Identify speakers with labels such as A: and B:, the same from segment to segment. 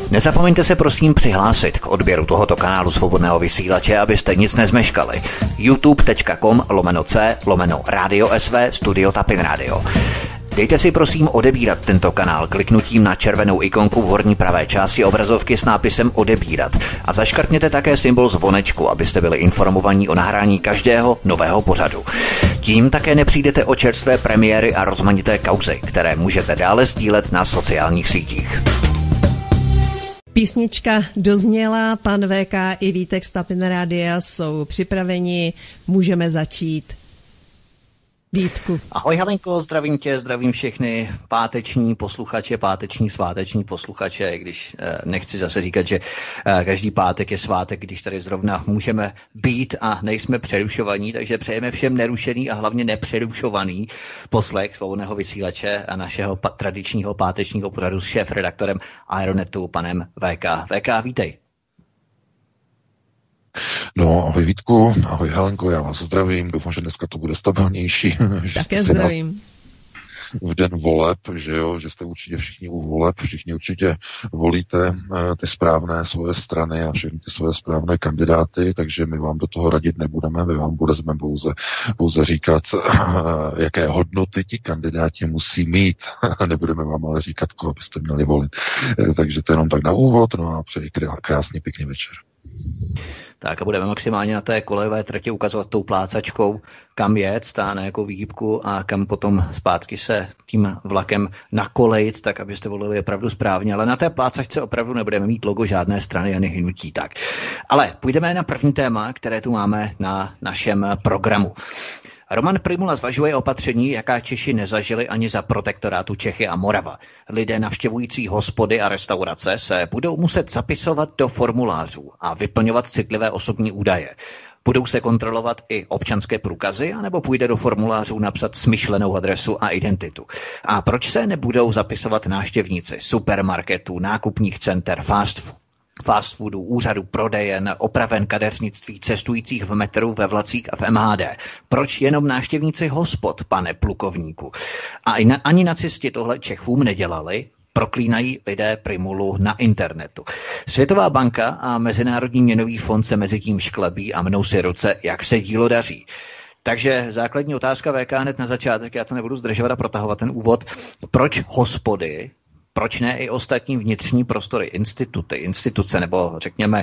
A: Nezapomeňte se prosím přihlásit k odběru tohoto kanálu Svobodného vysílače, abyste nic nezmeškali. youtube.com/c/Radio SV Studio Tapin Radio. Dejte si prosím odebírat tento kanál kliknutím na červenou ikonku v horní pravé části obrazovky s nápisem odebírat a zaškrtněte také symbol zvonečku, abyste byli informovaní o nahrání každého nového pořadu. Tím také nepřijdete o čerstvé premiéry a rozmanité kauzy, které můžete dále sdílet na sociálních sítích.
B: Písnička dozněla, pan VK i Vítek z Tapin Rádia jsou připraveni, můžeme začít. Vítku.
A: Ahoj Halenko, zdravím tě, zdravím všechny páteční posluchače, páteční sváteční posluchače, když nechci zase říkat, že každý pátek je svátek, když tady zrovna můžeme být a nejsme přerušovaní, takže přejeme všem nerušený a hlavně nepřerušovaný poslech Svobodného vysílače a našeho tradičního pátečního pořadu s šéfredaktorem Aeronetu, panem VK. VK, vítej.
C: No, ahoj Vítku, ahoj Helenko, já vás zdravím, doufám, že dneska to bude stabilnější.
B: Také zdravím.
C: V den voleb, že jo, že jste určitě všichni u voleb, všichni určitě volíte ty správné svoje strany a všechny ty svoje správné kandidáty, takže my vám do toho radit nebudeme, my vám budeme pouze říkat, jaké hodnoty ti kandidáti musí mít. Nebudeme vám ale říkat, koho byste měli volit. Takže to jenom tak na úvod, no a přeji krásný pěkný večer.
A: Tak a budeme maximálně na té kolejové trati ukazovat tou plácačkou, kam jet, na jakou výhybku a kam potom zpátky se tím vlakem nakolejit, tak abyste volili opravdu správně. Ale na té plácačce opravdu nebudeme mít logo žádné strany ani hnutí. Tak. Ale půjdeme na první téma, které tu máme na našem programu. Roman Prymula zvažuje opatření, jaká Češi nezažili ani za protektorátu Čechy a Morava. Lidé navštěvující hospody a restaurace se budou muset zapisovat do formulářů a vyplňovat citlivé osobní údaje. Budou se kontrolovat i občanské průkazy, anebo půjde do formulářů napsat smyšlenou adresu a identitu. A proč se nebudou zapisovat návštěvníci supermarketů, nákupních center, fast foodů, úřadů prodejen, opraven kadeřnictví, cestujících v metru, ve vlacích a v MHD. Proč jenom návštěvníci hospod, pane plukovníku? A ani nacisti tohle Čechům nedělali, proklínají lidé Prymulu na internetu. Světová banka a Mezinárodní měnový fond se mezi tím šklebí a mnou si ruce, jak se dílo daří. Takže základní otázka VK hned na začátek, já to nebudu zdržovat a protahovat ten úvod. Proč hospody, proč ne i ostatní vnitřní prostory, instituce nebo řekněme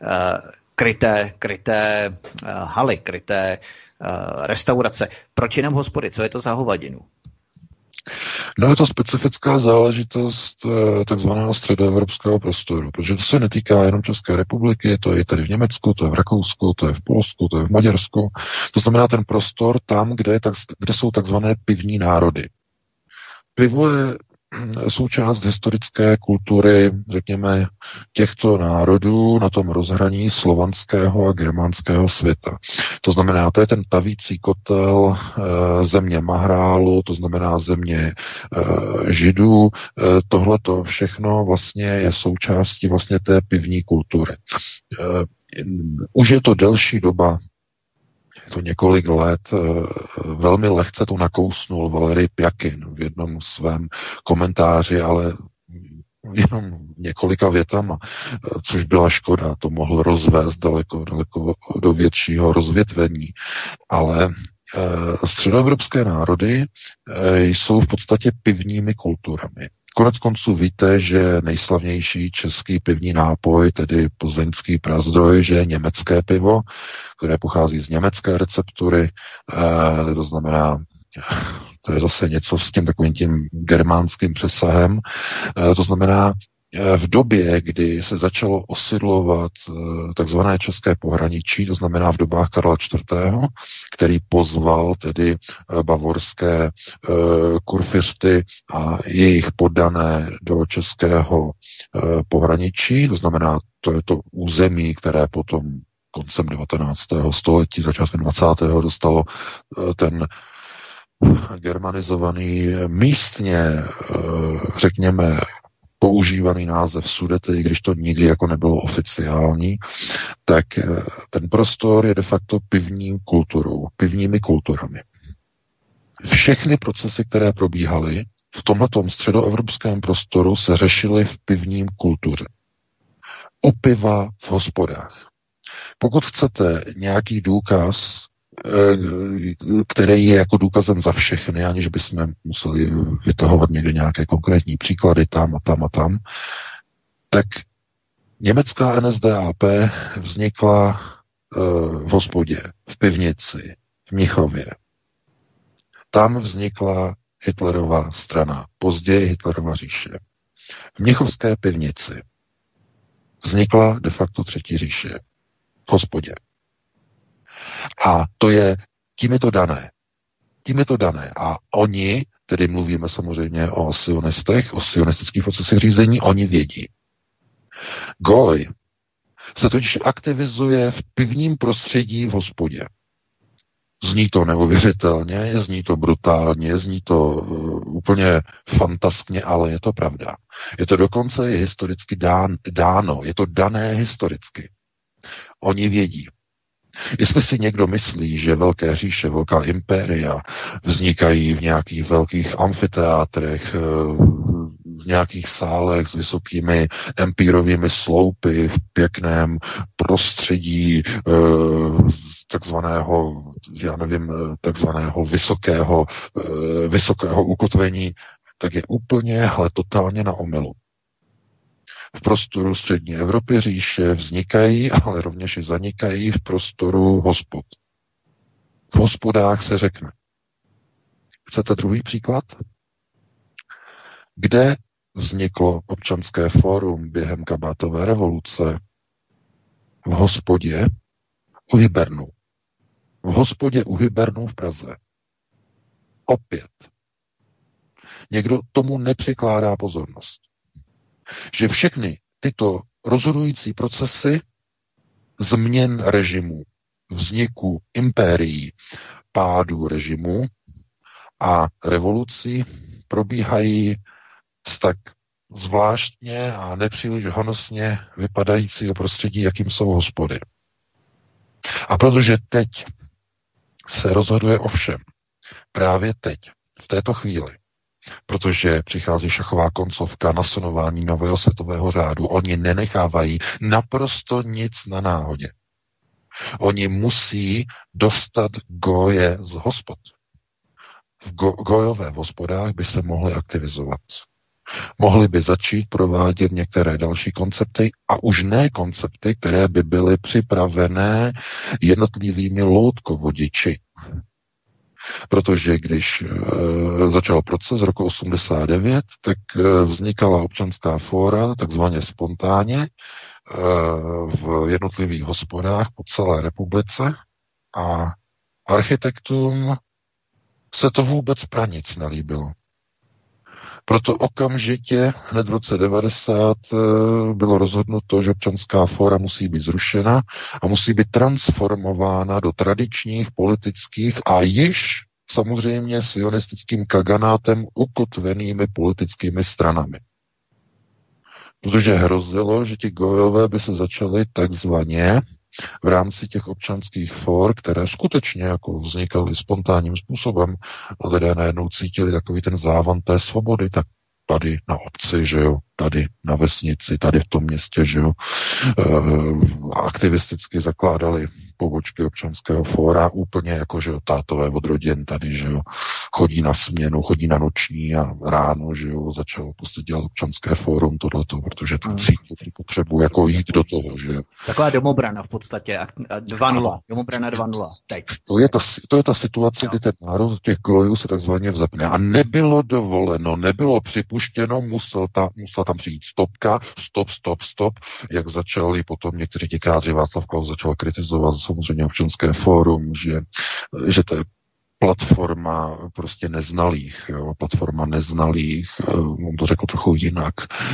A: kryté haly, kryté restaurace, proč jenom hospody, co je to za hovadinu?
C: No je to specifická záležitost takzvaného středoevropského prostoru, protože to se netýká jenom České republiky, to je tady v Německu, to je v Rakousku, to je v Polsku, to je v Maďarsku. To znamená ten prostor tam, kde jsou takzvané pivní národy. Pivo je součást historické kultury, řekněme, těchto národů na tom rozhraní slovanského a germánského světa. To znamená, to je ten tavící kotel země Mahrálu, to znamená země Židů. Tohleto všechno vlastně je součástí vlastně té pivní kultury. Už je to delší doba, to několik let, velmi lehce to nakousnul Valerij Pjakin v jednom svém komentáři, ale jenom několika větama, což byla škoda, to mohl rozvést daleko do většího rozvětvení. Ale středoevropské národy jsou v podstatě pivními kulturami. Konec konců víte, že nejslavnější český pivní nápoj, tedy plzeňský Prazdroj, že je německé pivo, které pochází z německé receptury, to znamená, to je zase něco s tím takovým tím germánským přesahem, to znamená, v době, kdy se začalo osidlovat takzvané české pohraničí, to znamená v dobách Karla IV., který pozval tedy bavorské kurfiřty a jejich poddané do českého pohraničí, to znamená, to je to území, které potom koncem 19. století, začátkem 20. dostalo ten germanizovaný místně, řekněme, používaný název Sudety, i když to nikdy jako nebylo oficiální, tak ten prostor je de facto pivní kulturou, pivními kulturami. Všechny procesy, které probíhaly v tomhletom středoevropském prostoru, se řešily v pivním kultuře. u piva v hospodách. Pokud chcete nějaký důkaz, který je jako důkazem za všechny, aniž bychom museli vytahovat někde nějaké konkrétní příklady tam a tam a tam, tak německá NSDAP vznikla v hospodě, v pivnici, v Mnichově. Tam vznikla Hitlerova strana, později Hitlerova říše. V Mnichovské pivnici vznikla de facto třetí říše v hospodě. A tím je to dané. Tím je to dané. A oni, tedy mluvíme samozřejmě o sionistech, o sionistických procesech řízení, oni vědí. Goj se totiž aktivizuje v pivním prostředí v hospodě. Zní to neuvěřitelně, zní to brutálně, zní to úplně fantaskně, ale je to pravda. Je to dokonce historicky dáno, je to dané historicky. Oni vědí. Jestli si někdo myslí, že velké říše, velká impéria vznikají v nějakých velkých amfiteátrech, v nějakých sálech s vysokými empírovými sloupy, v pěkném prostředí takzvaného vysokého ukotvení, tak je úplně, totálně na omylu. V prostoru střední Evropy říše vznikají, ale rovněž i zanikají v prostoru hospod. V hospodách se řekne. Chcete druhý příklad? Kde vzniklo občanské fórum během kabátové revoluce? V hospodě u Hybernu. V hospodě u Hybernu v Praze. Opět. Někdo tomu nepřikládá pozornost. Že všechny tyto rozhodující procesy změn režimu, vzniku impérií, pádu režimu a revolucí probíhají z tak zvláštně a nepříliš honosně vypadajícího prostředí, jakým jsou hospody. A protože teď se rozhoduje o všem, právě teď, v této chvíli, protože přichází šachová koncovka nasunování nového světového řádu, oni nenechávají naprosto nic na náhodě. Oni musí dostat goje z hospod. V gojové hospodách by se mohli aktivizovat. Mohli by začít provádět některé další koncepty a už ne koncepty, které by byly připravené jednotlivými loutkovodiči. Protože když začal proces roku 89, tak vznikala občanská fóra, takzvaně spontánně, v jednotlivých hospodách po celé republice a architektům se to vůbec pranic nelíbilo. Proto okamžitě hned v roce 90 bylo rozhodnuto, že občanská fóra musí být zrušena a musí být transformována do tradičních politických a již samozřejmě sionistickým kaganátem ukotvenými politickými stranami. Protože hrozilo, že ti gojové by se začaly takzvaně v rámci těch občanských for, které skutečně jako vznikaly spontánním způsobem, a lidé najednou cítili takový ten závan té svobody, tak tady na obci, že jo, tady na vesnici, tady v tom městě, že jo, aktivisticky zakládali pobočky občanského fóra, úplně jako, že jo, tátové od rodin tady, že jo, chodí na směnu, chodí na noční a ráno, že jo, začal prostě dělat občanské fórum tohleto, protože tam cítí potřebu jako jít do toho, že jo.
A: Taková domobrana v podstatě, 2.0, domobrana 2.0, teď.
C: To je ta situace, kdy ten národ těch gojů se takzvaně vzepne. A nebylo dovoleno, nebylo připuštěno, musela tam přijít stopka, stop, jak začali potom někteří děkáři, Václav Klaus začal kritizovat samozřejmě občanské fórum, že to je platforma prostě neznalých, jo, platforma neznalých, on to řekl trochu jinak,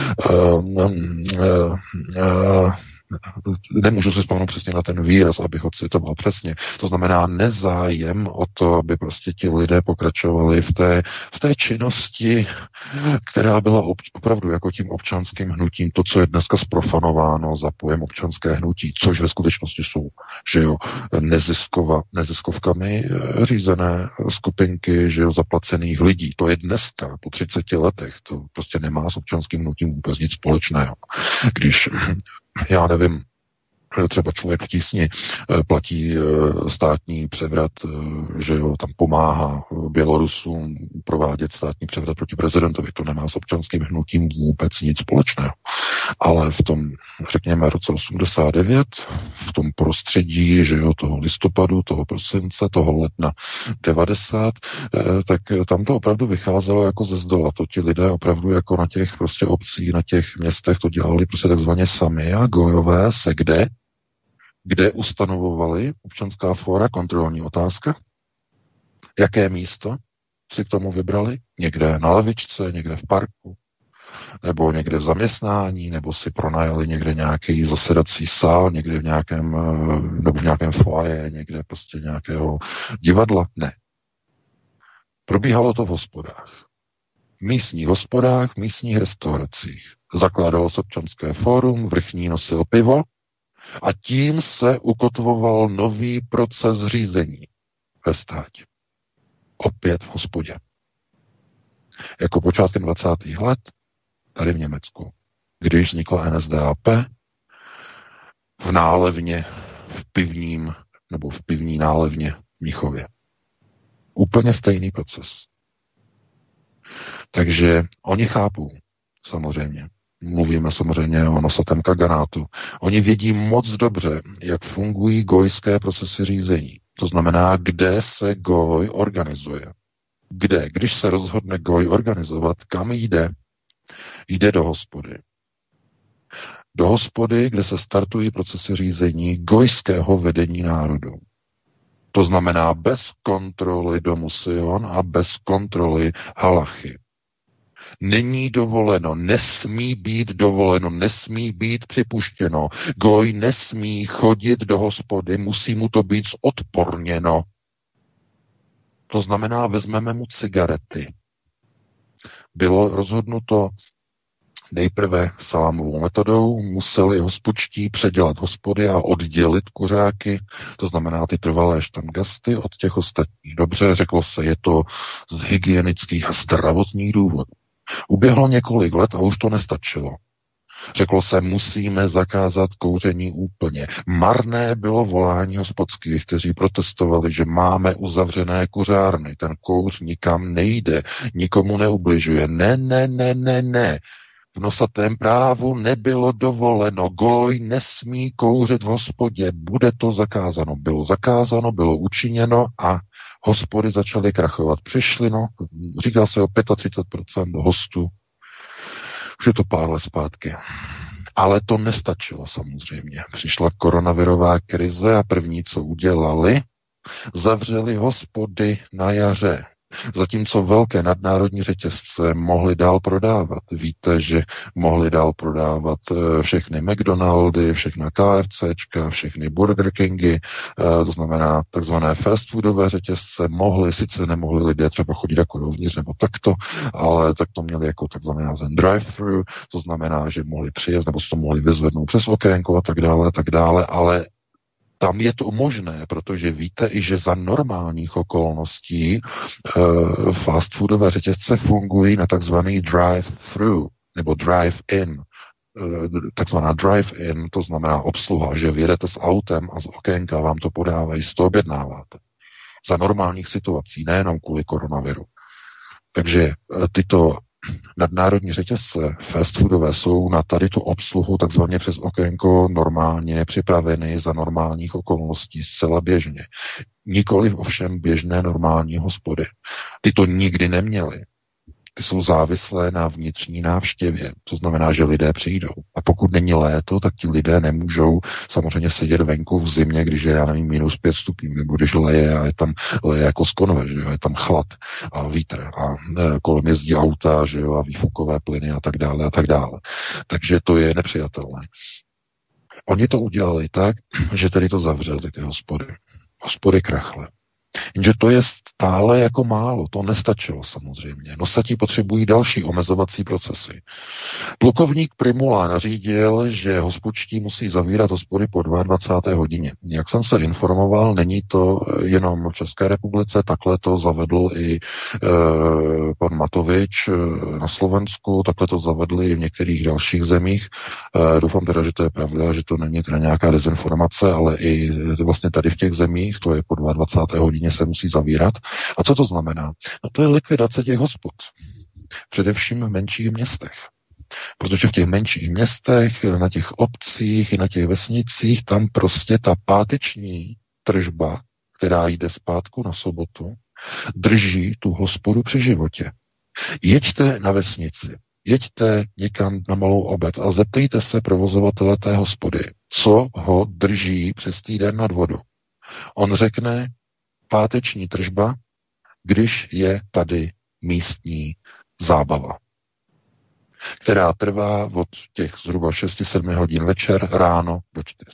C: nemůžu si vzpomenout přesně na ten výraz, abych ho citoval přesně. To znamená nezájem o to, aby prostě ti lidé pokračovali v té činnosti, která byla opravdu jako tím občanským hnutím, to, co je dneska sprofanováno za pojem občanské hnutí, což ve skutečnosti jsou, že jo, neziskovkami řízené skupinky, že jo, zaplacených lidí. To je dneska, po 30 letech, to prostě nemá s občanským hnutím vůbec nic společného. Když já nevím, třeba člověk v tísni platí státní převrat, že jo, tam pomáhá Bělorusům provádět státní převrat proti prezidentovi. To nemá s občanským hnutím vůbec nic společného. Ale v tom, řekněme, roce 89, v tom prostředí, že jo, toho listopadu, toho prosince, toho ledna 90, tak tam to opravdu vycházelo jako ze zdola. To ti lidé opravdu jako na těch prostě obcí, na těch městech to dělali prostě takzvaně sami a gojové se kde ustanovovali občanská fóra, kontrolní otázka, jaké místo si k tomu vybrali, někde na lavičce, někde v parku, nebo někde v zaměstnání, nebo si pronajali někde nějaký zasedací sál, někde v nějakém, nebo v nějakém foaje, někde prostě nějakého divadla. Ne. Probíhalo to v hospodách. V místních hospodách, v místních restauracích. Zakládalo se občanské fórum, vrchní nosil pivo a tím se ukotvoval nový proces řízení ve státě. Opět v hospodě. Jako počátkem 20. let tady v Německu, když vznikla NSDAP v nálevně, v pivním, nebo v pivní nálevně v Mnichově. Úplně stejný proces. Takže oni chápou, samozřejmě. Mluvíme samozřejmě o nosatém kaganátu. Oni vědí moc dobře, jak fungují gojské procesy řízení. To znamená, kde se goj organizuje. Kde? Když se rozhodne goj organizovat, kam jde? Jde do hospody. Do hospody, kde se startují procesy řízení gojského vedení národu. To znamená bez kontroly domu Sion a bez kontroly halachy. Není dovoleno, nesmí být dovoleno, nesmí být připuštěno. Goj nesmí chodit do hospody, musí mu to být odporněno. To znamená, vezmeme mu cigarety. Bylo rozhodnuto nejprve salámovou metodou, museli hospodští předělat hospody a oddělit kuřáky, to znamená ty trvalé štangasty od těch ostatních. Dobře, řeklo se, je to z hygienických a zdravotních důvodů. Uběhlo několik let a už to nestačilo. Řeklo se, musíme zakázat kouření úplně. Marné bylo volání hospodských, kteří protestovali, že máme uzavřené kuřárny. Ten kouř nikam nejde, nikomu neubližuje. Ne. V nosatém právu nebylo dovoleno. Goj nesmí kouřit v hospodě. Bude to zakázáno. Bylo zakázáno, bylo učiněno a hospody začaly krachovat. Přišli, říká se o 35% hostů. Už je to pár let zpátky. Ale to nestačilo samozřejmě. Přišla koronavirová krize a první, co udělali, zavřeli hospody na jaře. Zatímco velké nadnárodní řetězce mohly dál prodávat. Víte, že mohly dál prodávat všechny McDonaldy, všechna KFCčka, všechny Burger Kingy, to znamená takzvané fast foodové řetězce, sice nemohli lidé třeba chodit jako dovnitř nebo takto, ale tak to měli jako takzvaný název drive-thru, to znamená, že mohli přijet nebo si to mohli vyzvednout přes okénko a tak dále, ale tam je to možné, protože víte i, že za normálních okolností fast foodové řetězce fungují na takzvaný drive-thru nebo drive-in. Takzvaná drive-in, to znamená obsluha, že vyjedete s autem a z okénka vám to podávají, si to objednáváte. Za normálních situací, nejenom kvůli koronaviru. Takže tyto nadnárodní řetězce fast foodové jsou na tady tu obsluhu takzvaně přes okénko normálně připraveny za normálních okolností zcela běžně. Nikoliv ovšem běžné normální hospody. Ty to nikdy neměly. Ty jsou závislé na vnitřní návštěvě. To znamená, že lidé přijdou. A pokud není léto, tak ti lidé nemůžou samozřejmě sedět venku v zimě, když je, já nevím, -5 stupňů, nebo když leje a leje jako z konve, že jo, je tam chlad a vítr a kolem jezdí auta, že jo, a výfukové plyny a tak dále a tak dále. Takže to je nepřijatelné. Oni to udělali tak, že tedy to zavřeli, ty hospody. Hospody krachle. Jenže to je stále jako málo, to nestačilo samozřejmě. Nosatí potřebují další omezovací procesy. Plukovník Primula nařídil, že hospodští musí zavírat hospody po 22. hodině. Jak jsem se informoval, není to jenom v České republice, takhle to zavedl i pan Matovič na Slovensku, takhle to zavedli i v některých dalších zemích. Doufám teda, že to je pravda, že to není teda nějaká dezinformace, ale i vlastně tady v těch zemích, to je po 22. hodině se musí zavírat. A co to znamená? No to je likvidace těch hospod. Především v menších městech. Protože v těch menších městech, na těch obcích i na těch vesnicích, tam prostě ta páteční tržba, která jde zpátku na sobotu, drží tu hospodu při životě. Jeďte na vesnici, jeďte někam na malou obec a zeptejte se provozovatele té hospody, co ho drží přes týden nad vodou. On řekne páteční tržba, když je tady místní zábava, která trvá od těch zhruba 6-7 hodin večer ráno do 4.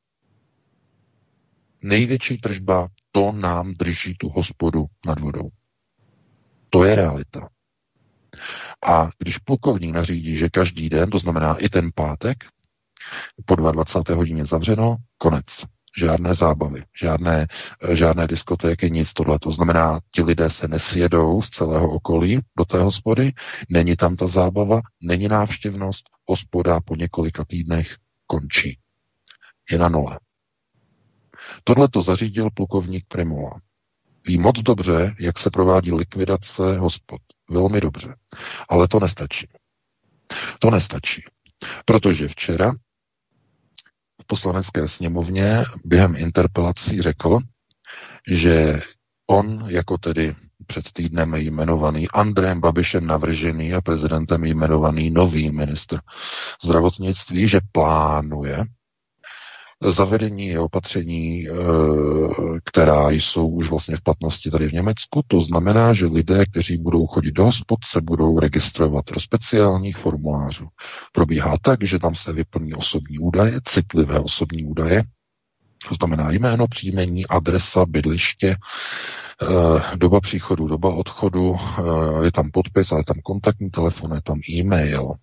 C: Největší tržba, to nám drží tu hospodu nad vodou. To je realita. A když plukovník nařídí, že každý den, to znamená i ten pátek, po 22. hodině zavřeno, konec. Žádné zábavy, žádné diskotéky, nic tohle. To znamená, ti lidé se nesjedou z celého okolí do té hospody, není tam ta zábava, není návštěvnost, hospoda po několika týdnech končí. Je na nule. Tohle to zařídil plukovník Primola. Ví moc dobře, jak se provádí likvidace hospod. Velmi dobře. Ale to nestačí. To nestačí. Protože včera v Poslanecké sněmovně během interpelací řekl, že on, jako tedy před týdnem jmenovaný, Andrejem Babišem navržený a prezidentem jmenovaný nový ministr zdravotnictví, že plánuje zavedení opatření, která jsou už vlastně v platnosti tady v Německu. To znamená, že lidé, kteří budou chodit do hospod, se budou registrovat do speciálních formulářů. Probíhá tak, že tam se vyplní osobní údaje, citlivé osobní údaje, to znamená jméno, příjmení, adresa, bydliště, doba příchodu, doba odchodu, je tam podpis, ale je tam kontaktní telefon, je tam e-mail.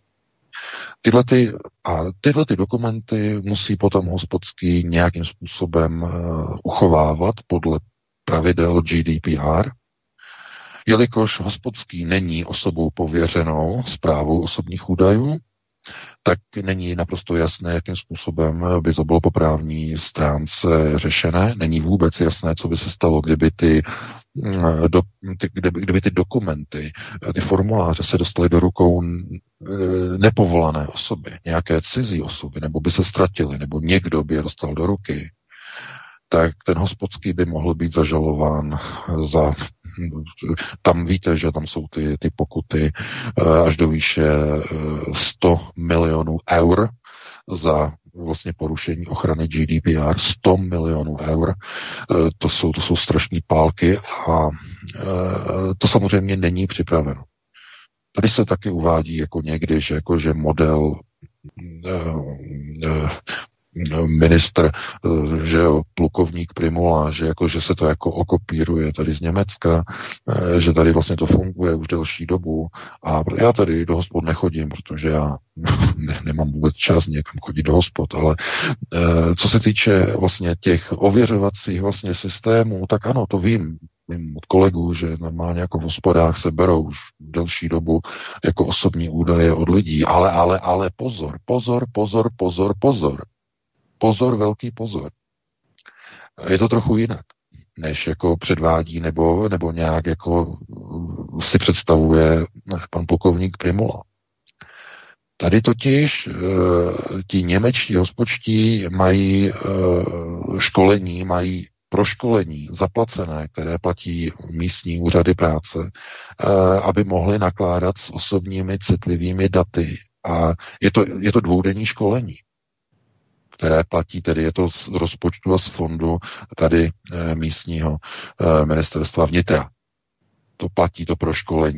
C: Tyhle dokumenty musí potom hospodský nějakým způsobem uchovávat podle pravidel GDPR, jelikož hospodský není osobou pověřenou správou osobních údajů, tak není naprosto jasné, jakým způsobem by to bylo po právní stránce řešené. Není vůbec jasné, co by se stalo, kdyby ty dokumenty, ty formuláře se dostaly do rukou nepovolané osoby, nějaké cizí osoby, nebo by se ztratily, nebo někdo by je dostal do ruky, tak ten hospodský by mohl být zažalován za... Tam víte, že tam jsou ty pokuty až do výše 100 milionů eur za vlastně porušení ochrany GDPR. 100 milionů eur. To jsou strašné pálky a to samozřejmě není připraveno. Tady se taky uvádí jako někdy, že model ministr, že jo, plukovník Primula, že se to jako okopíruje tady z Německa, že tady vlastně to funguje už delší dobu a já tady do hospod nechodím, protože já nemám vůbec čas někam chodit do hospod, ale co se týče vlastně těch ověřovacích vlastně systémů, tak ano, to vím od kolegů, že normálně jako v hospodách se berou už delší dobu jako osobní údaje od lidí, ale pozor, velký pozor. Je to trochu jinak, než jako předvádí nebo nějak jako si představuje pan plukovník Primula. Tady totiž ti němečtí hospodští mají školení, mají proškolení zaplacené, které platí místní úřady práce, aby mohli nakládat s osobními citlivými daty. A je to dvoudenní školení, které platí, tedy je to z rozpočtu a z fondu tady místního ministerstva vnitra. To platí to proškolení.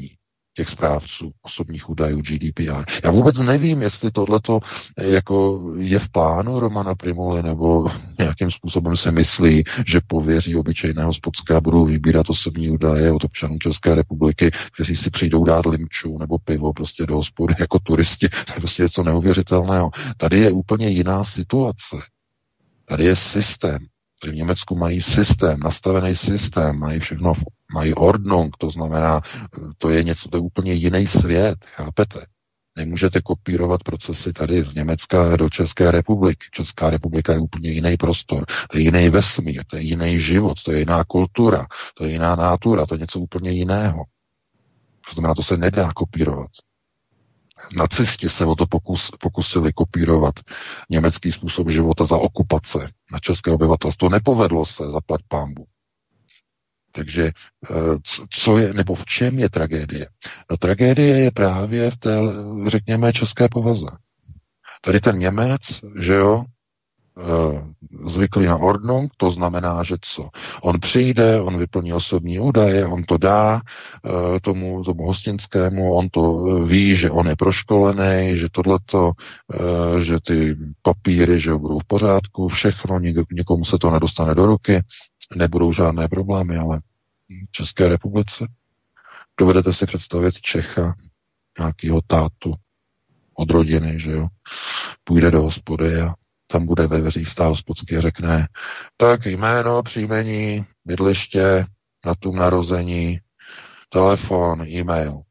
C: těch správců osobních údajů GDPR. Já vůbec nevím, jestli tohleto jako je v plánu Romana Prymuly, nebo nějakým způsobem si myslí, že pověří obyčejného Spockého a budou vybírat osobní údaje od občanů České republiky, kteří si přijdou dát limču nebo pivo prostě do hospody jako turisti. To je prostě něco neuvěřitelného. Tady je úplně jiná situace. Tady je systém. Tady v Německu mají systém, nastavený systém, mají všechno, mají Ordnung, to znamená, to je něco, to je úplně jiný svět, chápete? Nemůžete kopírovat procesy tady z Německa do České republiky. Česká republika je úplně jiný prostor, to je jiný vesmír, to je jiný život, to je jiná kultura, to je jiná nátura, to je něco úplně jiného. To znamená, to se nedá kopírovat. Nacisti se o to pokusili kopírovat německý způsob života za okupace na české obyvatelstvo. Nepovedlo se, zaplať pánbu. Takže co je, nebo v čem je tragédie? No, tragédie je právě v té, řekněme, české povaze. Tady ten Němec, že jo, zvyklý na Ordnung, to znamená, že co? On přijde, on vyplní osobní údaje, on to dá tomu hostinskému, on to ví, že on je proškolený, že tohleto, že ty papíry, že budou v pořádku, všechno, nikomu se to nedostane do ruky, nebudou žádné problémy, ale v České republice dovedete si představit Čecha, nějakýho tátu od rodiny, že jo, půjde do hospody a tam bude ve dveřích stát hospodský a řekne, tak jméno, příjmení, bydliště, datum narození, telefon, e-mail.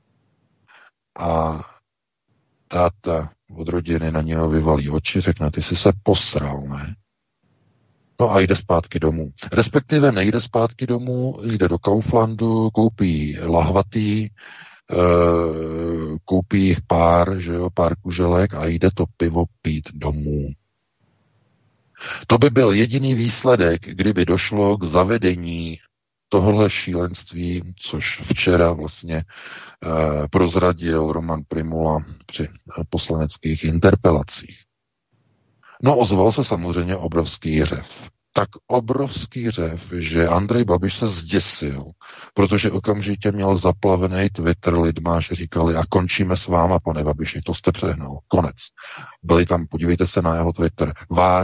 C: A táta od rodiny na něho vyvalí oči, řekne, ty jsi se posral, ne? No a jde zpátky domů. Respektive nejde zpátky domů, jde do Kauflandu, koupí lahvatý, koupí jich pár, že jo, pár kuželek a jde to pivo pít domů. To by byl jediný výsledek, kdyby došlo k zavedení tohohle šílenství, což včera vlastně prozradil Roman Prymula při poslaneckých interpelacích. No ozval se samozřejmě obrovský řev. Tak obrovský řev, že Andrej Babiš se zděsil, protože okamžitě měl zaplavený Twitter lidma, že říkali, a končíme s váma, pane Babiši, to jste přehnal, konec. Byli tam, podívejte se na jeho Twitter,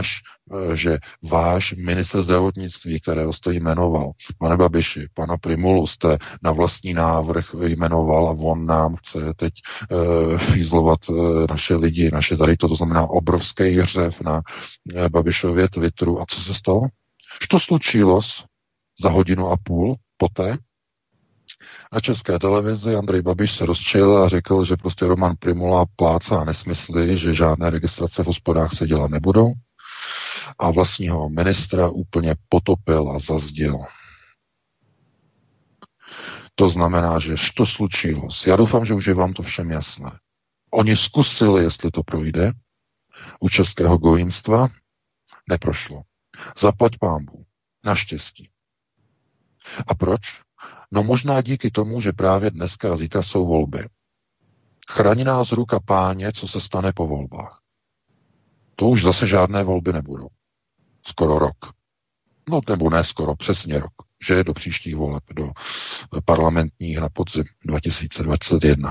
C: váš ministr zdravotnictví, kterého jste jmenoval, pane Babiši, pana Prymulu jste na vlastní návrh jmenoval a on nám chce teď fízlovat naše lidi, naše tady to znamená obrovský řev na Babišově Twitteru. A co se stalo? Što slučilo za hodinu a půl poté? Na České televizi Andrej Babiš se rozčil a řekl, že prostě Roman Prymula plácá nesmysly, že žádné registrace v hospodách se dělat nebudou a vlastního ministra úplně potopil a zazdil. To znamená, že što slučilo. Já doufám, že už je vám to všem jasné. Oni zkusili, jestli to projde. U českého gojimstva neprošlo. Zaplať pánbůh. Naštěstí. A proč? No možná díky tomu, že právě dneska a zítra jsou volby. Chrání nás ruka Páně, co se stane po volbách. To už zase žádné volby nebudou. Skoro rok. No nebo ne skoro, přesně rok. Že je do příštích voleb, do parlamentních na podzim 2021.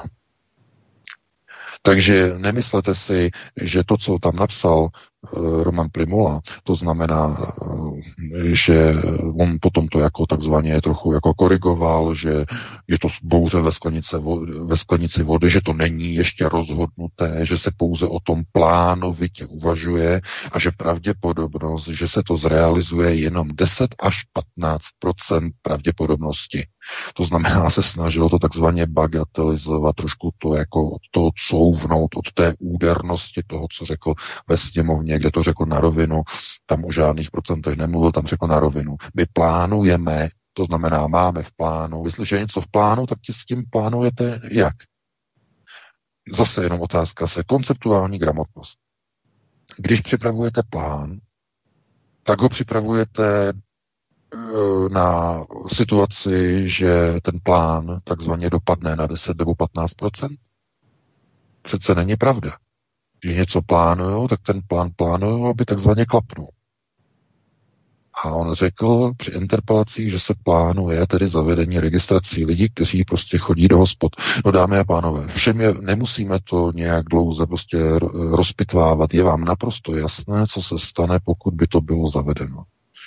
C: Takže nemyslete si, že to, co tam napsal Roman Prymula, to znamená, že on potom to jako takzvaně trochu jako korigoval, že je to bouře ve sklenici vody, že to není ještě rozhodnuté, že se pouze o tom plánovitě uvažuje a že pravděpodobnost, že se to zrealizuje jenom 10 až 15% pravděpodobnosti. To znamená, se snažilo to takzvaně bagatelizovat, trošku to jako od toho couvnout, od té údernosti toho, co řekl ve sněmovně, kde to řekl na rovinu, tam o žádných procentech nemluvil, tam řekl na rovinu. My plánujeme, to znamená máme v plánu, jestliže je něco v plánu, tak s tím plánujete jak? Zase jenom otázka se, konceptuální gramotnost. Když připravujete plán, tak ho připravujete na situaci, že ten plán takzvaně dopadne na 10 nebo 15%. Přece není pravda. Když něco plánují, tak ten plán plánují, aby takzvaně klapnul. A on řekl při interpelacích, že se plánuje tedy zavedení registrací lidí, kteří prostě chodí do hospod. No dámy a pánové, všem nemusíme to nějak dlouze prostě rozpitvávat. Je vám naprosto jasné, co se stane, pokud by to bylo zavedeno.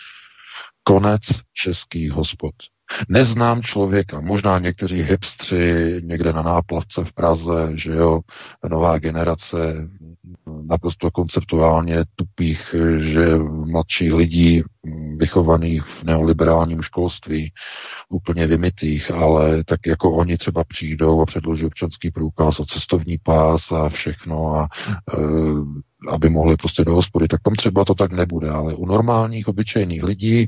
C: Konec českých hospod. Neznám člověka, možná někteří hipstři někde na náplavce v Praze, že jo, nová generace naprosto konceptuálně tupých, že mladších lidí vychovaných v neoliberálním školství, úplně vymytých, ale tak jako oni třeba přijdou a předloží občanský průkaz a cestovní pás a všechno a aby mohli prostě do hospody, tak tam třeba to tak nebude, ale u normálních, obyčejných lidí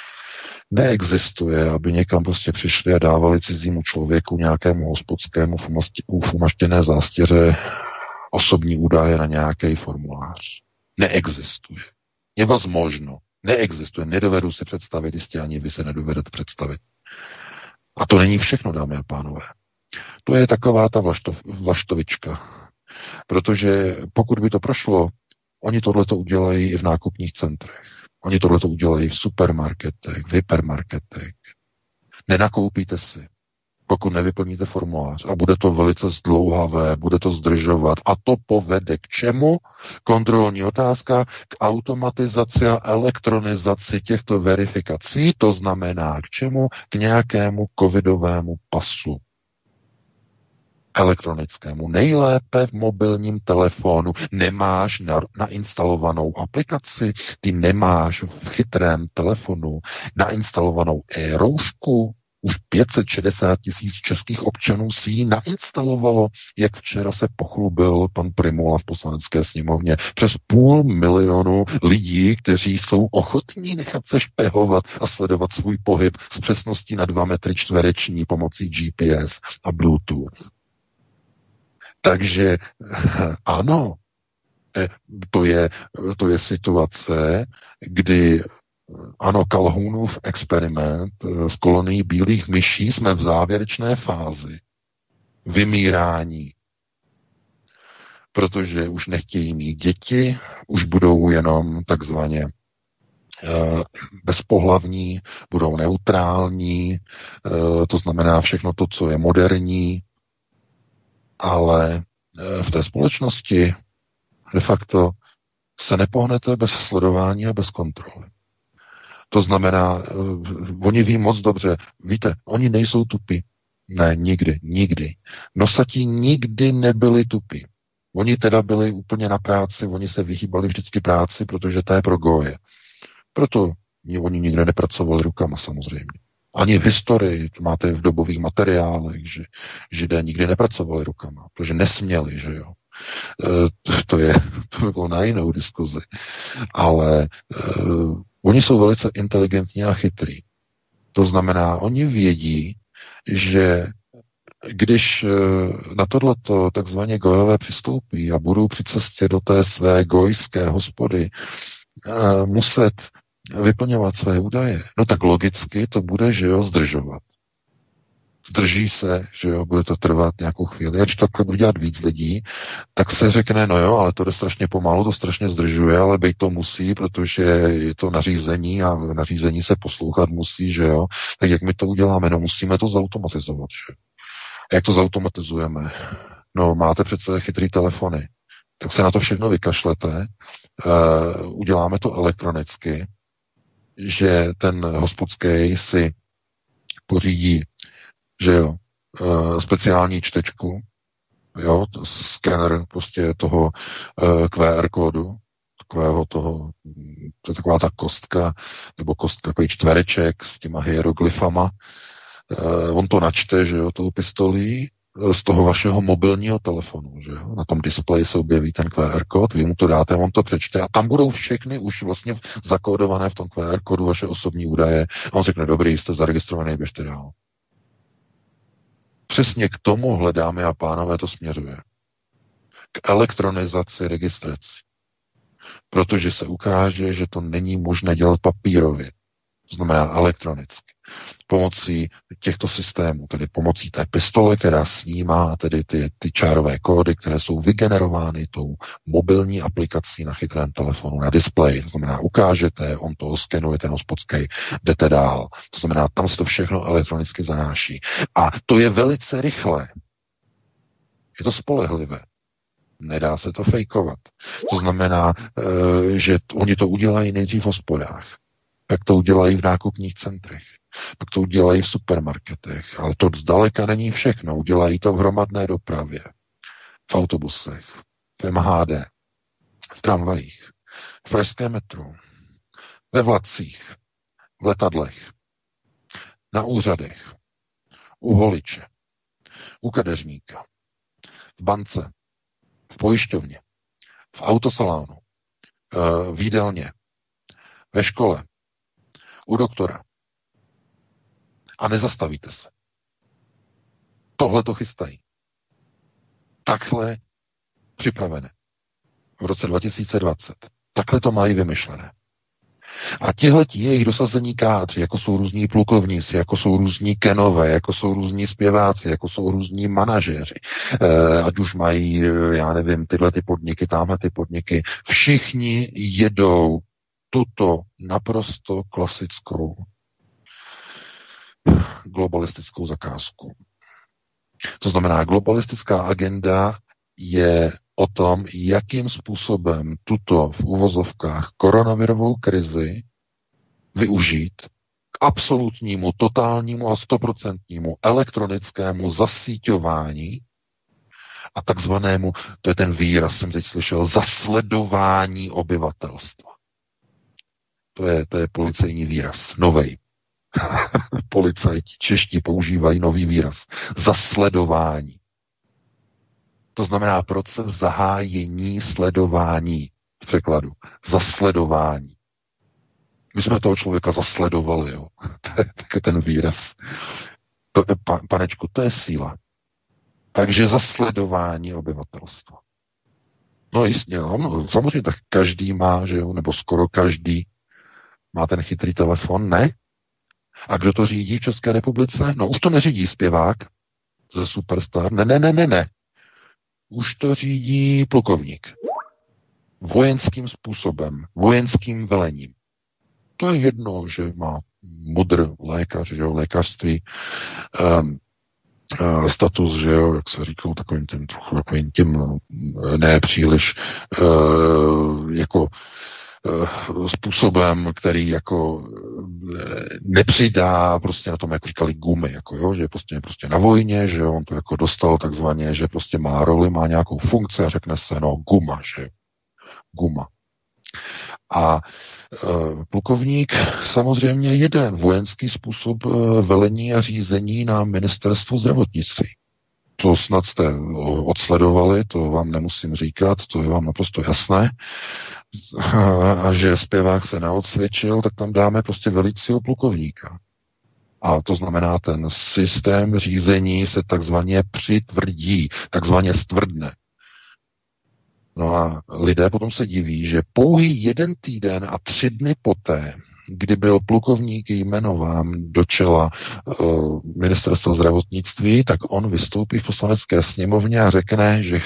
C: neexistuje, aby někam prostě přišli a dávali cizímu člověku, nějakému hospodskému ufumaštěné zástěře osobní údaje na nějaký formulář. Neexistuje. Nevazmožno. Neexistuje. Nedovedu si představit, jistě ani vy se nedovedete představit. A to není všechno, dámy a pánové. To je taková ta vlaštovička. Protože pokud by to prošlo, oni tohleto udělají i v nákupních centrech. Oni tohleto udělají v supermarketech, v hypermarketech. Nenakoupíte si, pokud nevyplníte formulář. A bude to velice zdlouhavé, bude to zdržovat. A to povede k čemu? Kontrolní otázka, k automatizaci a elektronizaci těchto verifikací. To znamená k čemu? K nějakému covidovému pasu. Elektronickému. Nejlépe v mobilním telefonu. Nemáš nainstalovanou aplikaci, ty nemáš v chytrém telefonu nainstalovanou e-roušku. Už 560 000 českých občanů si ji nainstalovalo, jak včera se pochlubil pan Primula v Poslanecké sněmovně. Přes 500 000 lidí, kteří jsou ochotní nechat se špehovat a sledovat svůj pohyb s přesností na 2 metry čtvereční pomocí GPS a Bluetooth. Takže ano, to je situace, kdy ano, Calhounův experiment s kolonií bílých myší jsme v závěrečné fázi vymírání, protože už nechtějí mít děti, už budou jenom takzvaně bezpohlavní, budou neutrální, to znamená všechno to, co je moderní, ale v té společnosti de facto se nepohnete bez sledování a bez kontroly. To znamená, oni ví moc dobře, víte, oni nejsou tupí. Ne, nikdy. Nosatí nikdy nebyli tupí. Oni teda byli úplně na práci, oni se vyhýbali vždycky práci, protože to je pro goje. Proto oni nikde nepracovali rukama samozřejmě. Ani v historii, to máte v dobových materiálech, že Židé nikdy nepracovali rukama, protože nesměli, že jo. To by bylo na jinou diskuzi. Ale oni jsou velice inteligentní a chytrý. To znamená, oni vědí, že když na tohleto takzvaně gojové přistoupí a budou při cestě do té své gojské hospody muset vyplňovat své údaje, no tak logicky to bude, že jo, zdržovat. Zdrží se, že jo, bude to trvat nějakou chvíli. A když takhle bude dělat víc lidí, tak se řekne, no jo, ale to jde strašně pomalu, to strašně zdržuje, ale být to musí, protože je to nařízení a nařízení se poslouchat musí, že jo. Tak jak my to uděláme? No musíme to zautomatizovat, že? A jak to zautomatizujeme? No máte přece chytrý telefony. Tak se na to všechno vykašlete, uděláme to elektronicky, že ten hospodský si pořídí, že jo, speciální čtečku, jo, skener prostě toho QR kódu, takového toho, to je taková ta kostka, nebo takový čtvereček s těma hieroglyfama, on to načte, že jo, tou pistolí, z toho vašeho mobilního telefonu, že jo? Na tom displeji se objeví ten QR kód, vy mu to dáte, on to přečte a tam budou všechny už vlastně zakódované v tom QR kódu vaše osobní údaje a on řekne, dobrý, jste zaregistrovaný, běžte dál. Přesně k tomu, dámy a pánové, to směřuje. K elektronizaci registrací. Protože se ukáže, že to není možné dělat papírově. To znamená elektronicky. pomocí těchto systémů, tedy pomocí té pistole, která snímá tedy ty čárové kódy, které jsou vygenerovány tou mobilní aplikací na chytrém telefonu, na displeji. To znamená, ukážete, on to skenuje, ten hospodskej, jdete dál. To znamená, tam se to všechno elektronicky zanáší. A to je velice rychlé. Je to spolehlivé. Nedá se to fejkovat. To znamená, že oni to udělají nejdřív v hospodách, pak to udělají v nákupních centrech, pak to udělají v supermarketech, ale to zdaleka není všechno. Udělají to v hromadné dopravě, v autobusech, v MHD, v tramvajích, v pražském metru, ve vlacích, v letadlech, na úřadech, u holiče, u kadeřníka, v bance, v pojišťovně, v autosalánu, v jídelně, ve škole, u doktora. A nezastavíte se. Tohle to chystají. Takhle připravené. V roce 2020. Takhle to mají vymyšlené. A tihleti jejich dosazení kádři, jako jsou různí plukovníci, jako jsou různí kenové, jako jsou různí zpěváci, jako jsou různí manažéři, ať už mají, já nevím, tyhle ty podniky, tamhle ty podniky, všichni jedou tuto naprosto klasickou globalistickou zakázku. To znamená, globalistická agenda je o tom, jakým způsobem tuto v uvozovkách koronavirovou krizi využít k absolutnímu, totálnímu a 100% elektronickému zasíťování a takzvanému, to je ten výraz, jsem teď slyšel, zasledování obyvatelstva. To je policejní výraz, novej. Policajti čeští používají nový výraz. Zasledování. To znamená proces zahájení sledování v překladu. Zasledování. My jsme toho člověka zasledovali, jo. To je ten výraz. Panečku, to je síla. Takže zasledování obyvatelstva. No jistě, no, samozřejmě tak každý má, že jo, nebo skoro každý má ten chytrý telefon, ne? A kdo to řídí v České republice? No už to neřídí zpěvák ze Superstar. Ne. Už to řídí plukovník. Vojenským způsobem, vojenským velením. To je jedno, že má mudr lékař, že jo, lékařství, status, že jo, jak se říkal, takovým tím ne příliš jako způsobem, který jako nepřidá prostě na tom, jak říkali, gumy, jako jo, že prostě na vojně, že on to jako dostal takzvaně, že prostě má roli, má nějakou funkci a řekne se, no guma, že guma. A plukovník samozřejmě jede vojenský způsob velení a řízení na ministerstvu zdravotnictví. To snad jste odsledovali, to vám nemusím říkat, to je vám naprosto jasné. A že zpěvák se neodsvědčil, tak tam dáme prostě velícího plukovníka. A to znamená, ten systém řízení se takzvaně přitvrdí, takzvaně stvrdne. No a lidé potom se diví, že pouhý 1 týden a 3 dny poté, kdy byl plukovník jmenován do čela ministerstva zdravotnictví, tak on vystoupí v poslanecké sněmovně a řekne, že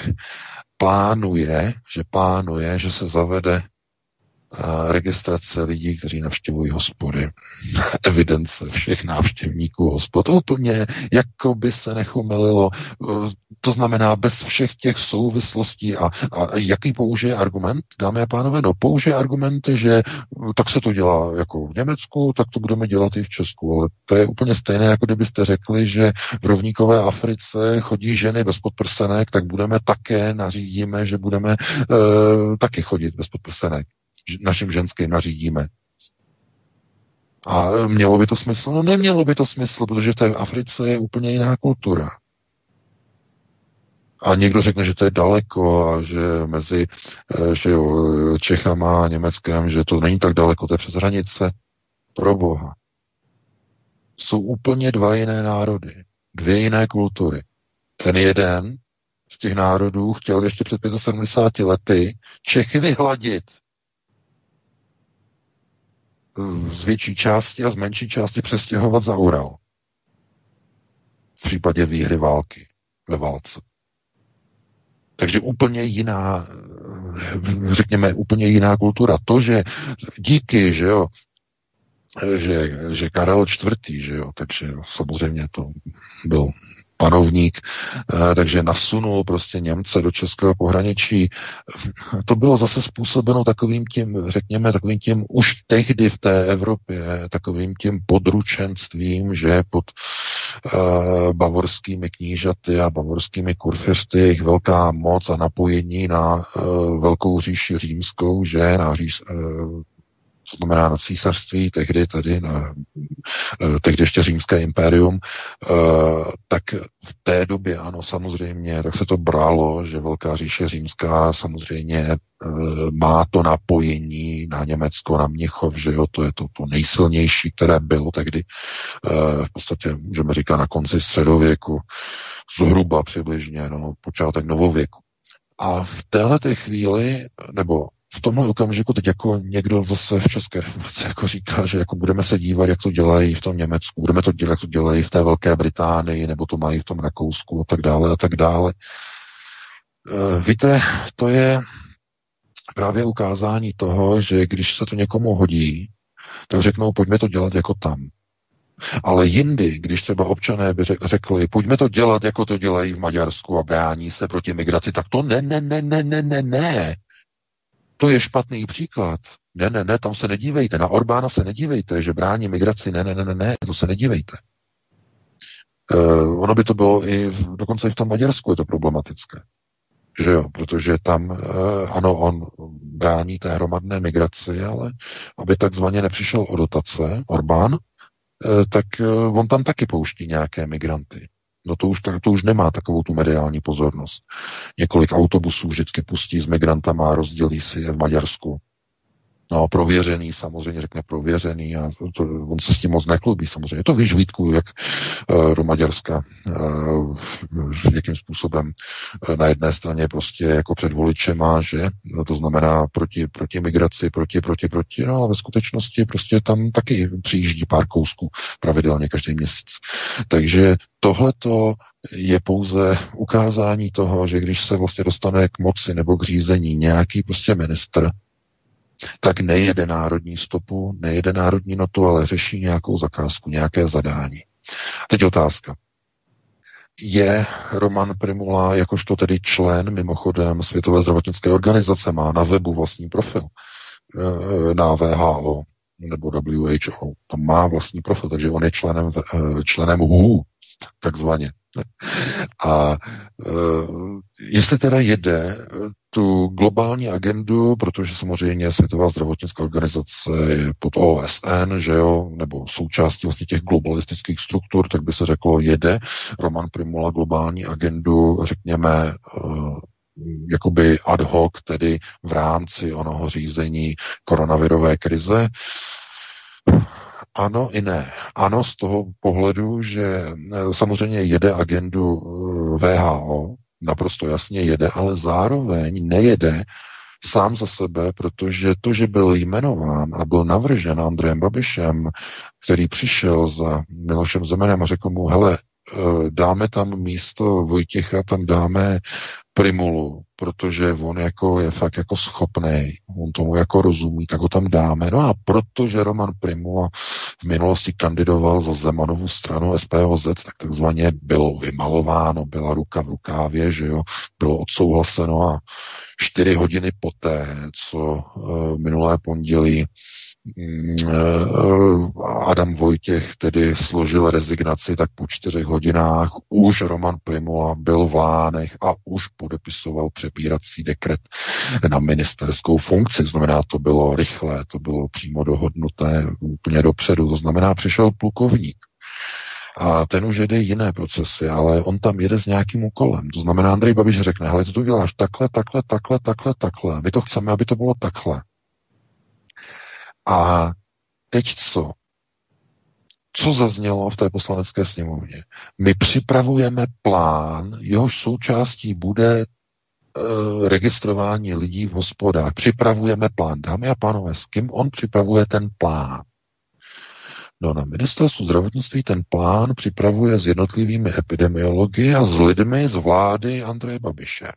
C: plánuje, že se zavede registrace lidí, kteří navštěvují hospody, evidence všech návštěvníků hospod, úplně jako by se nechumelilo, to znamená bez všech těch souvislostí a jaký použije argument, dámy a pánové, no použije argumenty, že tak se to dělá jako v Německu, tak to budeme dělat i v Česku, ale to je úplně stejné, jako kdybyste řekli, že v rovníkové Africe chodí ženy bez podprsenek, tak budeme také nařídíme, že budeme taky chodit bez podprsenek. Našim ženským nařídíme. A mělo by to smysl? No nemělo by to smysl, protože v té Africe je úplně jiná kultura. A někdo řekne, že to je daleko a že mezi že jo, Čechama a Německem, že to není tak daleko, to je přes hranice. Pro Boha. Jsou úplně 2 jiné národy, 2 jiné kultury. Ten jeden z těch národů chtěl ještě před 75 lety Čechy vyhladit. z větší části a z menší části přestěhovat za Ural. V případě výhry války ve válce. Takže úplně jiná, řekněme, úplně jiná kultura. To, že díky, že jo, že Karel IV., že jo, takže samozřejmě to byl panovník, takže nasunul prostě Němce do českého pohraničí. To bylo zase způsobeno takovým tím, řekněme, takovým tím už tehdy v té Evropě, takovým tím područenstvím, že pod bavorskými knížaty a bavorskými kurfiřty jejich velká moc a napojení na velkou říši římskou, že na co znamená na císařství, tehdy tedy, tehdy ještě římské impérium, tak v té době, ano, samozřejmě, tak se to bralo, že velká říše římská samozřejmě má to napojení na Německo, na Mnichov, že jo, to je to nejsilnější, které bylo tehdy, v podstatě můžeme říkat na konci středověku, zhruba přibližně, no, počátek novověku. A v téhleté chvíli, nebo v tomhle okamžiku teď jako někdo zase v České republice jako říká, že jako budeme se dívat, jak to dělají v tom Německu, budeme to dělat, jak to dělají v té Velké Británii, nebo to mají v tom Rakousku a tak dále a tak dále. Víte, to je právě ukázání toho, že když se to někomu hodí, tak řeknou, pojďme to dělat jako tam. Ale jindy, když třeba občané by řekli, pojďme to dělat, jako to dělají v Maďarsku a brání se proti migraci, tak to ne. To je špatný příklad. Ne, tam se nedívejte. Na Orbána se nedívejte, že brání migraci. Ne, to se nedívejte. Ono by to bylo dokonce i v tom Maďarsku je to problematické. Že jo, protože tam, ano, on brání té hromadné migraci, ale aby takzvaně nepřišel o dotace, Orbán, tak on tam taky pouští nějaké migranty. No to už nemá takovou tu mediální pozornost. Několik autobusů vždycky pustí s migrantama a rozdělí si je v Maďarsku. No, prověřený, samozřejmě řekne prověřený a on se s tím moc neklubí samozřejmě. To víš, Vítku, jak do Maďarska s jakým způsobem na jedné straně prostě jako před voličema, že to znamená proti migraci, proti, no a ve skutečnosti prostě tam taky přijíždí pár kousků pravidelně každý měsíc. Takže tohleto je pouze ukázání toho, že když se vlastně dostane k moci nebo k řízení nějaký prostě ministr, tak nejede národní stopu, nejede národní notu, ale řeší nějakou zakázku, nějaké zadání. Teď otázka. Je Roman Prymula, jakožto tedy člen, mimochodem Světové zdravotnické organizace, má na webu vlastní profil na WHO nebo WHO, tam má vlastní profil, takže on je členem WHO, takzvaně. A jestli teda jede tu globální agendu, protože samozřejmě Světová zdravotnická organizace je pod OSN, že jo, nebo součástí vlastně těch globalistických struktur, tak by se řeklo, jede Roman Prymula globální agendu, řekněme, jakoby ad hoc, tedy v rámci onoho řízení koronavirové krize. Ano i ne. Ano z toho pohledu, že samozřejmě jede agendu WHO, naprosto jasně jede, ale zároveň nejede sám za sebe, protože to, že byl jmenován a byl navržen Andrejem Babišem, který přišel za Milošem Zemanem a řekl mu, hele, dáme tam místo Vojtěcha, tam dáme Prymulu, protože on jako je fakt jako schopnej, on tomu jako rozumí, tak ho tam dáme. No a protože Roman Prymula v minulosti kandidoval za Zemanovu stranu SPOZ, tak takzvaně bylo vymalováno, byla ruka v rukávě, že jo, bylo odsouhlaseno a 4 hodiny poté, co minulé pondělí Adam Vojtěch tedy složil rezignaci, tak po 4 hodinách už Roman Prymula byl v Lánech a už podepisoval přebírací dekret na ministerskou funkci. Znamená, to bylo rychlé, to bylo přímo dohodnuté úplně dopředu. To znamená, přišel plukovník. A ten už jede jiné procesy, ale on tam jede s nějakým úkolem. To znamená, Andrej Babiš řekne, hele, ty to děláš takhle. My to chceme, aby to bylo takhle. A teď co? Co zaznělo v té poslanecké sněmovně? My připravujeme plán, jehož součástí bude registrování lidí v hospodách. Připravujeme plán. Dámy a pánové, s kým on připravuje ten plán? No, na ministerstvu zdravotnictví ten plán připravuje s jednotlivými epidemiology a s lidmi z vlády Andreje Babiše.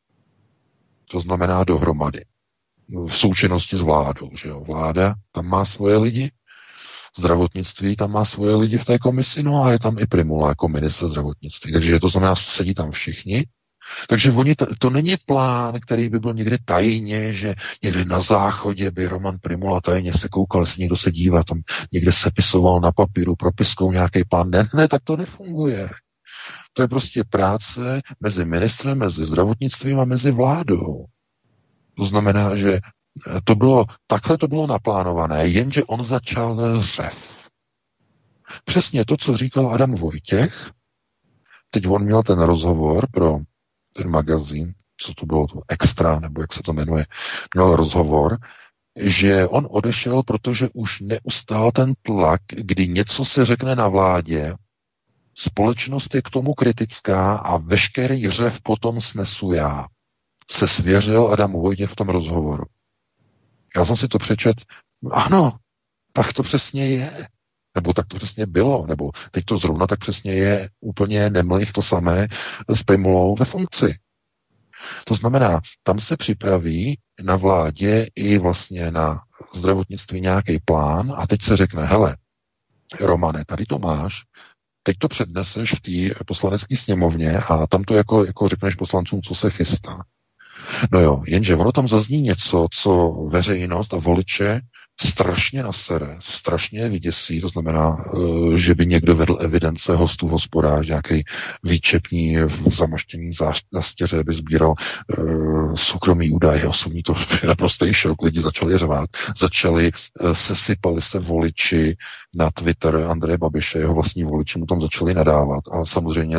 C: To znamená dohromady. V součinnosti s vládou, že jo. Vláda tam má svoje lidi, zdravotnictví tam má svoje lidi v té komisi, no a je tam i Prymula jako ministr zdravotnictví. Takže to znamená, sedí tam všichni. Takže to není plán, který by byl někde tajně, že někde na záchodě by Roman Prymula tajně se koukal, jestli někdo se dívá, tam někde sepisoval na papíru propiskou nějaký plán. Ne, tak to nefunguje. To je prostě práce mezi ministrem, mezi zdravotnictvím a mezi vládou. To znamená, že takhle to bylo naplánované, jenže on začal řev. Přesně to, co říkal Adam Vojtěch, teď on měl ten rozhovor pro ten magazín, co to bylo, to Extra, nebo jak se to jmenuje, měl rozhovor, že on odešel, protože už neustál ten tlak, kdy něco se řekne na vládě, společnost je k tomu kritická a veškerý řev potom snesu já. Se svěřil Adamu Vojtěch v tom rozhovoru. Já jsem si to přečet, ano, tak to přesně je. Nebo tak to přesně bylo, nebo teď to zrovna tak přesně je úplně nemlých to samé s Prymulou ve funkci. To znamená, tam se připraví na vládě i vlastně na zdravotnictví nějaký plán a teď se řekne, hele, Romane, tady to máš, teď to předneseš v té poslanecké sněmovně a tam to jako řekneš poslancům, co se chystá. No jo, jenže ono tam zazní něco, co veřejnost a voliče strašně nasere, strašně vyděsí, to znamená, že by někdo vedl evidence hostů v hospodách, nějaký výčepní zamaštěný zastěře by sbíral soukromý údaje, osobní, to je naprostý šok, lidi začali řvát, sesypali se voliči na Twitter Andreje Babiše, jeho vlastní voliči mu tam začali nadávat a samozřejmě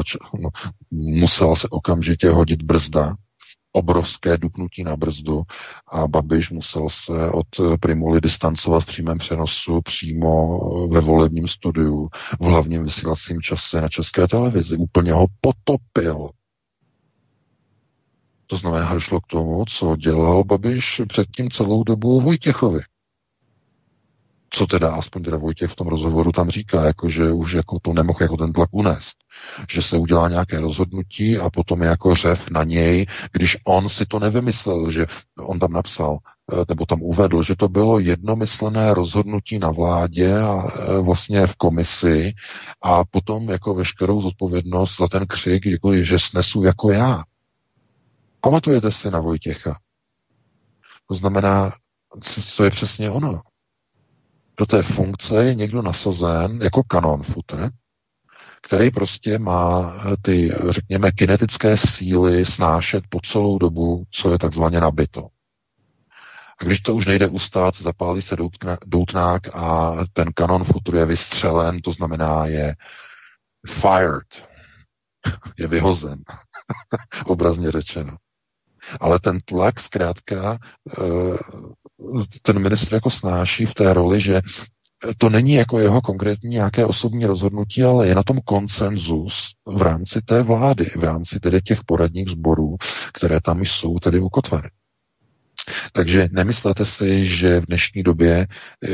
C: musela se okamžitě hodit brzda, obrovské dupnutí na brzdu a Babiš musel se od Prymuly distancovat v přímém přenosu přímo ve volebním studiu v hlavním vysílacím čase na České televizi. Úplně ho potopil. To znamená, došlo k tomu, co dělal Babiš předtím celou dobu Vojtěchovi. Co teda, aspoň teda Vojtěch v tom rozhovoru tam říká, jako, že už jako to nemohl jako ten tlak unést. Že se udělá nějaké rozhodnutí a potom je jako řev na něj, když on si to nevymyslel, že on tam napsal, nebo tam uvedl, že to bylo jednomyslné rozhodnutí na vládě a vlastně v komisi a potom jako veškerou zodpovědnost za ten křik, jako, že snesu jako já. Pamatujete si na Vojtěcha? To znamená, to je přesně ono. Do té funkce je někdo nasazen jako kanon footer, který prostě má ty, řekněme, kinetické síly snášet po celou dobu, co je takzvaně nabito. A když to už nejde ustát, zapálí se doutnák a ten kanon footer je vystřelen, to znamená je fired, je vyhozen, obrazně řečeno. Ale ten tlak zkrátka ten ministr jako snáší v té roli, že to není jako jeho konkrétní nějaké osobní rozhodnutí, ale je na tom konsenzus v rámci té vlády, v rámci tedy těch poradních sborů, které tam jsou tedy ukotveny. Takže nemyslete si, že v dnešní době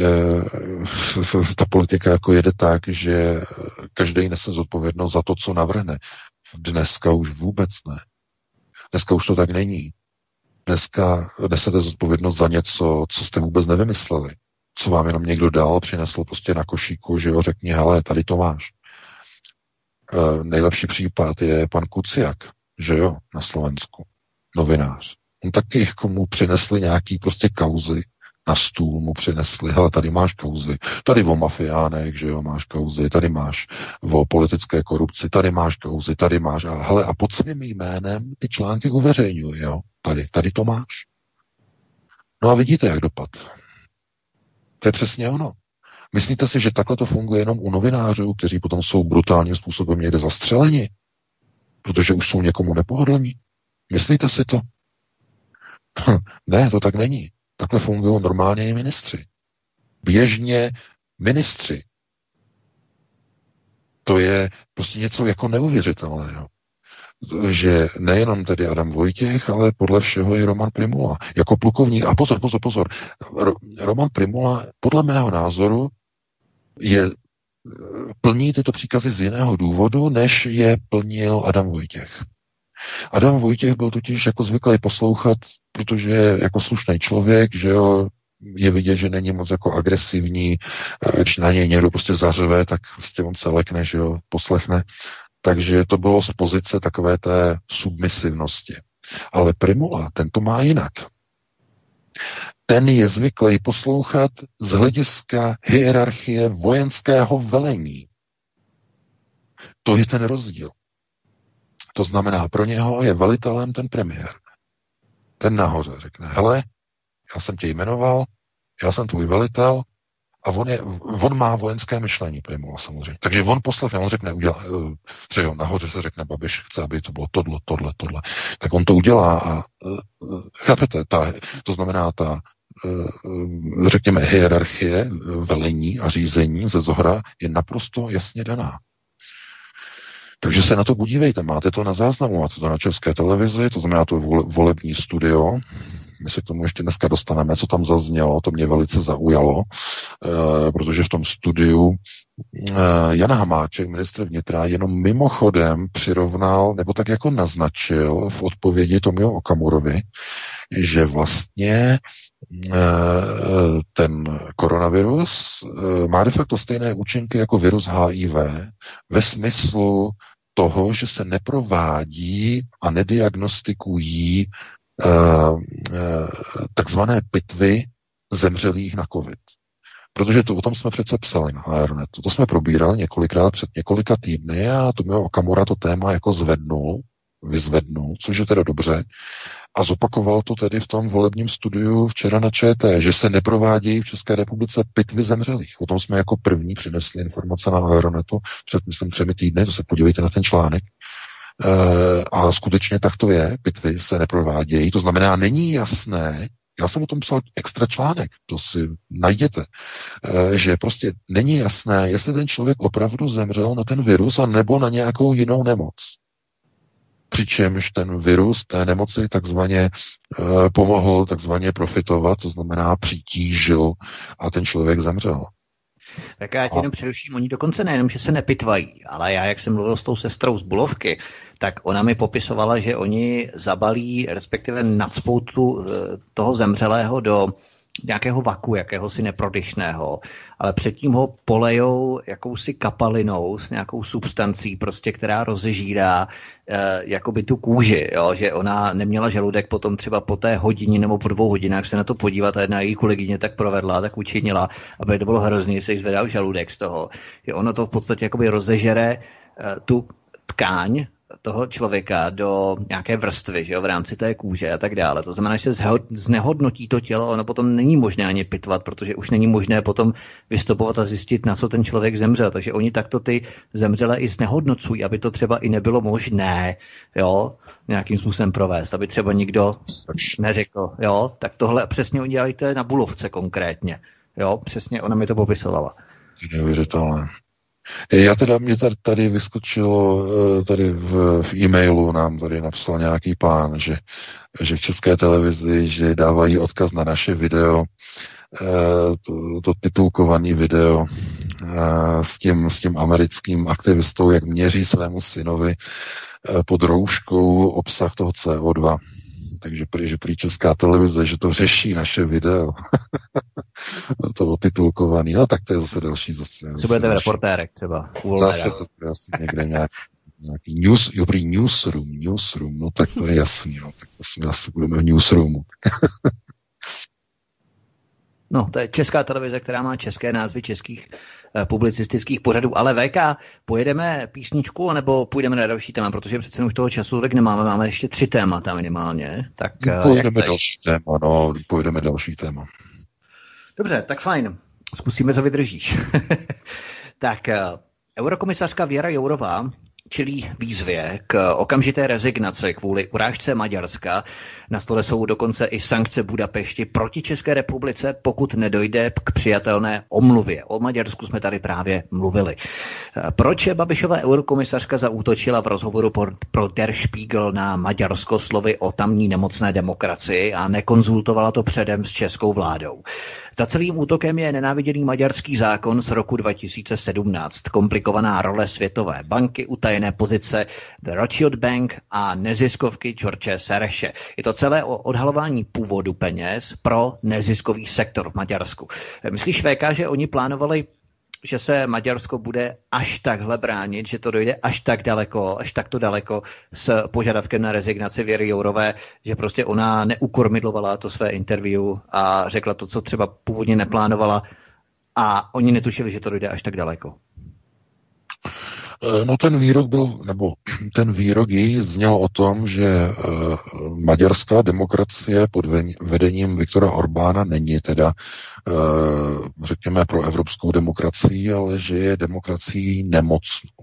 C: ta politika jako jede tak, že každý nese zodpovědnost za to, co navrhne. Dneska už vůbec ne. Dneska už to tak není. Dneska nesete zodpovědnost za něco, co jste vůbec nevymysleli. Co vám jenom někdo dal, přinesl prostě na košíku, že jo, řekni, hele, tady to máš. Nejlepší případ je pan Kuciak, že jo, na Slovensku. Novinář. On taky jako mu přinesli nějaký prostě kauzy, na stůl mu přinesli, hele, tady máš kauzy, tady o mafiánech, že jo, máš kauzy, tady máš o politické korupci, tady máš kauzy, tady máš, a hele, a pod svým jménem ty články uveřejňuji, jo, tady to máš. No a vidíte, jak dopad. To je přesně ono. Myslíte si, že takhle to funguje jenom u novinářů, kteří potom jsou brutálním způsobem někde zastřeleni? Protože už jsou někomu nepohodlní? Myslíte si to? Ne, to tak není. Takhle fungují normálně i ministři. Běžně ministři. To je prostě něco jako neuvěřitelného. že nejenom tedy Adam Vojtěch, ale podle všeho i Roman Prymula. Jako plukovník, a pozor, Roman Prymula podle mého názoru plní tyto příkazy z jiného důvodu, než je plnil Adam Vojtěch. Adam Vojtěch byl totiž jako zvyklý poslouchat, protože je jako slušný člověk, že jo, je vidět, že není moc jako agresivní, když na něj někdo prostě zařve, tak prostě on se lekne, že jo, poslechne. Takže to bylo z pozice takové té submisivnosti. Ale Prymula, ten to má jinak. Ten je zvyklý poslouchat z hlediska hierarchie vojenského velení. To je ten rozdíl. To znamená, pro něho je velitelem ten premiér. Ten nahoře řekne, hele, já jsem tě jmenoval, já jsem tvůj velitel, a on má vojenské myšlení, Prymula samozřejmě. Takže on poslechne, on řekne, třeba nahoře se řekne, Babiš chce, aby to bylo tohle. Tak on to udělá a chápete, to znamená řekněme, hierarchie velení a řízení ze zhora je naprosto jasně daná. Takže se na to podívejte, máte to na záznamu, máte to na České televizi, to znamená to volební studio. My se k tomu ještě dneska dostaneme, co tam zaznělo, to mě velice zaujalo, protože v tom studiu Jan Hamáček, ministr vnitra, jenom mimochodem přirovnal, nebo tak jako naznačil v odpovědi Tomio Okamurovi, že vlastně ten koronavirus má de facto stejné účinky jako virus HIV ve smyslu toho, že se neprovádí a nediagnostikují takzvané pitvy zemřelých na COVID. Protože o tom jsme přece psali na Aeronetu. To jsme probírali několikrát před několika týdny a Tomio Okamura to téma jako vyzvednul, což je teda dobře. A zopakoval to tedy v tom volebním studiu včera na ČT, že se neprovádějí v České republice pitvy zemřelých. O tom jsme jako první přinesli informace na Aeronetu před, myslím, 3 týdny, to se podívejte na ten článek. A skutečně tak to je, pitvy se neprovádějí, to znamená, není jasné, já jsem o tom psal extra článek, to si najděte, že prostě není jasné, jestli ten člověk opravdu zemřel na ten virus a nebo na nějakou jinou nemoc. Přičemž ten virus té nemoci takzvaně pomohl takzvaně profitovat, to znamená přitížil a ten člověk zemřel.
A: Tak já tě jenom přeruším, oni dokonce nejenom, že se nepitvají, ale já, jak jsem mluvil s tou sestrou z Bulovky, tak ona mi popisovala, že oni zabalí, respektive nacpou toho zemřelého do nějakého vaku, jakéhosi neprodyšného, ale předtím ho polejou jakousi kapalinou s nějakou substancí, prostě, která rozežírá jakoby tu kůži, jo? Že ona neměla žaludek potom třeba po té hodině nebo po 2 hodinách se na to podívat a jedna její kolegyně tak provedla, tak učinila, aby to bylo hrozný, se jí zvedal žaludek z toho, že ono to v podstatě jakoby rozežere tu tkáň toho člověka do nějaké vrstvy, že jo, v rámci té kůže a tak dále. To znamená, že se znehodnotí to tělo, ono potom není možné ani pitvat, protože už není možné potom vystupovat a zjistit, na co ten člověk zemřel. Takže oni takto ty zemřelé i znehodnocují, aby to třeba i nebylo možné, jo, nějakým způsobem provést, aby třeba nikdo neřekl, jo, tak tohle přesně udělejte na Bulovce konkrétně, jo, přesně ona mi to popisovala.
C: Neuvěřitelné. Mě tady vyskočilo, tady v e-mailu nám tady napsal nějaký pán, že v České televizi, že dávají odkaz na naše video, to titulkovaný video s tím americkým aktivistou, jak měří svému synovi pod rouškou obsah toho CO2. Takže prý Česká televize, že to řeší naše video. To titulkovaný. No tak to je zase další.
A: Co budete v reportérek třeba?
C: Zase to asi někde nějaký newsroom. No tak to je jasný. No. Tak asi budeme v newsroomu.
A: No, to je Česká televize, která má české názvy českých publicistických pořadů. Ale VK, pojedeme písničku, nebo půjdeme na další téma, protože přece už toho času tak nemáme, máme ještě 3 témata minimálně. Tak
C: pojedeme další téma.
A: Dobře, tak fajn. Zkusíme, co vydržíš. Tak, eurokomisařka Věra Jourová čelí výzvě k okamžité rezignaci kvůli urážce Maďarska. Na stole jsou dokonce i sankce Budapešti proti České republice, pokud nedojde k přijatelné omluvě. O Maďarsku jsme tady právě mluvili. Proč Babišova eurokomisařka zaútočila v rozhovoru pro Der Spiegel na Maďarsko slovy o tamní nemocné demokracii a nekonzultovala to předem s českou vládou? Za celým útokem je nenáviděný maďarský zákon z roku 2017, komplikovaná role Světové banky, utajené pozice The Rothschild Bank a neziskovky George Sereše. Je to celé o odhalování původu peněz pro neziskový sektor v Maďarsku. Myslíš, VK, že oni plánovali, že se Maďarsko bude až takhle bránit, že to dojde až takto daleko s požadavkem na rezignaci Věry Jourové, že prostě ona neukormidlovala to své interview a řekla to, co třeba původně neplánovala a oni netušili, že to dojde až tak daleko?
C: No ten výrok její zněl o tom, že maďarská demokracie pod vedením Viktora Orbána není teda, řekněme, pro evropskou demokracii, ale že je demokracií nemocnou.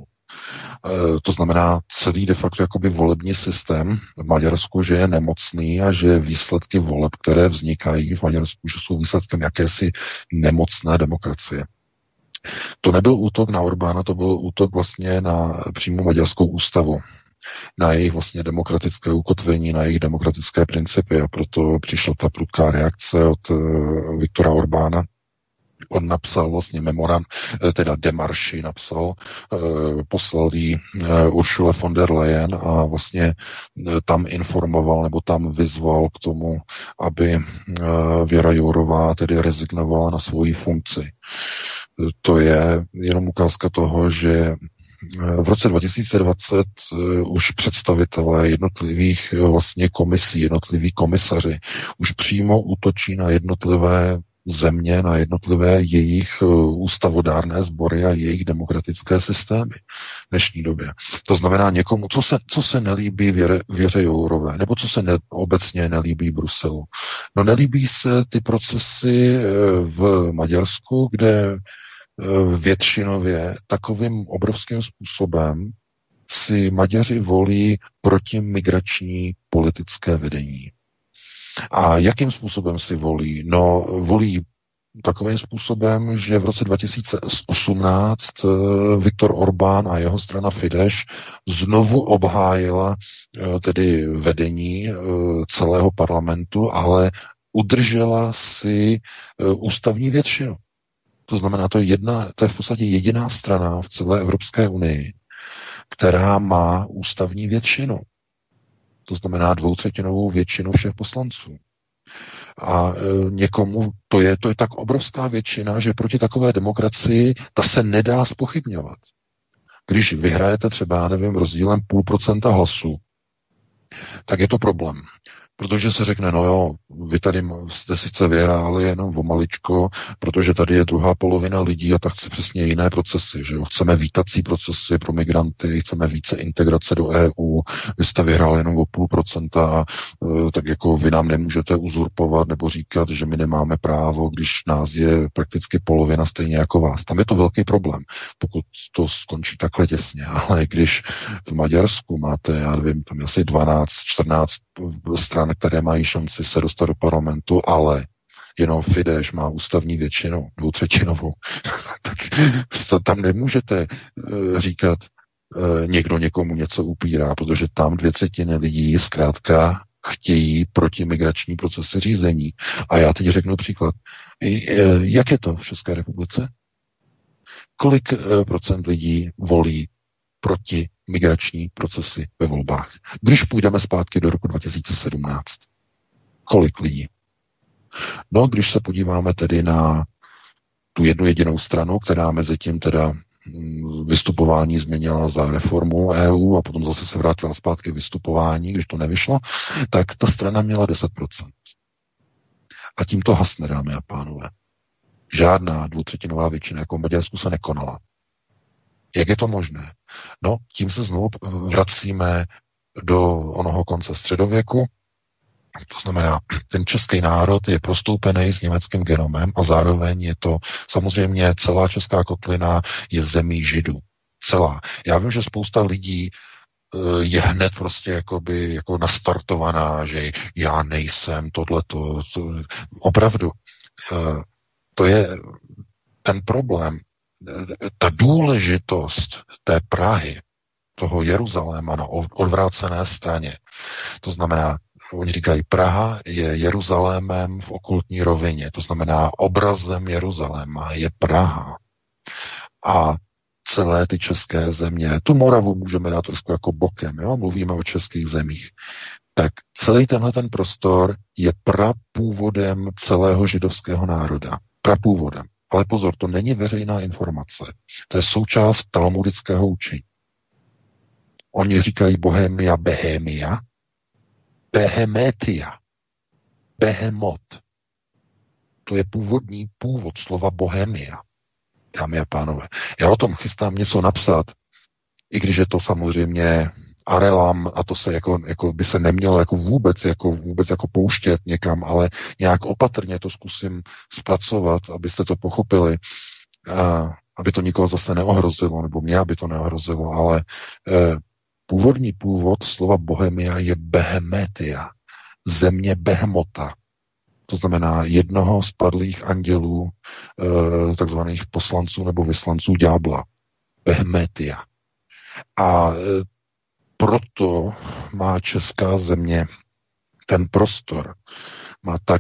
C: To znamená celý de facto jakoby volební systém v Maďarsku, že je nemocný a že výsledky voleb, které vznikají v Maďarsku, že jsou výsledkem jakési nemocné demokracie. To nebyl útok na Orbána, to byl útok vlastně na přímo maďarskou ústavu, na jejich vlastně demokratické ukotvení, na jejich demokratické principy a proto přišla ta prudká reakce od Viktora Orbána. On napsal vlastně teda demarši napsal, poslal jí Ursula von der Leyen a vlastně tam informoval nebo tam vyzval k tomu, aby Věra Jourová tedy rezignovala na svoji funkci. To je jenom ukázka toho, že v roce 2020 už představitelé jednotlivých vlastně komisí, jednotliví komisaři už přímo útočí na jednotlivé země, na jednotlivé jejich ústavodárné sbory a jejich demokratické systémy v dnešní době. To znamená někomu, co se nelíbí Věře Jourové, nebo co se obecně nelíbí Bruselu. No nelíbí se ty procesy v Maďarsku, kde většinově takovým obrovským způsobem si Maďaři volí protimigrační politické vedení. A jakým způsobem si volí? No, volí takovým způsobem, že v roce 2018 Viktor Orbán a jeho strana Fidesz znovu obhájila tedy vedení celého parlamentu, ale udržela si ústavní většinu. To znamená, to je v podstatě jediná strana v celé Evropské unii, která má ústavní většinu. To znamená 2/3 většinu všech poslanců. A někomu to je tak obrovská většina, že proti takové demokracii ta se nedá zpochybňovat. Když vyhrajete třeba, rozdílem 0,5% hlasů, tak je to problém. Protože se řekne, no jo, vy tady jste sice vyhráli jenom o maličko, protože tady je druhá polovina lidí a tak chce přesně jiné procesy, že jo. Chceme vítací procesy pro migranty, chceme více integrace do EU, vy jste vyhráli jenom o 0,5%, tak jako vy nám nemůžete uzurpovat nebo říkat, že my nemáme právo, když nás je prakticky polovina stejně jako vás. Tam je to velký problém, pokud to skončí takhle těsně, ale když v Maďarsku máte, já nevím, tam asi 12-14 stran, které mají šanci se dostat do parlamentu, ale jenom Fidesz má ústavní většinu, 2/3, tak tam nemůžete říkat, někdo někomu něco upírá, protože tam 2/3 lidí zkrátka chtějí protimigrační procesy řízení. A já teď řeknu příklad. Jak je to v České republice? Kolik procent lidí volí proti migrační procesy ve volbách? Když půjdeme zpátky do roku 2017, kolik lidí? No, když se podíváme tedy na tu jednu jedinou stranu, která mezi tím teda vystupování změnila za reformu EU a potom zase se vrátila zpátky k vystupování, když to nevyšlo, tak ta strana měla 10%. A tím to hasne, dámy a pánové. Žádná 2/3 většina jako v Maďarsku se nekonala. Jak je to možné? No, tím se znovu vracíme do onoho konce středověku. To znamená, ten český národ je prostoupený s německým genomem a zároveň je to samozřejmě celá česká kotlina je zemí Židů. Celá. Já vím, že spousta lidí je hned prostě jako nastartovaná, že já nejsem tohleto. Opravdu, to je ten problém. Ta důležitost té Prahy, toho Jeruzaléma na odvrácené straně. To znamená, oni říkají, Praha je Jeruzalémem v okultní rovině. To znamená, obrazem Jeruzaléma je Praha. A celé ty české země, tu Moravu můžeme dát trošku jako bokem, jo? Mluvíme o českých zemích. Tak celý ten prostor je prapůvodem celého židovského národa. Prapůvodem. Ale pozor, to není veřejná informace. To je součást talmudického učení. Oni říkají Bohemia, Behemia, Behemetia, Behemot. To je původní původ slova Bohemia, dámy a pánové. Já o tom chystám něco napsat, i když je to samozřejmě arelam a to se jako by se nemělo vůbec pouštět někam, ale nějak opatrně to zkusím zpracovat, abyste to pochopili, aby to nikoho zase neohrozilo, nebo mě, aby to neohrozilo, ale původní původ slova Bohemia je Behemetia, země Behemota. To znamená jednoho z padlých andělů, takzvaných poslanců nebo vyslanců ďábla. Behemetia. A proto má česká země ten prostor, má tak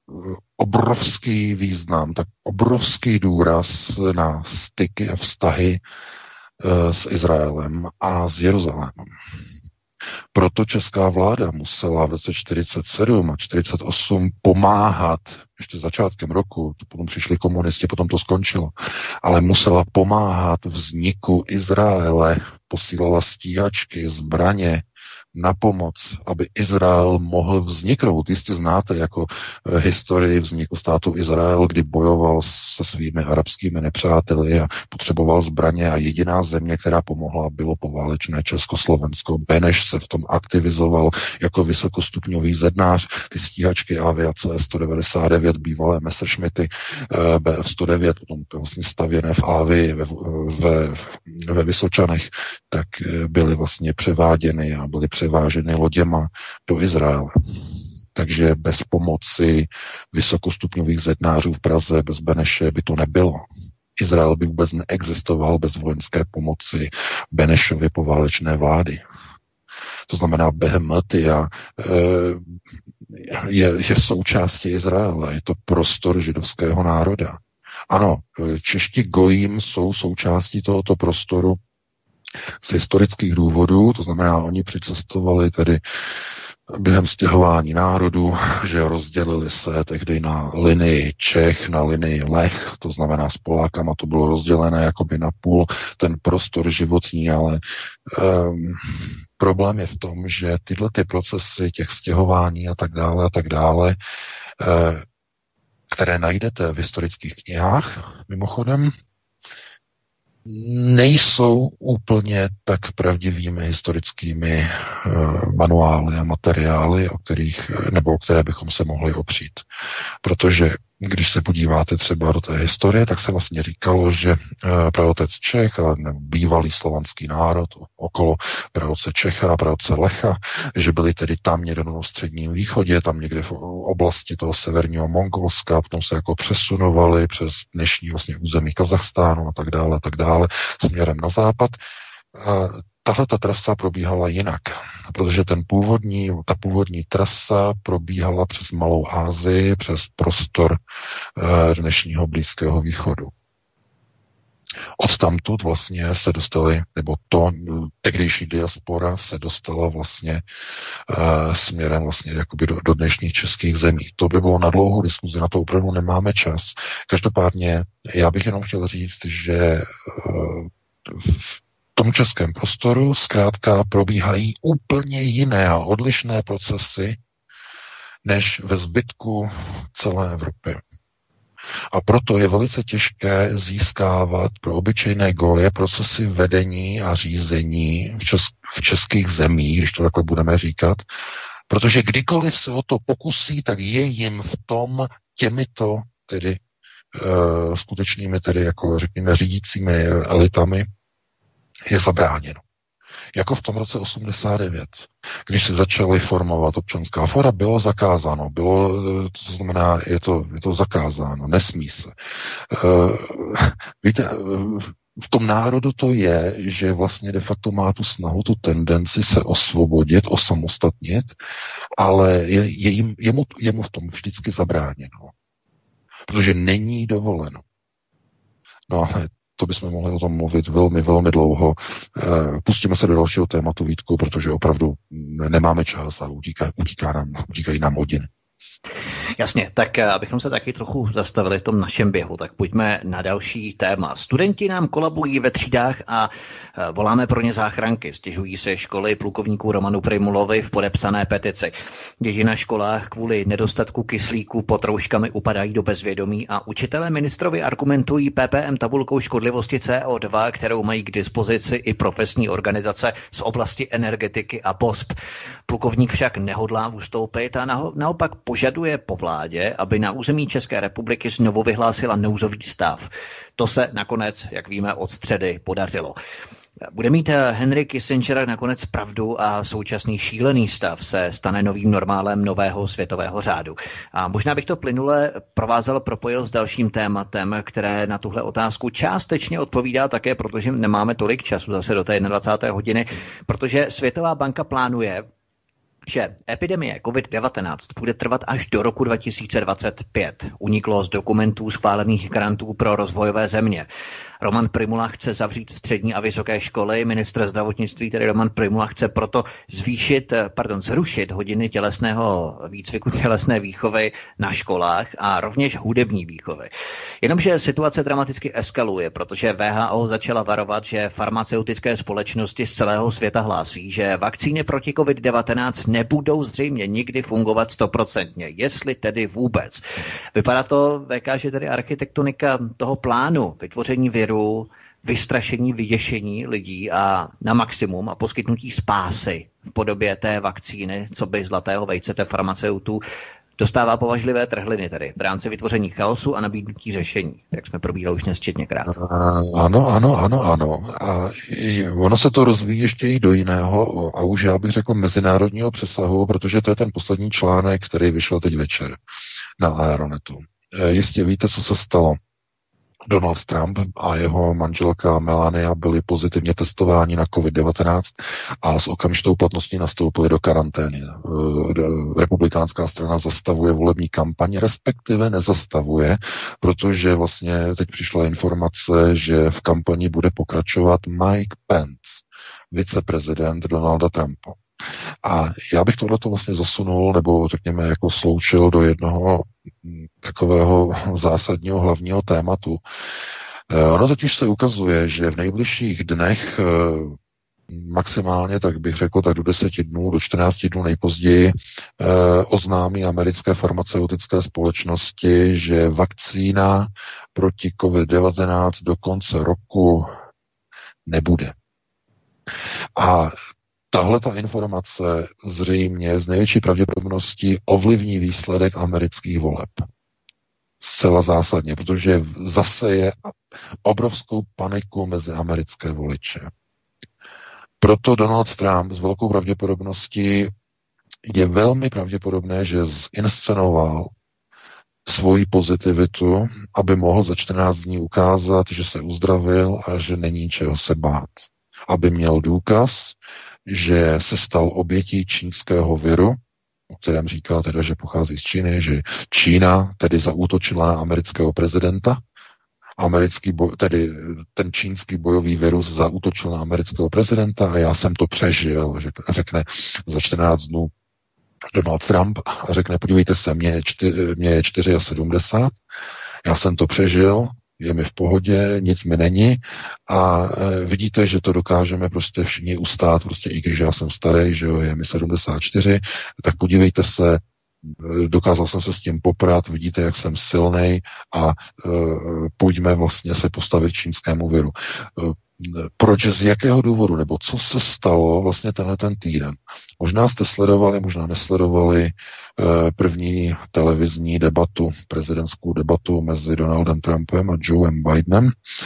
C: obrovský význam, tak obrovský důraz na styky a vztahy s Izraelem a s Jeruzalémem. Proto česká vláda musela v roce 47 a 48 pomáhat, ještě začátkem roku, to potom přišli komunisti, potom to skončilo, ale musela pomáhat vzniku Izraele, posílala stíhačky, zbraně na pomoc, aby Izrael mohl vzniknout. Jistě znáte jako historii vzniku státu Izrael, kdy bojoval se svými arabskými nepřáteli a potřeboval zbraně a jediná země, která pomohla, bylo poválečné Československo. Beneš se v tom aktivizoval jako vysokostupňový zednář. Ty stíhačky aviace 199, bývalé Messerschmitty BF-109, potom vlastně stavěné v Ávii ve Vysočanech, tak byly vlastně převáděny a byly převáženy loděma do Izraele. Takže bez pomoci vysokostupňových zednářů v Praze, bez Beneše by to nebylo. Izrael by vůbec neexistoval bez vojenské pomoci Benešovy poválečné vlády. To znamená, Behemetia je součástí Izraele, je to prostor židovského národa. Ano, čeští gojím jsou součástí tohoto prostoru z historických důvodů, to znamená, oni přicestovali tedy během stěhování národů, že rozdělili se tehdy na linii Čech, na linii Lech, to znamená s Polákama to bylo rozdělené jakoby na půl ten prostor životní, ale problém je v tom, že tyhle ty procesy těch stěhování a tak dále, které najdete v historických knihách, mimochodem, nejsou úplně tak pravdivými historickými manuály a materiály, o které bychom se mohli opřít. Protože když se podíváte třeba do té historie, tak se vlastně říkalo, že praotec Čech a bývalý slovanský národ okolo praotce Čecha a praotce Lecha, že byli tedy tam někde na středním východě, tam někde v oblasti toho severního Mongolska, potom se jako přesunovali přes dnešní vlastně území Kazachstánu a tak dále, směrem na západ. Tahle ta trasa probíhala jinak, protože ta původní trasa probíhala přes Malou Asii, přes prostor dnešního Blízkého východu. Odtamtud vlastně se dostali, nebo tehdejší diaspora se dostala vlastně směrem vlastně jakoby do dnešních českých zemí. To by bylo na dlouhou diskuzi, na to opravdu nemáme čas. Každopádně já bych jenom chtěl říct, že v tom českém prostoru zkrátka probíhají úplně jiné a odlišné procesy než ve zbytku celé Evropy. A proto je velice těžké získávat pro obyčejné goje procesy vedení a řízení v českých zemích, když to takhle budeme říkat, protože kdykoliv se o to pokusí, tak je jim v tom těmito tedy skutečnými tedy jako řekněme řídícími elitami je zabráněno. Jako v tom roce 89, když se začaly formovat občanská fora, bylo zakázáno. To znamená, je to zakázáno, nesmí se. Víte, v tom národu to je, že vlastně de facto má tu snahu, tu tendenci se osvobodit, osamostatnit, ale je mu v tom vždycky zabráněno. Protože není dovoleno. No ale to bychom mohli o tom mluvit velmi, velmi dlouho. Pustíme se do dalšího tématu, Vítku, protože opravdu nemáme čas a utíkají nám hodiny.
A: Jasně, tak abychom se taky trochu zastavili v tom našem běhu, tak pojďme na další téma. Studenti nám kolabují ve třídách a voláme pro ně záchranky. Stěžují se školy plukovníků Romanu Prymulovi v podepsané petici. Děti na školách kvůli nedostatku kyslíku pod rouškami upadají do bezvědomí a učitelé ministrovi argumentují PPM tabulkou škodlivosti CO2, kterou mají k dispozici i profesní organizace z oblasti energetiky a BOSP. Plukovník však nehodlá ustoupit a naopak požaduje po vládě, aby na území České republiky znovu vyhlásila nouzový stav. To se nakonec, jak víme, od středy podařilo. Bude mít Henry Kissinger nakonec pravdu a současný šílený stav se stane novým normálem nového světového řádu. A možná bych to plynule propojil s dalším tématem, které na tuhle otázku částečně odpovídá také, protože nemáme tolik času zase do té 21. hodiny, protože Světová banka plánuje, že epidemie COVID-19 bude trvat až do roku 2025. Uniklo z dokumentů schválených grantů pro rozvojové země. Roman Prymula chce zavřít střední a vysoké školy. Ministr zdravotnictví, tedy Roman Prymula, chce proto zrušit hodiny tělesného výcviku, tělesné výchovy na školách a rovněž hudební výchovy. Jenomže situace dramaticky eskaluje, protože WHO začala varovat, že farmaceutické společnosti z celého světa hlásí, že vakcíny proti COVID-19 nebudou zřejmě nikdy fungovat 100%, jestli tedy vůbec. Vypadá to, VK, že tedy architektonika toho plánu vytvoření viru, vystrašení, vyděšení lidí a na maximum a poskytnutí spásy v podobě té vakcíny, co by zlatého vejce té farmaceutů, dostává považlivé trhliny tedy v rámci vytvoření chaosu a nabídnutí řešení, jak jsme probírali už nesčetněkrát.
C: Ano. A ono se to rozvíjí ještě i do jiného a už já bych řekl mezinárodního přesahu, protože to je ten poslední článek, který vyšel teď večer na Aeronetu. Jistě víte, co se stalo. Donald Trump a jeho manželka Melania byli pozitivně testováni na COVID-19 a s okamžitou platností nastoupili do karantény. Republikánská strana zastavuje volební kampaň, respektive nezastavuje, protože vlastně teď přišla informace, že v kampani bude pokračovat Mike Pence, viceprezident Donalda Trumpa. A já bych tohleto vlastně zasunul, nebo řekněme jako sloučil do jednoho takového zásadního hlavního tématu. Ono totiž se ukazuje, že v nejbližších dnech maximálně, tak bych řekl, tak do 10 dnů, do 14 dnů nejpozději oznámí americké farmaceutické společnosti, že vakcína proti COVID-19 do konce roku nebude. A tahle ta informace zřejmě z největší pravděpodobností ovlivní výsledek amerických voleb. Zcela zásadně, protože zase je obrovskou paniku mezi americké voliče. Proto Donald Trump s velkou pravděpodobností je velmi pravděpodobné, že zinscenoval svoji pozitivitu, aby mohl za 14 dní ukázat, že se uzdravil a že není čeho se bát. Aby měl důkaz, že se stal obětí čínského viru, o kterém říká teda, že pochází z Číny, že Čína tedy zaútočila na amerického prezidenta, tedy ten čínský bojový virus zaútočil na amerického prezidenta a já jsem to přežil, řekne za 14 dnů Donald Trump a řekne, podívejte se, mě je 74, já jsem to přežil, je mi v pohodě, nic mi není a vidíte, že to dokážeme prostě všichni ustát, prostě i když já jsem starý, že jo, je mi 74, tak podívejte se, dokázal jsem se s tím poprat, vidíte, jak jsem silnej a pojďme vlastně se postavit čínskému viru. Proč, z jakého důvodu, nebo co se stalo vlastně tenhle ten týden? Možná jste sledovali, možná nesledovali první televizní debatu, prezidentskou debatu mezi Donaldem Trumpem a Joem Bidenem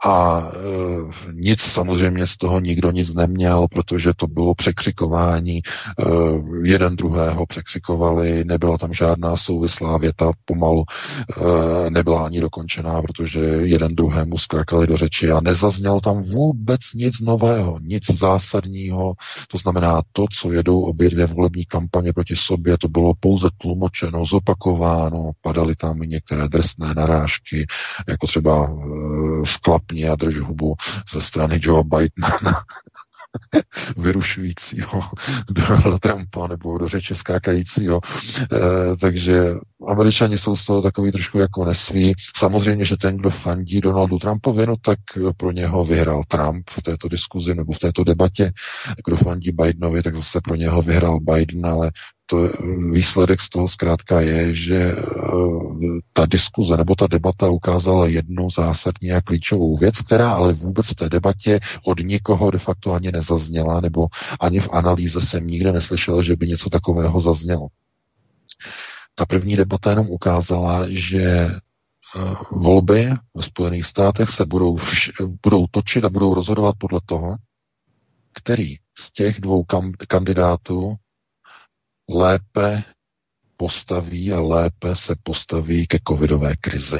C: A nic samozřejmě z toho nikdo nic neměl, protože to bylo překřikování, jeden druhého překřikovali, nebyla tam žádná souvislá věta, pomalu nebyla ani dokončená, protože jeden druhému skákali do řeči a nezaznělo tam vůbec nic nového, nic zásadního, to znamená to, co jedou obě dvě volební kampaně proti sobě, to bylo pouze tlumočeno, zopakováno, padaly tam i některé drsné narážky, jako třeba sklapni a drž hubu ze strany Joe Bidena, vyrušujícího Donalda Trumpa nebo do řeči skákajícího. Takže Američani jsou z toho takový trošku jako nesví. Samozřejmě, že ten, kdo fandí Donaldu Trumpovi, no tak pro něho vyhrál Trump v této diskuzi nebo v této debatě. Kdo fandí Bidenovi, tak zase pro něho vyhrál Biden, ale to výsledek z toho zkrátka je, že ta diskuze nebo ta debata ukázala jednu zásadní a klíčovou věc, která ale vůbec v té debatě od nikoho de facto ani nezazněla, nebo ani v analýze jsem nikde neslyšel, že by něco takového zaznělo. Ta první debata jenom ukázala, že volby ve Spojených státech se budou točit a budou rozhodovat podle toho, který z těch dvou kandidátů lépe postaví a lépe se postaví ke covidové krizi.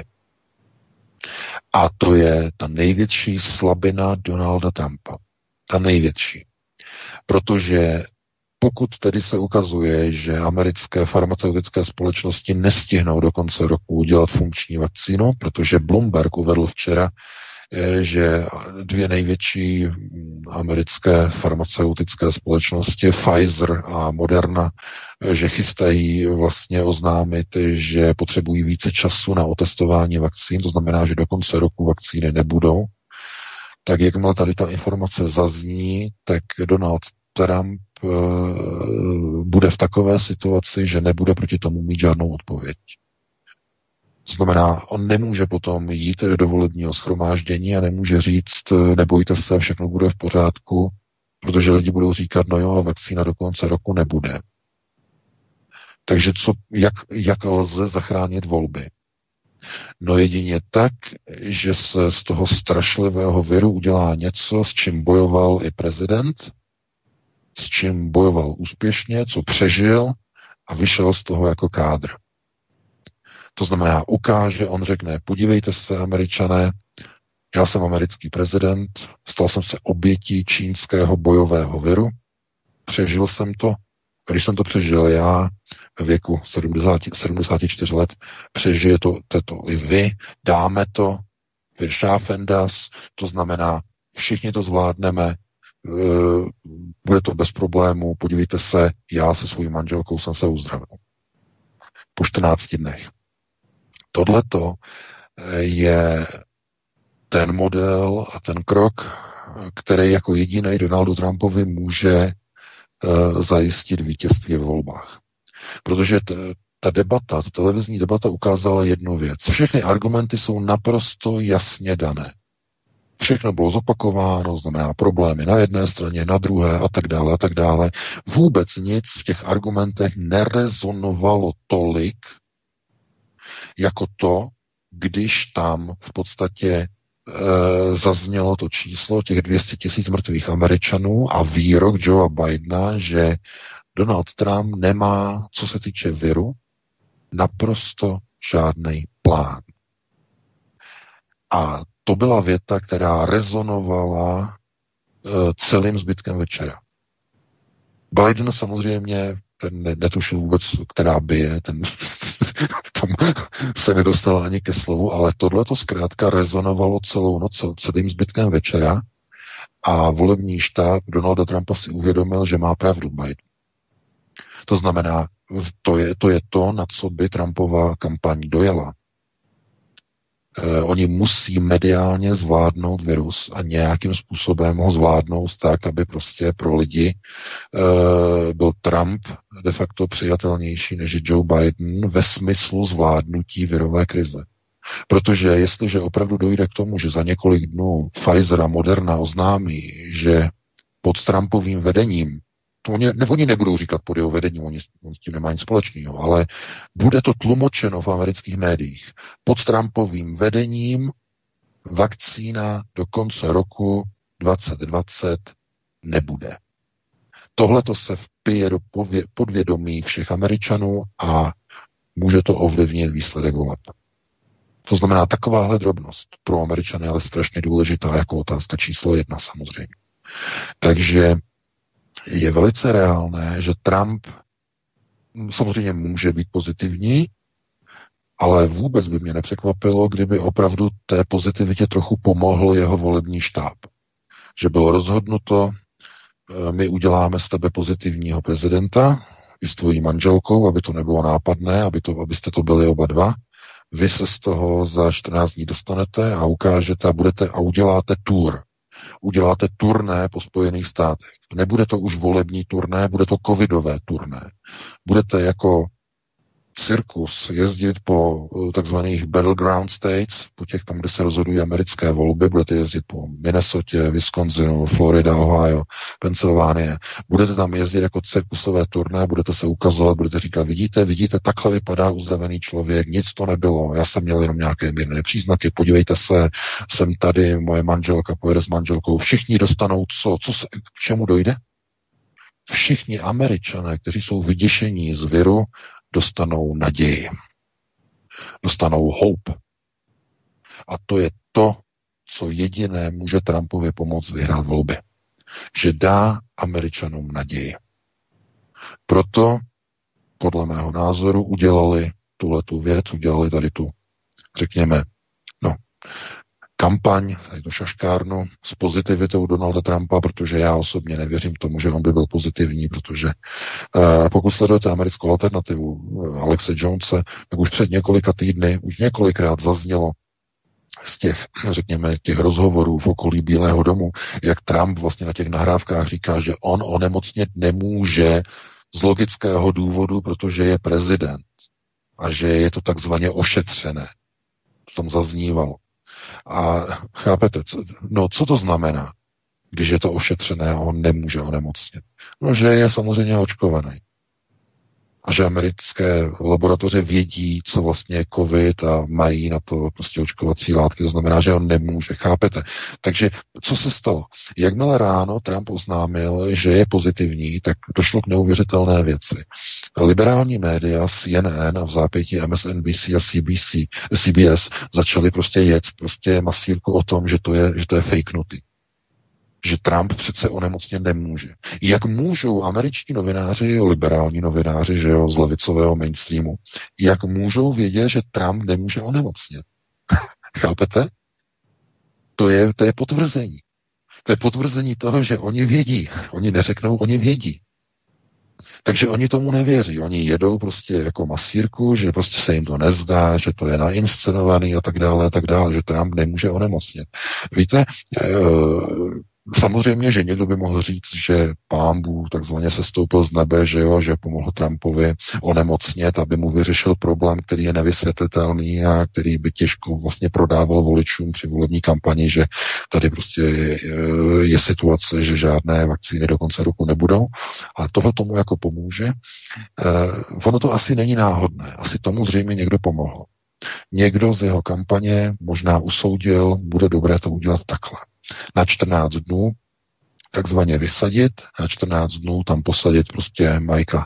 C: A to je ta největší slabina Donalda Trumpa. Ta největší. Protože pokud tedy se ukazuje, že americké farmaceutické společnosti nestihnou do konce roku udělat funkční vakcínu, protože Bloomberg uvedl včera, že dvě největší americké farmaceutické společnosti, Pfizer a Moderna, že chystají vlastně oznámit, že potřebují více času na otestování vakcín, to znamená, že do konce roku vakcíny nebudou. Tak jakmile tady ta informace zazní, tak Donald Trump bude v takové situaci, že nebude proti tomu mít žádnou odpověď. To znamená, on nemůže potom jít do volebního shromáždění a nemůže říct, nebojte se, všechno bude v pořádku, protože lidi budou říkat, no jo, ale vakcína do konce roku nebude. Takže jak lze zachránit volby? No jedině tak, že se z toho strašlivého viru udělá něco, s čím bojoval i prezident, s čím bojoval úspěšně, co přežil a vyšel z toho jako kádr. To znamená, on řekne, podívejte se, Američané, já jsem americký prezident, stal jsem se obětí čínského bojového viru, přežil jsem to, když jsem to přežil já ve věku 74 let, přežije to i vy, dáme to, wir schaffen das, to znamená, všichni to zvládneme, bude to bez problémů, podívejte se, já se svojí manželkou jsem se uzdravil. Po 14 dnech. Tohleto je ten model a ten krok, který jako jediný Donaldu Trumpovi může zajistit vítězství ve volbách. Protože ta televizní debata ukázala jednu věc. Všechny argumenty jsou naprosto jasně dané. Všechno bylo zopakováno, znamená problémy na jedné straně, na druhé a tak dále a tak dále. Vůbec nic v těch argumentech nerezonovalo tolik, jako to, když tam v podstatě zaznělo to číslo těch 200 000 mrtvých Američanů a výrok Joea Bidena, že Donald Trump nemá, co se týče viru, naprosto žádný plán. A to byla věta, která rezonovala celým zbytkem večera. Biden samozřejmě ten netušil vůbec, která bije, ten tam se nedostal ani ke slovu, ale tohle to zkrátka rezonovalo celou noc, celým zbytkem večera a volební štáb Donalda Trumpa si uvědomil, že má pravdu Biden. To znamená, to je to, na co by Trumpova kampaň dojela. Oni musí mediálně zvládnout virus a nějakým způsobem ho zvládnout tak, aby prostě pro lidi byl Trump de facto přijatelnější než Joe Biden ve smyslu zvládnutí virové krize. Protože jestliže opravdu dojde k tomu, že za několik dnů Pfizer a Moderna oznámí, že pod Trumpovým vedením, oni nebudou říkat pod jeho vedením, oni s tím nemají nic společného, ale bude to tlumočeno v amerických médiích. Pod Trumpovým vedením vakcína do konce roku 2020 nebude. Tohle to se vpije do podvědomí všech Američanů a může to ovlivnit výsledek voleb. To znamená, takováhle drobnost pro Američany ale strašně důležitá jako otázka číslo 1 samozřejmě. Takže je velice reálné, že Trump samozřejmě může být pozitivní, ale vůbec by mě nepřekvapilo, kdyby opravdu té pozitivitě trochu pomohl jeho volební štáb. Že bylo rozhodnuto, my uděláme z tebe pozitivního prezidenta i s tvojí manželkou, aby to nebylo nápadné, abyste to byli oba dva. Vy se z toho za 14 dní dostanete a ukážete a uděláte tour. Uděláte turné po Spojených státech. Nebude to už volební turné, bude to covidové turné. Budete jako cirkus jezdit po takzvaných battleground states, po těch tam, kde se rozhodují americké volby, budete jezdit po Minnesotě, Wisconsinu, Florida, Ohio, Pensylvánie. Budete tam jezdit jako cirkusové turné, budete se ukazovat, budete říkat, vidíte, takhle vypadá uzdravený člověk, nic to nebylo, já jsem měl jenom nějaké mírné příznaky, podívejte se, jsem tady, moje manželka pojede s manželkou, všichni dostanou k čemu dojde? Všichni Američané, kteří jsou vyděšení z viru, dostanou naději. Dostanou hope. A to je to, co jediné může Trumpovi pomoct vyhrát volby. Že dá Američanům naději. Proto, podle mého názoru, udělali tuhletu věc, udělali tady tu, řekněme, kampaň, tady tu šaškárnu s pozitivitou Donalda Trumpa, protože já osobně nevěřím tomu, že on by byl pozitivní, protože pokud sledujete americkou alternativu Alexe Jonese, tak už před několika týdny, už několikrát zaznělo z těch, řekněme, těch rozhovorů v okolí Bílého domu, jak Trump vlastně na těch nahrávkách říká, že on onemocnět nemůže z logického důvodu, protože je prezident a že je to takzvaně ošetřené. To tam zaznívalo. A chápete, co to znamená, když je to ošetřené a on nemůže onemocnit? No, že je samozřejmě očkovaný. A že americké laboratoře vědí, co vlastně je COVID a mají na to prostě očkovací látky. To znamená, že on nemůže. Chápete? Takže co se stalo? Jakmile ráno Trump oznámil, že je pozitivní, tak došlo k neuvěřitelné věci. Liberální média, CNN a v zápětí MSNBC a CBS začaly prostě jet masírku o tom, že to je fakenutý. Že Trump přece onemocnět nemůže. Jak můžou američtí novináři, liberální novináři, že jo, z levicového mainstreamu, jak můžou vědět, že Trump nemůže onemocnět? Chápete? To je potvrzení. To je potvrzení toho, že oni vědí. Oni neřeknou, oni vědí. Takže oni tomu nevěří. Oni jedou prostě jako masírku, že prostě se jim to nezdá, že to je nainscenovaný a tak dále, že Trump nemůže onemocnět. Víte, samozřejmě, že někdo by mohl říct, že Pán Bůh takzvaně se stoupil z nebe, že pomohl Trumpovi onemocnět, aby mu vyřešil problém, který je nevysvětlitelný a který by těžko vlastně prodával voličům při volební kampani, že tady prostě je situace, že žádné vakcíny do konce roku nebudou. Ale tohle tomu jako pomůže. Ono to asi není náhodné. Asi tomu zřejmě někdo pomohl. Někdo z jeho kampaně možná usoudil, bude dobré to udělat takhle. Na 14 dnů takzvaně vysadit, na 14 dnů tam posadit prostě Mikea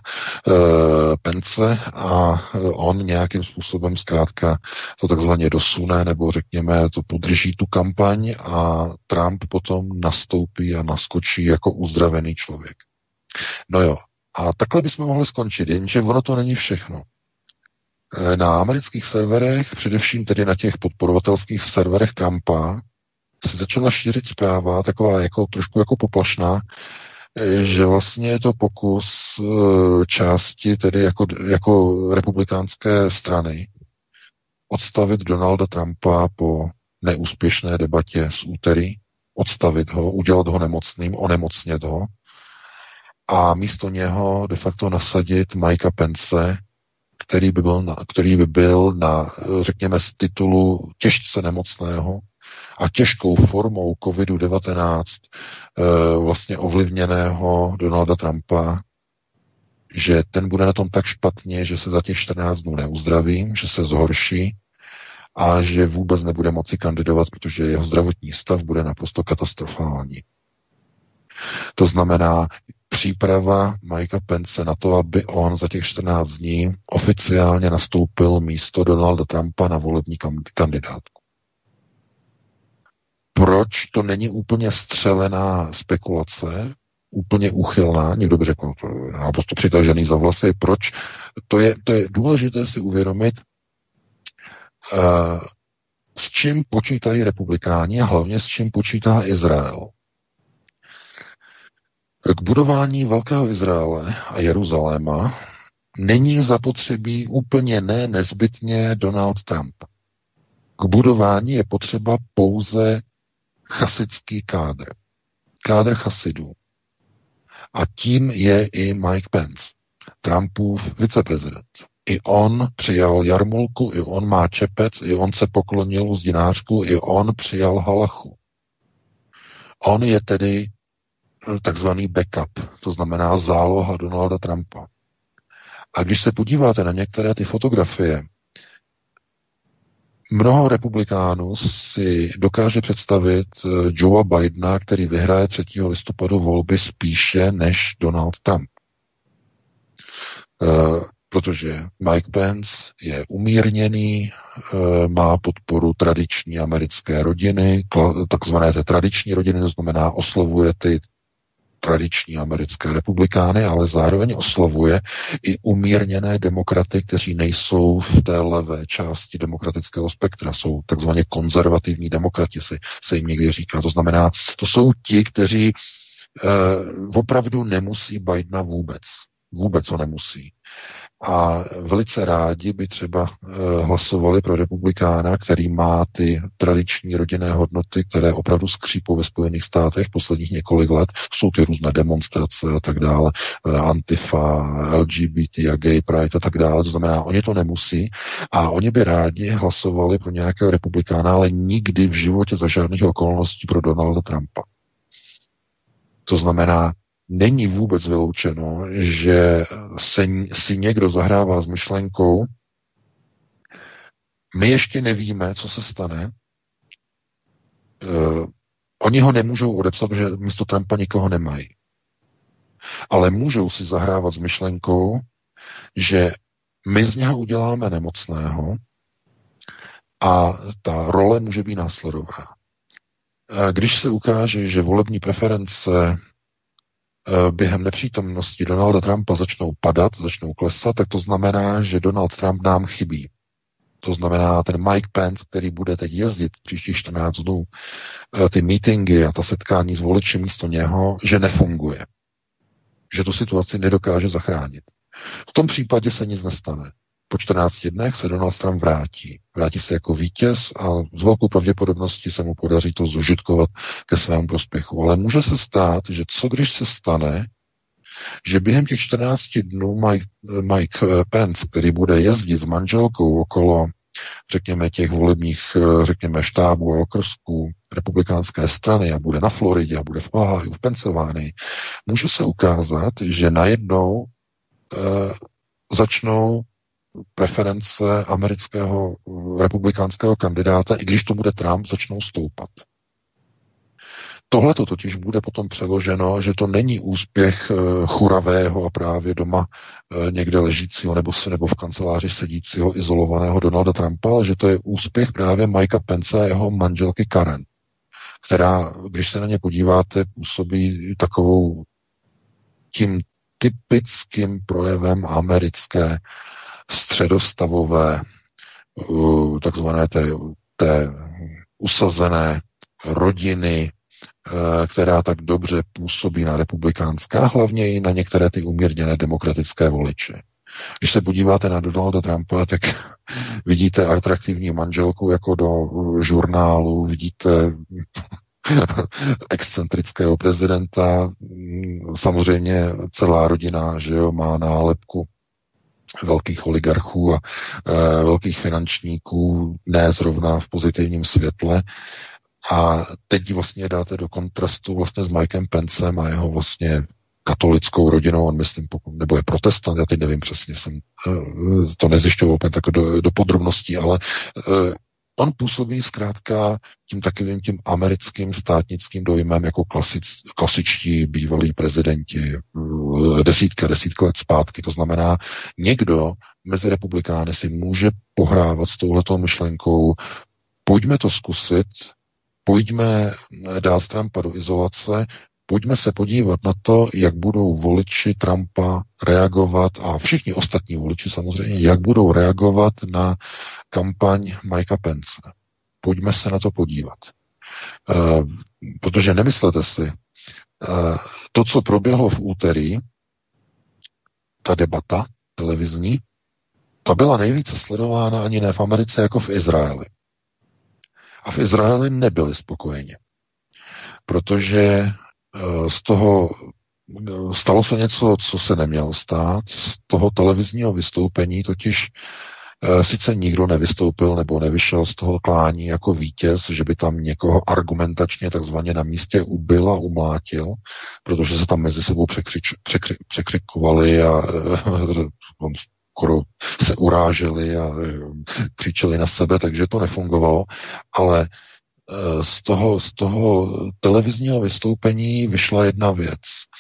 C: Pence a on nějakým způsobem zkrátka to takzvaně dosune, nebo řekněme to podrží tu kampaň a Trump potom nastoupí a naskočí jako uzdravený člověk. No jo, a takhle bychom mohli skončit, jenže ono to není všechno. Na amerických serverech, především tedy na těch podporovatelských serverech Trumpa, se začala šířit zpráva, taková jako trošku jako poplašná, že vlastně je to pokus části tedy jako republikánské strany odstavit Donalda Trumpa po neúspěšné debatě z úterý, odstavit ho, udělat ho nemocným, onemocnět ho a místo něho de facto nasadit Mikea Pence, který by byl na, řekněme, z titulu těžce nemocného a těžkou formou COVID-19 vlastně ovlivněného Donalda Trumpa, že ten bude na tom tak špatně, že se za těch 14 dnů neuzdraví, že se zhorší a že vůbec nebude moci kandidovat, protože jeho zdravotní stav bude naprosto katastrofální. To znamená příprava Mikea Pence na to, aby on za těch 14 dní oficiálně nastoupil místo Donalda Trumpa na volební kandidátku. Proč to není úplně střelená spekulace, úplně úchylná, někdo by řekl, to je naprosto přitažený za vlasy, proč? To je důležité si uvědomit, s čím počítají republikáni a hlavně s čím počítá Izrael. K budování Velkého Izraele a Jeruzaléma není zapotřebí úplně nezbytně Donald Trump. K budování je potřeba pouze chasický kádr chasidů. A tím je i Mike Pence, Trumpův viceprezident. I on přijal jarmulku, i on má čepec, i on se poklonil uzdinářku, i on přijal halachu. On je tedy takzvaný backup, to znamená záloha Donalda Trumpa. A když se podíváte na některé ty fotografie, mnoho republikánů si dokáže představit Joea Bidena, který vyhraje 3. listopadu volby spíše než Donald Trump. Protože Mike Pence je umírněný, má podporu tradiční americké rodiny, takzvané té tradiční rodiny, to znamená oslovuje ty tradiční americké republikány, ale zároveň oslovuje i umírněné demokraty, kteří nejsou v té levé části demokratického spektra, jsou takzvaně konzervativní demokrati, se jim někdy říká. To znamená, to jsou ti, kteří opravdu nemusí Bidena vůbec. Vůbec ho nemusí. A velice rádi by třeba hlasovali pro republikána, který má ty tradiční rodinné hodnoty, které opravdu skřípou ve Spojených státech posledních několik let. Jsou ty různé demonstrace a tak dále, Antifa, LGBT a Gay Pride a tak dále. To znamená, oni to nemusí a oni by rádi hlasovali pro nějakého republikána, ale nikdy v životě za žádných okolností pro Donalda Trumpa. To znamená, není vůbec vyloučeno, že si někdo zahrává s myšlenkou, my ještě nevíme, co se stane, oni ho nemůžou odepsat, protože místo Trumpa nikoho nemají. Ale můžou si zahrávat s myšlenkou, že my z něho uděláme nemocného a ta role může být následovná. Když se ukáže, že volební preference během nepřítomnosti Donalda Trumpa začnou padat, začnou klesat, tak to znamená, že Donald Trump nám chybí. To znamená, ten Mike Pence, který bude teď jezdit příštích 14 dnů, ty meetingy a ta setkání s voliči místo něho, že nefunguje. Že tu situaci nedokáže zachránit. V tom případě se nic nestane. Po 14 dnech se Donald Trump vrátí. Vrátí se jako vítěz a s velkou pravděpodobností se mu podaří to zužitkovat ke svému prospěchu. Ale může se stát, že co když se stane, že během těch 14 dnů Mike Pence, který bude jezdit s manželkou okolo, řekněme, těch volebních, řekněme, štábů a okrsků republikánské strany a bude na Floridě a bude v Ohio, v Pensylvánii, může se ukázat, že najednou začnou preference amerického republikánského kandidáta, i když to bude Trump, začnou stoupat. Tohle to totiž bude potom přeloženo, že to není úspěch churavého a právě doma někde ležícího nebo v kanceláři sedícího izolovaného Donalda Trumpa, ale že to je úspěch právě Mikea Pence a jeho manželky Karen, která, když se na ně podíváte, působí takovou tím typickým projevem americké středostavové, takzvané té usazené rodiny, která tak dobře působí na republikánská, hlavně i na některé ty umírněné demokratické voliče. Když se podíváte na Donalda Trumpa, tak vidíte atraktivní manželku jako do žurnálu, vidíte excentrického prezidenta, samozřejmě celá rodina, že jo, má nálepku velkých oligarchů a velkých finančníků, ne zrovna v pozitivním světle. A teď vlastně dáte do kontrastu vlastně s Mikem Pencem a jeho vlastně katolickou rodinou, on myslím, nebo je protestant, já teď nevím přesně, jsem to nezjišťoval úplně tak do podrobností, ale On působí zkrátka tím takovým tím americkým státnickým dojmem jako klasičtí bývalí prezidenti desítky let zpátky. To znamená, někdo mezi republikány si může pohrávat s touhletou myšlenkou, pojďme to zkusit, pojďme dát Trumpa do izolace, pojďme se podívat na to, jak budou voliči Trumpa reagovat a všichni ostatní voliči samozřejmě, jak budou reagovat na kampaň Mikea Pence. Pojďme se na to podívat. Protože nemyslete si, to, co proběhlo v úterý, ta debata televizní, ta byla nejvíce sledována ani ne v Americe, jako v Izraeli. A v Izraeli nebyli spokojeni. Protože z toho stalo se něco, co se nemělo stát. Z toho televizního vystoupení totiž sice nikdo nevystoupil nebo nevyšel z toho klání jako vítěz, že by tam někoho argumentačně takzvaně na místě ubil a umlátil, protože se tam mezi sebou překřikovali a skoro se uráželi a křičeli na sebe, takže to nefungovalo, ale z toho televizního vystoupení vyšla jedna věc.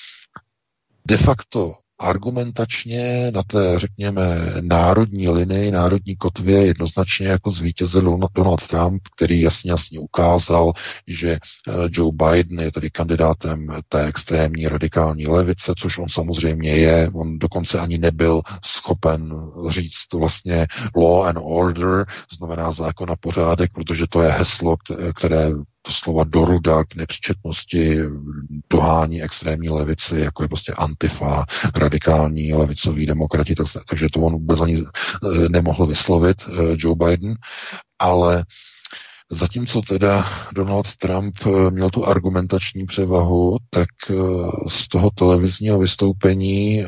C: De facto argumentačně na té, řekněme, národní linii, národní kotvě jednoznačně jako zvítězil Donald Trump, který jasně ukázal, že Joe Biden je tedy kandidátem té extrémní radikální levice, což on samozřejmě je. On dokonce ani nebyl schopen říct vlastně law and order, znamená zákon a pořádek, protože to je heslo, které slova doruda k nepříčetnosti dohání extrémní levici, jako je prostě Antifa, radikální levicoví demokrati, takže to on vůbec ani nemohl vyslovit Joe Biden, ale zatímco teda Donald Trump měl tu argumentační převahu, tak z toho televizního vystoupení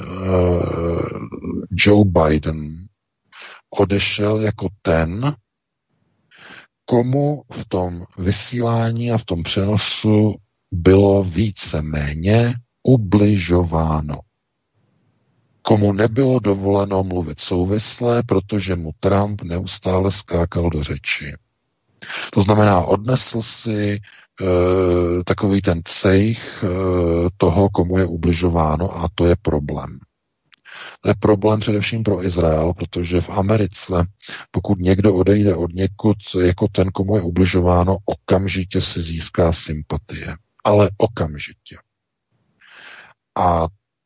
C: Joe Biden odešel jako ten, komu v tom vysílání a v tom přenosu bylo víceméně ubližováno. Komu nebylo dovoleno mluvit souvisle, protože mu Trump neustále skákal do řeči. To znamená, odnesl si takový ten cejch toho, komu je ubližováno, a to je problém. To je problém především pro Izrael, protože v Americe, pokud někdo odejde od někud jako ten, komu je ubližováno, okamžitě si získá sympatie. Ale okamžitě. A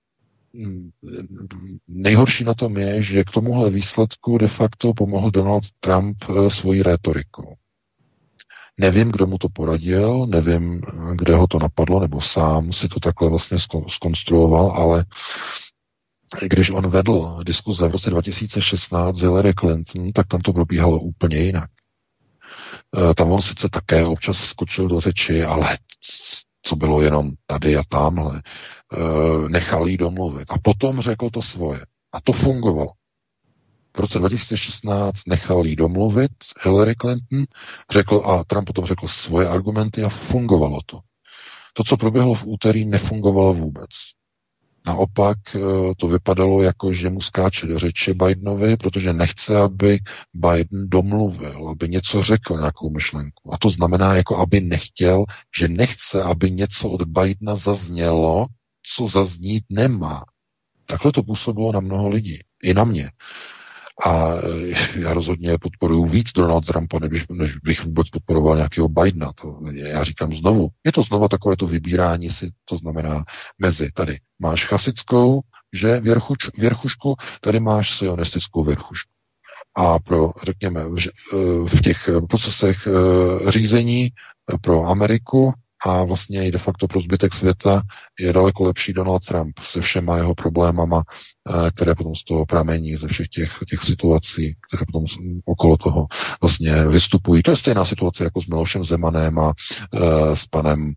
C: nejhorší na tom je, že k tomuhle výsledku de facto pomohl Donald Trump svojí rétorikou. Nevím, kdo mu to poradil, nevím, kde ho to napadlo, nebo sám si to takhle vlastně zkonstruoval, ale když on vedl diskuze v roce 2016 s Hillary Clinton, tak tam to probíhalo úplně jinak. Tam on sice také občas skočil do řeči, ale co bylo jenom tady a tamhle, nechal jí domluvit. A potom řekl to svoje. A to fungovalo. V roce 2016 nechal jí domluvit Hillary Clinton, a Trump potom řekl svoje argumenty a fungovalo to. To, co proběhlo v úterý, nefungovalo vůbec. Naopak to vypadalo jako, že mu skáče do řeči Bidenovi, protože nechce, aby Biden domluvil, aby něco řekl, nějakou myšlenku. A to znamená, jako aby nechtěl, že nechce, aby něco od Bidena zaznělo, co zaznít nemá. Takhle to působilo na mnoho lidí. I na mě. A já rozhodně podporuji víc Donald Trumpa, než bych vůbec podporoval nějakého Bidena. Já říkám znovu, je to znovu takové to vybírání si, to znamená mezi, tady máš chasickou, že věrchušku, tady máš sionistickou věrchušku. A řekněme, v těch procesech řízení pro Ameriku a vlastně i de facto pro zbytek světa je daleko lepší Donald Trump se všema jeho problémama, které potom z toho pramení, ze všech těch situací, které potom okolo toho vlastně vystupují. To je stejná situace jako s Milošem Zemanem a s panem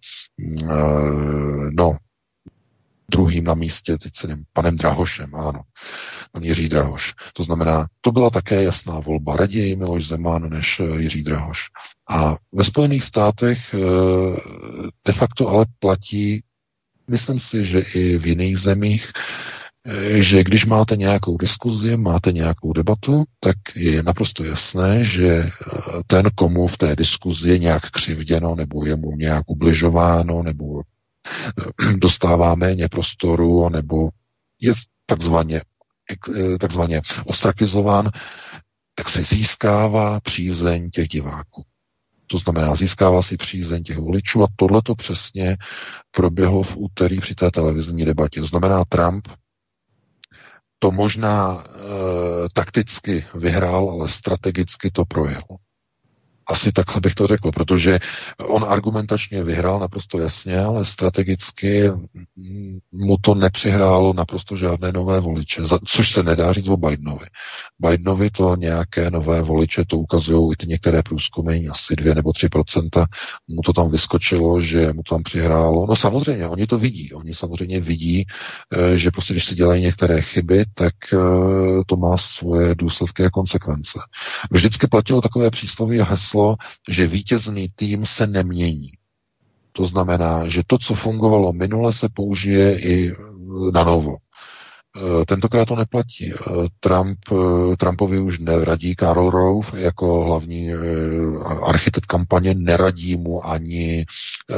C: druhým na místě, teď se nevím, panem Drahošem, ano, pan Jiří Drahoš. To znamená, to byla také jasná volba. Raději Miloš Zeman než Jiří Drahoš. A ve Spojených státech de facto ale platí, myslím si, že i v jiných zemích, že když máte nějakou diskuzi, máte nějakou debatu, tak je naprosto jasné, že ten, komu v té diskuzi je nějak křivděno, nebo je mu nějak ubližováno, nebo dostává méně prostoru, nebo je takzvaně ostrakizován, tak se získává přízeň těch diváků. To znamená, získává si přízeň těch voličů a tohle to přesně proběhlo v úterý při té televizní debatě. To znamená, Trump to možná takticky vyhrál, ale strategicky to projel. Asi takhle bych to řekl, protože on argumentačně vyhrál naprosto jasně, ale strategicky mu to nepřihrálo naprosto žádné nové voliče, což se nedá říct o Bidenovi. Bidenovi to nějaké nové voliče, to ukazují i ty některé průzkumy, asi 2 nebo 3%, mu to tam vyskočilo, že mu tam přihrálo. No samozřejmě, oni to vidí. Oni samozřejmě vidí, že prostě když se dělají některé chyby, tak to má svoje důsledky a konsekvence. Vždycky platilo takové přísloví a heslo, že vítězný tým se nemění. To znamená, že to, co fungovalo minule, se použije i na novo. Tentokrát to neplatí. Trumpovi už neradí Karl Rove jako hlavní architekt kampaně, neradí mu ani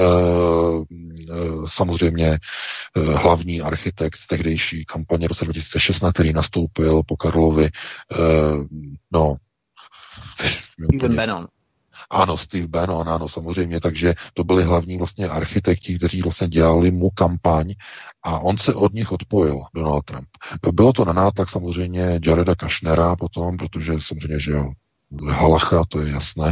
C: samozřejmě hlavní architekt tehdejší kampaně v roce 2016, který nastoupil po Karlovi.
A: Steve Bannon.
C: Ano, Steve Bannon, ano, samozřejmě, takže to byli hlavní vlastně architekti, kteří vlastně dělali mu kampaň a on se od nich odpojil, Donald Trump. Bylo to na nátlak samozřejmě Jareda Kushnera potom, protože samozřejmě, že jo, halacha, to je jasné.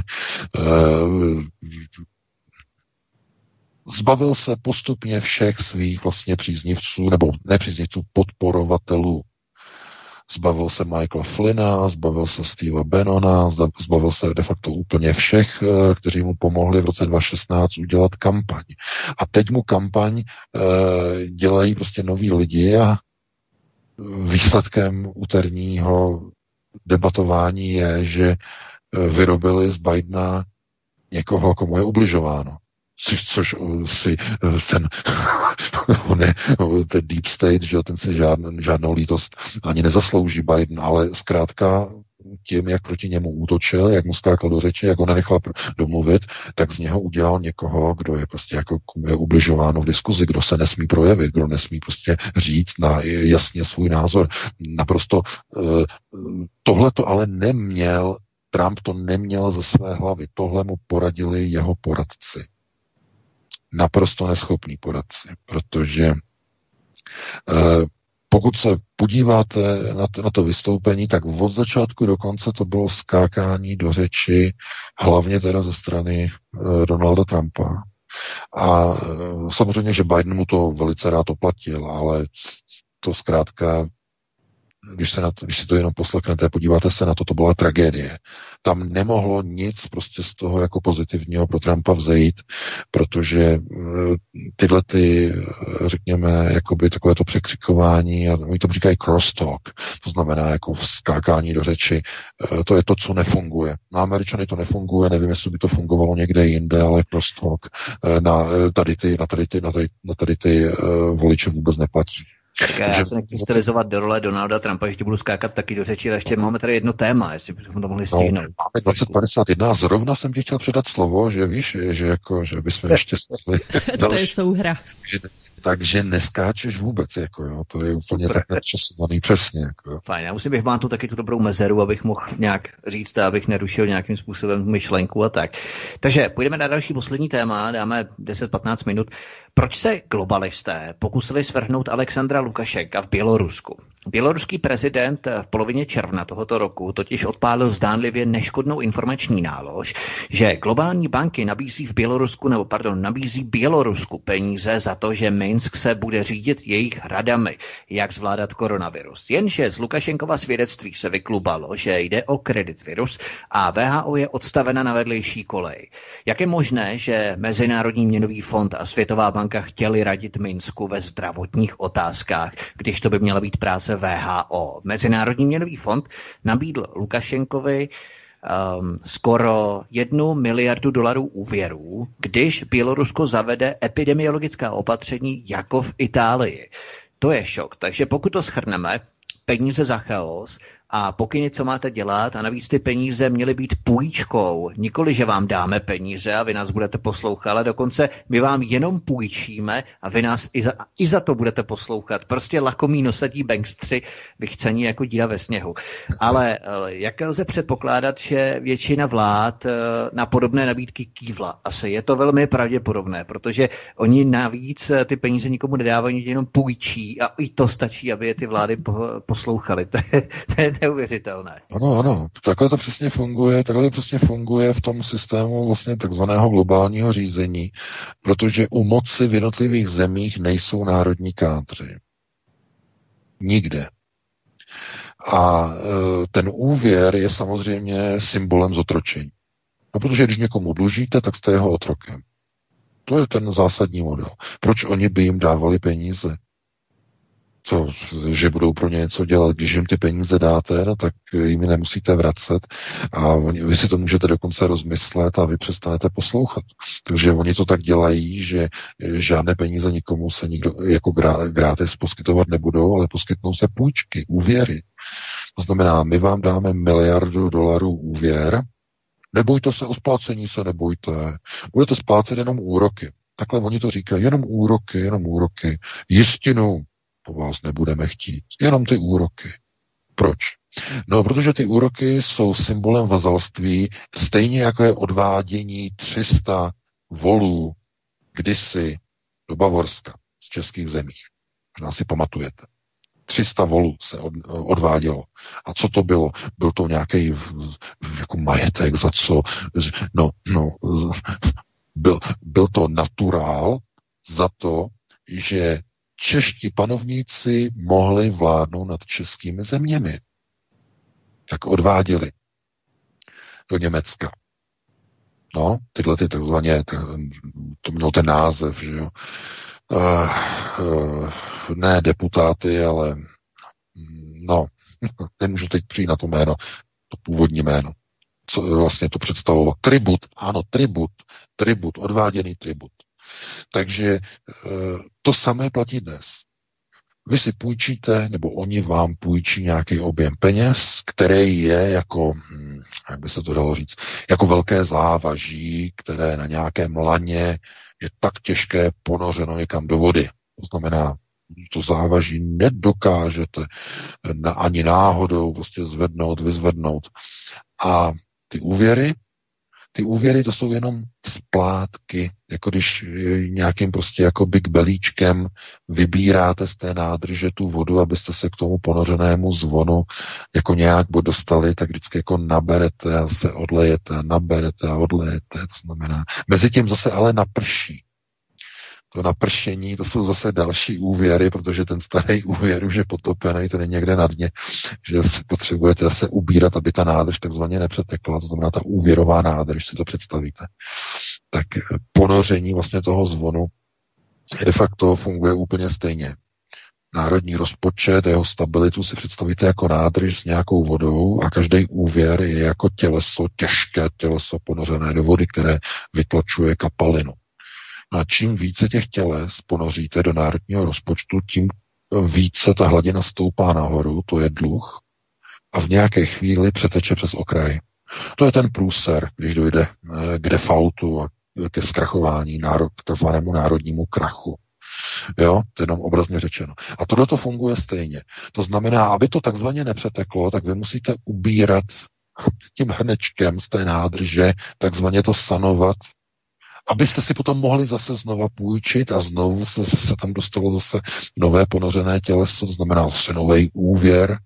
C: Zbavil se postupně všech svých vlastně příznivců, nebo nepříznivců, podporovatelů. Zbavil se Michaela Flynna, zbavil se Steva Bannona, zbavil se de facto úplně všech, kteří mu pomohli v roce 2016 udělat kampaň. A teď mu kampaň dělají prostě noví lidi a výsledkem úterního debatování je, že vyrobili z Bidena někoho, komu je ubližováno. Což si ten deep state, že ten si žádnou lítost ani nezaslouží Biden, ale zkrátka tím, jak proti němu útočil, jak mu skákal do řeči, jak ho nenechal domluvit, tak z něho udělal někoho, kdo je prostě jako je ubližováno v diskuzi, kdo se nesmí projevit, kdo nesmí prostě říct na jasně svůj názor. Naprosto tohle to ale neměl, Trump to neměl ze své hlavy, tohle mu poradili jeho poradci. Naprosto neschopný poradci, protože pokud se podíváte na to vystoupení, tak od začátku do konce to bylo skákání do řeči, hlavně teda ze strany Donalda Trumpa. A samozřejmě, že Biden mu to velice rád oplatil, ale to zkrátka, když si to jenom poslechnete, podíváte se na to, to byla tragédie. Tam nemohlo nic prostě z toho jako pozitivního pro Trumpa vzejít, protože tyhle řekněme, jakoby takovéto překřikování, a oni to říkají crosstalk, to znamená jako vskákání do řeči, to je to, co nefunguje. Na Američany to nefunguje, nevím, jestli by to fungovalo někde jinde, ale crosstalk na tady ty voliče vůbec neplatí.
A: Tak já se nechci stylizovat do role Donalda Trumpa, že ti budu skákat taky do řeči, ale ještě máme tady jedno téma, jestli bychom to mohli stihnout.
C: Máme 2051, zrovna jsem ti chtěl předat slovo, že víš, že bychom ještě stihli.
B: To je souhra.
C: Takže neskáčeš vůbec, jako jo, to je úplně tak nadčasovaný přesně. Jako jo.
A: Fajn, já musím bych mám tu taky tu dobrou mezeru, abych mohl nějak říct a abych nerušil nějakým způsobem myšlenku a tak. Takže půjdeme na další poslední téma, dáme 10-15 minut. Proč se globalisté pokusili svrhnout Alexandra Lukašenka v Bělorusku? Běloruský prezident v polovině června tohoto roku totiž odpálil zdánlivě neškodnou informační nálož, že globální banky nabízí Bělorusku peníze za to, že Minsk se bude řídit jejich radami, jak zvládat koronavirus. Jenže z Lukašenkova svědectví se vyklubalo, že jde o kreditvirus a WHO je odstavena na vedlejší kolej. Jak je možné, že Mezinárodní měnový fond a Světová banka chtěli radit Minsku ve zdravotních otázkách, když to by měla být práce WHO? Mezinárodní měnový fond nabídl Lukašenkovi skoro $1 miliardu úvěrů, když Bělorusko zavede epidemiologická opatření jako v Itálii. To je šok. Takže pokud to shrneme, peníze za chaos a pokyny, co máte dělat, a navíc ty peníze měly být půjčkou. Nikoli, že vám dáme peníze a vy nás budete poslouchat, ale dokonce my vám jenom půjčíme a vy nás i za to budete poslouchat. Prostě lakomí nosadí bankstři vychcení jako díra ve sněhu. Ale jak lze předpokládat, že většina vlád na podobné nabídky kývla? Asi je to velmi pravděpodobné, protože oni navíc ty peníze nikomu nedávají, jenom půjčí a i to stačí, aby je ty vlády poslouchaly. To je neuvěřitelné.
C: Ano, takhle to přesně funguje v tom systému vlastně takzvaného globálního řízení, protože u moci v jednotlivých zemích nejsou národní kádři. Nikde. A ten úvěr je samozřejmě symbolem zotročení. No, protože když někomu dlužíte, tak jste jeho otrokem. To je ten zásadní model. Proč oni by jim dávali peníze? To, že budou pro ně něco dělat. Když jim ty peníze dáte, no, tak jim je nemusíte vracet a vy si to můžete dokonce rozmyslet a vy přestanete poslouchat. Takže oni to tak dělají, že žádné peníze nikomu se nikdo jako gratis poskytovat nebudou, ale poskytnou se půjčky, úvěry. To znamená, my vám dáme $1 miliardu úvěr, nebojte se, o splácení se nebojte, budete splácet jenom úroky. Takhle oni to říkají, jenom úroky, jistinu po vás nebudeme chtít. Jenom ty úroky. Proč? No, protože ty úroky jsou symbolem vazalství, stejně jako je odvádění 300 volů kdysi do Bavorska z českých zemí. Možná si pamatujete. 300 volů se odvádělo. A co to bylo? Byl to nějaký jako majetek, za co? Byl to naturál za to, že čeští panovníci mohli vládnout nad českými zeměmi. Tak odváděli do Německa. No, tyhle ty takzvaně, to mělo ten název, že jo. Ne deputáty, ale nemůžu teď přijít na to jméno, to původní jméno. Co vlastně to představovalo? Tribut, ano, tribut, odváděný tribut. Takže to samé platí dnes. Vy si půjčíte, nebo oni vám půjčí nějaký objem peněz, který je jako, jak by se to dalo říct, jako velké závaží, které na nějakém laně je tak těžké ponořeno někam do vody. To znamená, to závaží nedokážete ani náhodou prostě zvednout, vyzvednout. A ty úvěry to jsou jenom splátky, jako když nějakým prostě jako big belíčkem vybíráte z té nádrže tu vodu, abyste se k tomu ponořenému zvonu jako nějak dostali, tak vždycky jako naberete a se odlejete, naberete a odlejete. To znamená, mezi tím zase ale naprší. To napršení, to jsou zase další úvěry, protože ten starý úvěr už je potopený, to není někde na dně, že si potřebujete zase ubírat, aby ta nádrž takzvaně nepřetekla, to znamená ta úvěrová nádrž, si to představíte. Tak ponoření vlastně toho zvonu de facto funguje úplně stejně. Národní rozpočet, jeho stabilitu si představíte jako nádrž s nějakou vodou a každý úvěr je jako těleso, těžké těleso ponořené do vody, které vytlačuje kapalinu. A čím více těch těles ponoříte do národního rozpočtu, tím více ta hladina stoupá nahoru, to je dluh, a v nějaké chvíli přeteče přes okraj. To je ten průser, když dojde k defaultu a ke zkrachování, k takzvanému národnímu krachu. Jo, to je jenom obrazně řečeno. A tohle to funguje stejně. To znamená, aby to takzvaně nepřeteklo, tak vy musíte ubírat tím hrnečkem z té nádrže, takzvaně to sanovat, abyste si potom mohli zase znova půjčit a znovu se tam dostalo zase nové ponořené těleso, to znamená zase nový úvěr.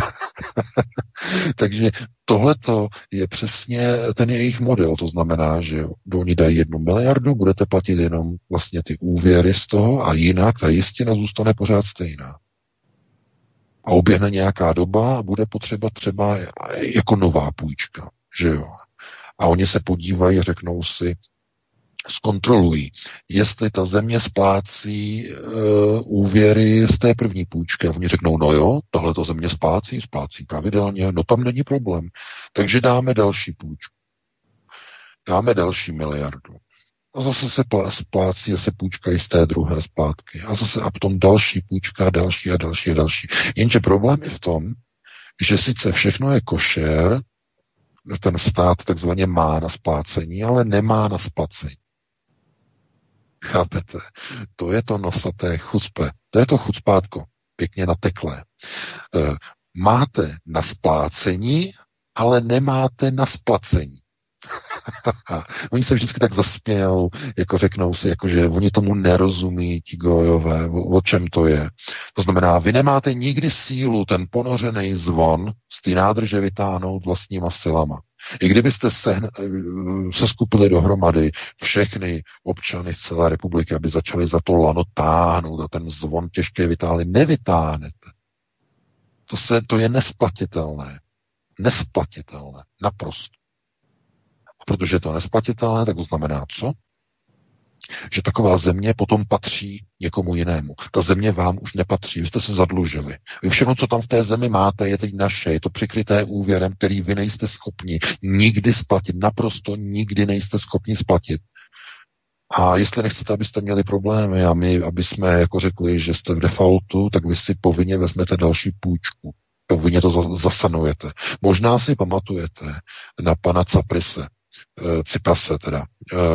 C: Takže tohleto je přesně ten jejich model, to znamená, že oni dají 1 miliardu, budete platit jenom vlastně ty úvěry z toho a jinak ta jistina zůstane pořád stejná. A uběhne nějaká doba a bude potřeba třeba jako nová půjčka, že jo. A oni se podívají a řeknou si, zkontrolují, jestli ta země splácí úvěry z té první půjčky. A oni řeknou, no jo, tohleto země splácí pravidelně, no tam není problém. Takže dáme další půjčku. Dáme další miliardu. A zase se splácí, zase půjčka i z té druhé splátky. A zase a potom další půjčka, další a další a další. Jenže problém je v tom, že sice všechno je košer, ten stát takzvaně má na splácení, ale nemá na splacení. Chápete? To je to nosaté chucpe. To je to chucpátko. Pěkně nateklé. Máte na splácení, ale nemáte na splacení. Oni se vždycky tak zasmějou, jako řeknou si, jako že oni tomu nerozumí, ti gojové, o čem to je. To znamená, vy nemáte nikdy sílu ten ponořený zvon z té nádrže vytáhnout vlastníma silama. I kdybyste se skupili dohromady všechny občany z celé republiky, aby začali za to lano táhnout a ten zvon těžké vytáhli, nevytáhnete. To je nesplatitelné. Nesplatitelné. Naprosto. Protože je to nesplatitelné, tak to znamená co? Že taková země potom patří někomu jinému. Ta země vám už nepatří, vy jste se zadlužili. Vy všechno, co tam v té zemi máte, je teď naše, je to přikryté úvěrem, který vy nejste schopni nikdy splatit, naprosto nikdy nejste schopni splatit. A jestli nechcete, abyste měli problémy a my, aby jsme jako řekli, že jste v defaultu, tak vy si povinně vezmete další půjčku. Povinně to zasanujete. Možná si pamatujete na pana Tsiprase teda,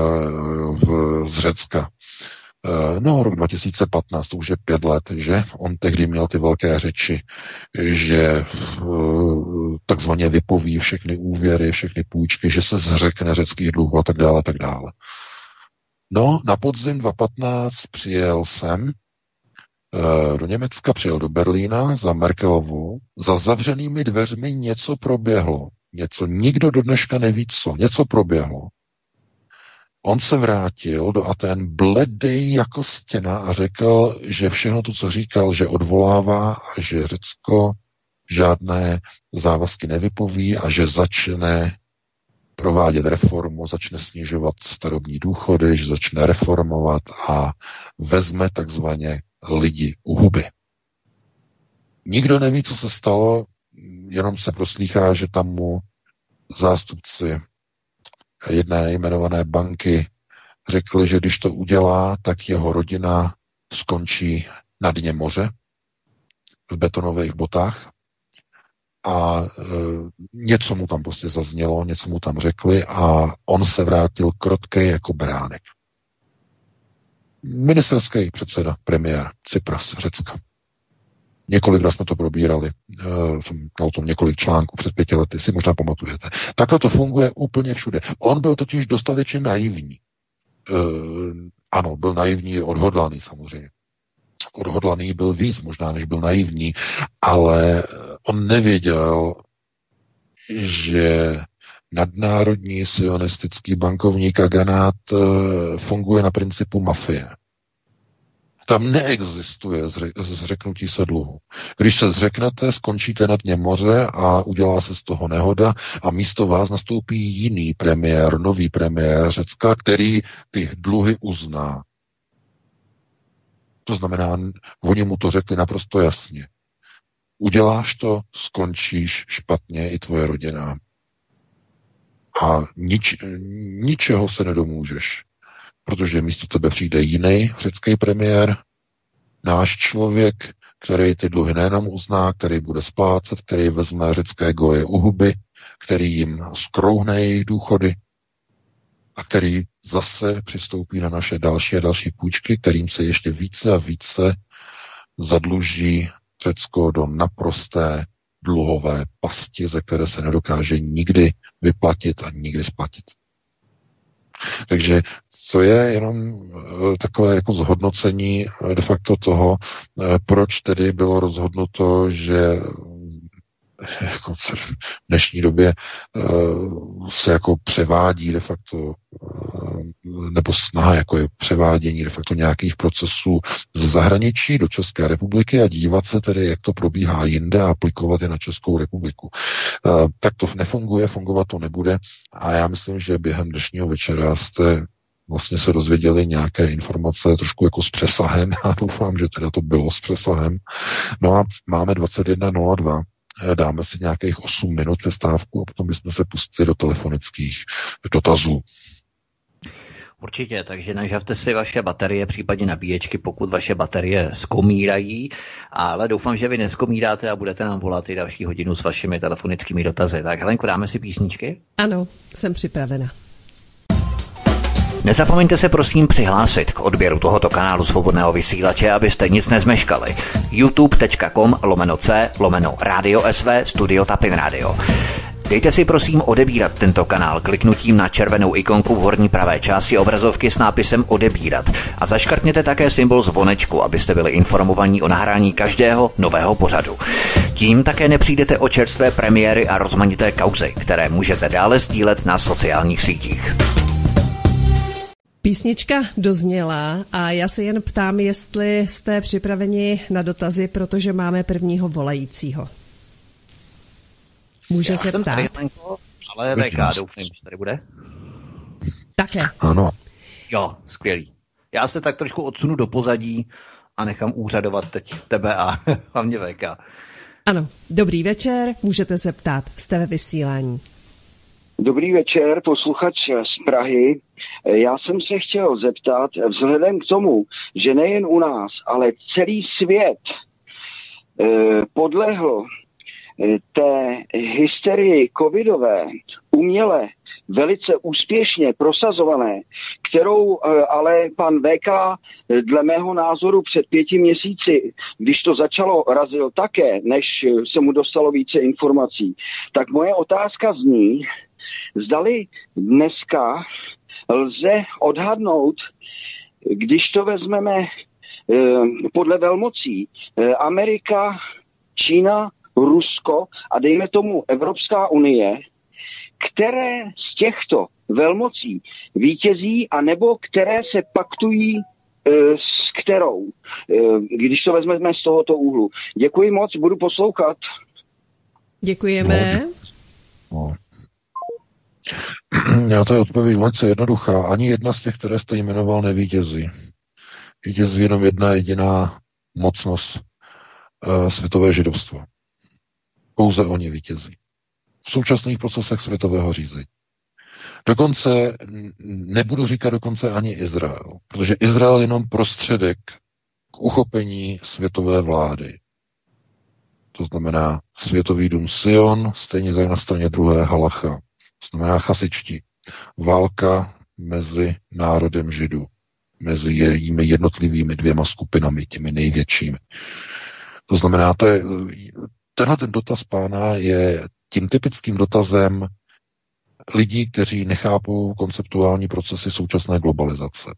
C: z Řecka. Rok 2015, to už je 5 let, že? On tehdy měl ty velké řeči, že takzvaně vypoví všechny úvěry, všechny půjčky, že se zřekne řeckých dluhů a tak dále, tak dále. No, na podzim 2015 přijel sem do Německa, přijel do Berlína za Merkelovou, za zavřenými dveřmi něco proběhlo. Nikdo do dneška neví co. Něco proběhlo. On se vrátil do Aten bledej jako stěna a řekl, že všechno to, co říkal, že odvolává a že Řecko žádné závazky nevypoví a že začne provádět reformu, začne snižovat starobní důchody, že začne reformovat a vezme takzvaně lidi u huby. Nikdo neví, co se stalo, jenom se proslýchá, že tam mu zástupci jedné nejmenované banky řekli, že když to udělá, tak jeho rodina skončí na dně moře v betonových botách a něco mu tam prostě zaznělo, něco mu tam řekli a on se vrátil krotkej jako beránek. Ministerský předseda, premiér Tsipras, Řecka. Několikrát jsme to probírali, jsem o tom několik článků před 5 lety, si možná pamatujete. Takhle to funguje úplně všude. On byl totiž dostatečně naivní. Ano, byl naivní, odhodlaný samozřejmě. Odhodlaný byl víc možná, než byl naivní, ale on nevěděl, že nadnárodní sionistický bankovní kaganát funguje na principu mafie. Tam neexistuje zřeknutí se dluhu. Když se zřeknete, skončíte na dně moře a udělá se z toho nehoda a místo vás nastoupí jiný premiér, nový premiér Řecka, který ty dluhy uzná. To znamená, oni mu to řekli naprosto jasně. Uděláš to, skončíš špatně i tvoje rodina. A ničeho se nedomůžeš. Protože místo tebe přijde jiný řecký premiér, náš člověk, který ty dluhy nejenom uzná, který bude splácet, který vezme řecké goje u huby, který jim skrouhne jejich důchody a který zase přistoupí na naše další a další půjčky, kterým se ještě více a více zadluží Řecko do naprosté dluhové pasti, ze které se nedokáže nikdy vyplatit a nikdy splatit. Takže co je jenom takové jako zhodnocení de facto toho, proč tedy bylo rozhodnuto, že jako v dnešní době se jako převádí de facto nebo snaha jako je převádění de facto nějakých procesů ze zahraničí do České republiky a dívat se tedy, jak to probíhá jinde a aplikovat je na Českou republiku. Tak to nefunguje, fungovat to nebude a já myslím, že během dnešního večera jste vlastně se dozvěděli nějaké informace trošku jako s přesahem. Já doufám, že teda to bylo s přesahem. No a máme 21:02. Dáme si nějakých 8 minut přestávku a potom bychom se pustili do telefonických dotazů.
A: Určitě, takže nažavte si vaše baterie, případně nabíječky, pokud vaše baterie skomírají, ale doufám, že vy neskomíráte a budete nám volat i další hodinu s vašimi telefonickými dotazy. Tak Helenko, dáme si písničky?
B: Ano, jsem připravena.
A: Nezapomeňte se prosím přihlásit k odběru tohoto kanálu Svobodného vysílače, abyste nic nezmeškali. youtube.com/c/Radio SV Studio Tapin Radio. Dejte si prosím odebírat tento kanál kliknutím na červenou ikonku v horní pravé části obrazovky s nápisem odebírat a zaškrtněte také symbol zvonečku, abyste byli informovaní o nahrání každého nového pořadu. Tím také nepřijdete o čerstvé premiéry a rozmanité kauzy, které můžete dále sdílet na sociálních sítích.
B: Písnička dozněla a já se jen ptám, jestli jste připraveni na dotazy, protože máme prvního volajícího. Může se ptát.
A: Tady, ale VK, doufám, že tady bude.
B: Také.
C: Ano.
A: Jo, skvělý. Já se tak trošku odsunu do pozadí a nechám úřadovat teď tebe a hlavně VK.
B: Ano, dobrý večer, můžete se ptát, jste ve vysílání.
D: Dobrý večer, posluchač z Prahy. Já jsem se chtěl zeptat, vzhledem k tomu, že nejen u nás, ale celý svět podlehl té hysterii covidové, uměle, velice úspěšně prosazované, kterou ale pan VK dle mého názoru před 5 měsíci, když to začalo, razil také, než se mu dostalo více informací. Tak moje otázka zní, zdali dneska lze odhadnout, když to vezmeme podle velmocí, Amerika, Čína, Rusko a dejme tomu Evropská unie, které z těchto velmocí vítězí, anebo které se paktují s kterou, když to vezmeme z tohoto úhlu. Děkuji moc, budu poslouchat.
B: Děkujeme.
C: No. Já to je odpověď velice jednoduchá. Ani jedna z těch, které jste jmenoval, nevítězí. Vítězí jenom jedna jediná mocnost, světové židovstvo. Pouze oni vítězí. V současných procesech světového řízení. Dokonce, nebudu říkat dokonce ani Izrael, protože Izrael je jenom prostředek k uchopení světové vlády. To znamená Světový dům Sion, stejně tak na straně druhé Halacha. To znamená chasičtí. Válka mezi národem Židů, mezi jejími jednotlivými 2 skupinami, těmi největšími. To znamená, tenhle ten dotaz pána je tím typickým dotazem lidí, kteří nechápou konceptuální procesy současné globalizace.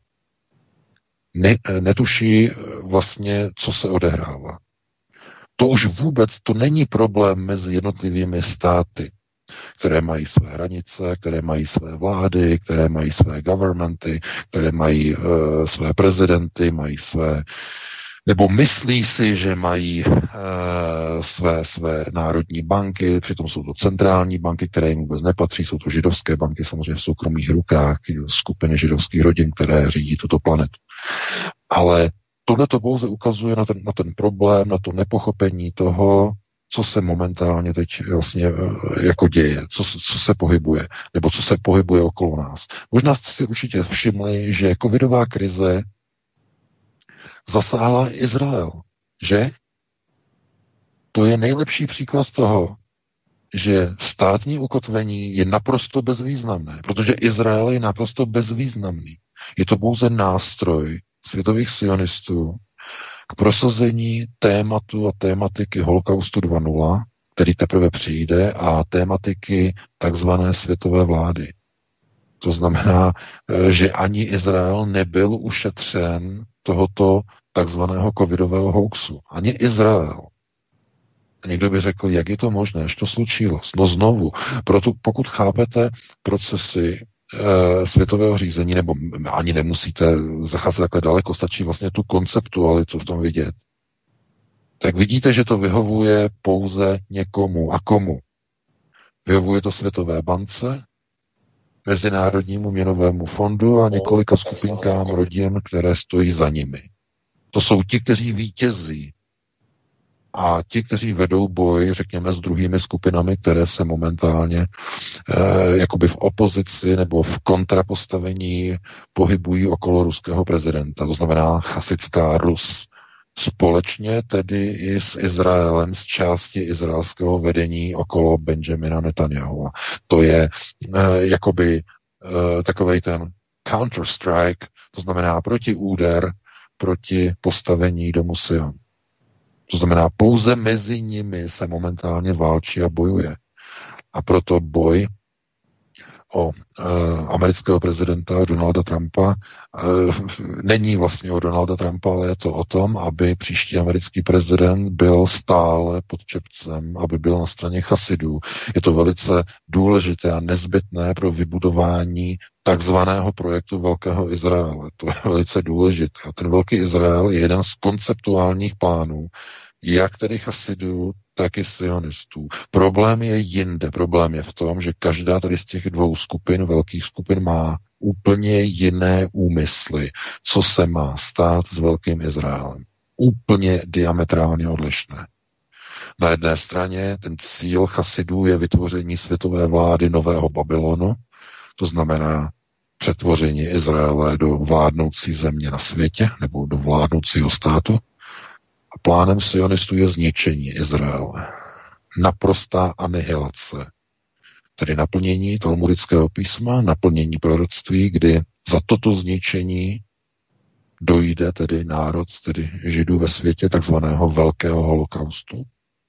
C: Netuší vlastně, co se odehrává. To už vůbec, to není problém mezi jednotlivými státy, které mají své hranice, které mají své vlády, které mají své governmenty, které mají své prezidenty, mají své, nebo myslí si, že mají své národní banky, přitom jsou to centrální banky, které jim vůbec nepatří, jsou to židovské banky, samozřejmě v soukromých rukách, skupiny židovských rodin, které řídí tuto planetu. Ale tohle to pouze ukazuje na ten problém, na to nepochopení toho, co se momentálně teď vlastně jako děje, co se pohybuje, nebo co se pohybuje okolo nás. Možná jste si určitě všimli, že covidová krize zasáhla Izrael, že? To je nejlepší příklad toho, že státní ukotvení je naprosto bezvýznamné, protože Izrael je naprosto bezvýznamný. Je to pouze nástroj světových sionistů k prosazení tématu a tématiky Holokaustu 2.0, který teprve přijde, a tématiky takzvané světové vlády. To znamená, že ani Izrael nebyl ušetřen tohoto takzvaného covidového hoaxu. Ani Izrael. Někdo by řekl, jak je to možné, že to slučilo. No znovu, proto pokud chápete procesy světového řízení, nebo ani nemusíte zacházet takhle daleko, stačí vlastně tu konceptualitu v tom vidět, tak vidíte, že to vyhovuje pouze někomu. A komu? Vyhovuje to Světové bance, Mezinárodnímu měnovému fondu a několika skupinkám rodin, které stojí za nimi. To jsou ti, kteří vítězí A ti, kteří vedou boj, řekněme, s druhými skupinami, které se momentálně jakoby v opozici nebo v kontrapostavení pohybují okolo ruského prezidenta, to znamená chasická Rus. Společně tedy i s Izraelem, z části izraelského vedení okolo Benjamina Netanyahua. To je jakoby takovej ten counter-strike, to znamená protiúder proti postavení domu Sion. To znamená, pouze mezi nimi se momentálně válčí a bojuje. A proto boj o amerického prezidenta Donalda Trumpa není vlastně o Donalda Trumpa, ale je to o tom, aby příští americký prezident byl stále pod čepcem, aby byl na straně chasidů. Je to velice důležité a nezbytné pro vybudování takzvaného projektu Velkého Izraele. To je velice důležité. A ten Velký Izrael je jeden z konceptuálních plánů, jak tedy chasidů, tak i sionistů. Problém je jinde. Problém je v tom, že každá tady z těch dvou skupin, velkých skupin, má úplně jiné úmysly, co se má stát s Velkým Izraelem. Úplně diametrálně odlišné. Na jedné straně ten cíl chasidů je vytvoření světové vlády nového Babylonu, to znamená přetvoření Izraele do vládnoucí země na světě, nebo do vládnoucího státu. A plánem sionistů je zničení Izraele. Naprostá anihilace. Tedy naplnění talmudického písma, naplnění proroctví, kdy za toto zničení dojde tedy národ, tedy Židů ve světě, takzvaného velkého holokaustu.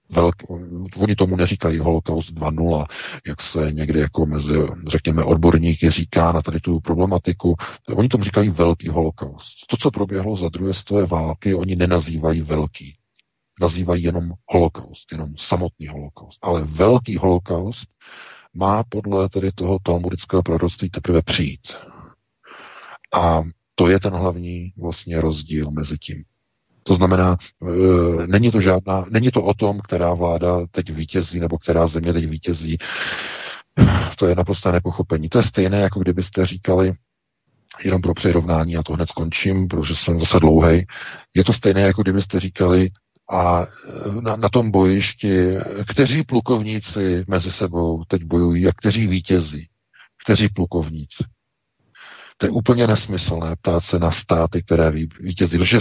C: Oni tomu neříkají holokaust 2.0, jak se někdy jako mezi, řekněme, odborníky říká na tady tu problematiku. Oni tomu říkají velký holokaust. To, co proběhlo za druhé světové války, oni nenazývají velký. Nazývají jenom holokaust, jenom samotný holokaust. Ale velký holokaust má podle tedy toho talmudického proroctví teprve přijít. A to je ten hlavní vlastně rozdíl mezi tím. To znamená, není to o tom, která vláda teď vítězí, nebo která země teď vítězí. To je naprosté nepochopení. To je stejné, jako kdybyste říkali, jenom pro přirovnání, a to hned skončím, protože jsem zase dlouhej, je to stejné, jako kdybyste říkali, a na tom bojišti, kteří plukovníci mezi sebou teď bojují a kteří vítězí, kteří plukovníci. To je úplně nesmyslné ptát se na státy, které vítězí, protože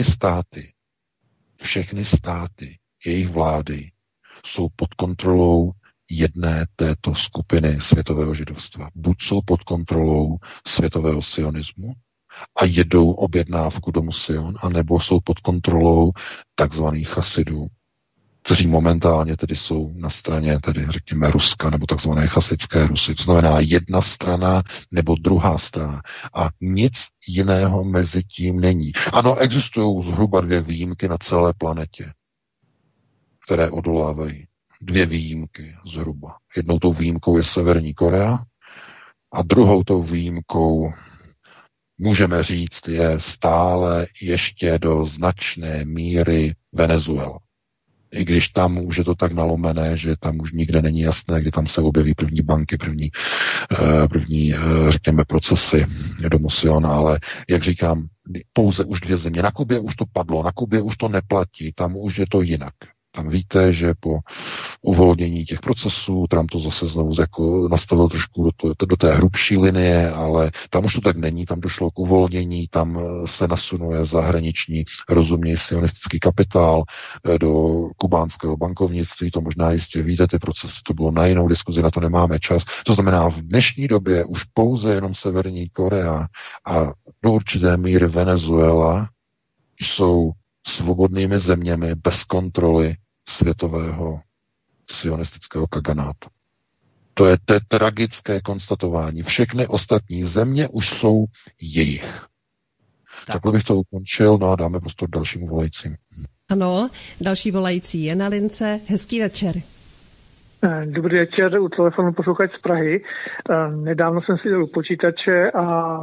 C: všechny státy, jejich vlády jsou pod kontrolou jedné této skupiny světového židovstva. Buď jsou pod kontrolou světového sionismu a jedou objednávku domu Sion, anebo jsou pod kontrolou takzvaných chasidů, kteří momentálně tedy jsou na straně, tedy řekněme Ruska, nebo takzvané chasidské Rusy. To znamená jedna strana nebo druhá strana. A nic jiného mezi tím není. Ano, existují zhruba 2 výjimky na celé planetě, které odolávají. 2 výjimky zhruba. Jednou tou výjimkou je Severní Korea a druhou tou výjimkou můžeme říct je stále ještě do značné míry Venezuela. I když tam už je to tak nalomené, že tam už nikde není jasné, kdy tam se objeví první banky, první řekněme, procesy domu Sion, ale jak říkám, pouze už 2 země. Na Kubě už to padlo, na Kubě už to neplatí, tam už je to jinak. Tam víte, že po uvolnění těch procesů Trump to zase znovu jako nastavil trošku do té hrubší linie, ale tam už to tak není, tam došlo k uvolnění, tam se nasunuje zahraniční rozumný sionistický kapitál do kubánského bankovnictví, to možná jistě víte, ty procesy, to bylo na jinou diskuzi, na to nemáme čas. To znamená, v dnešní době už pouze jenom Severní Korea a do určité míry Venezuela jsou svobodnými zeměmi bez kontroly světového sionistického kaganátu. To je tragické konstatování. Všechny ostatní země už jsou jejich. Takhle bych to ukončil, no a dáme prostor dalšímu volajícím.
B: Ano, další volající je na lince. Hezký večer.
E: Dobrý večer, u telefonu posluchač z Prahy. Nedávno jsem si dal počítače a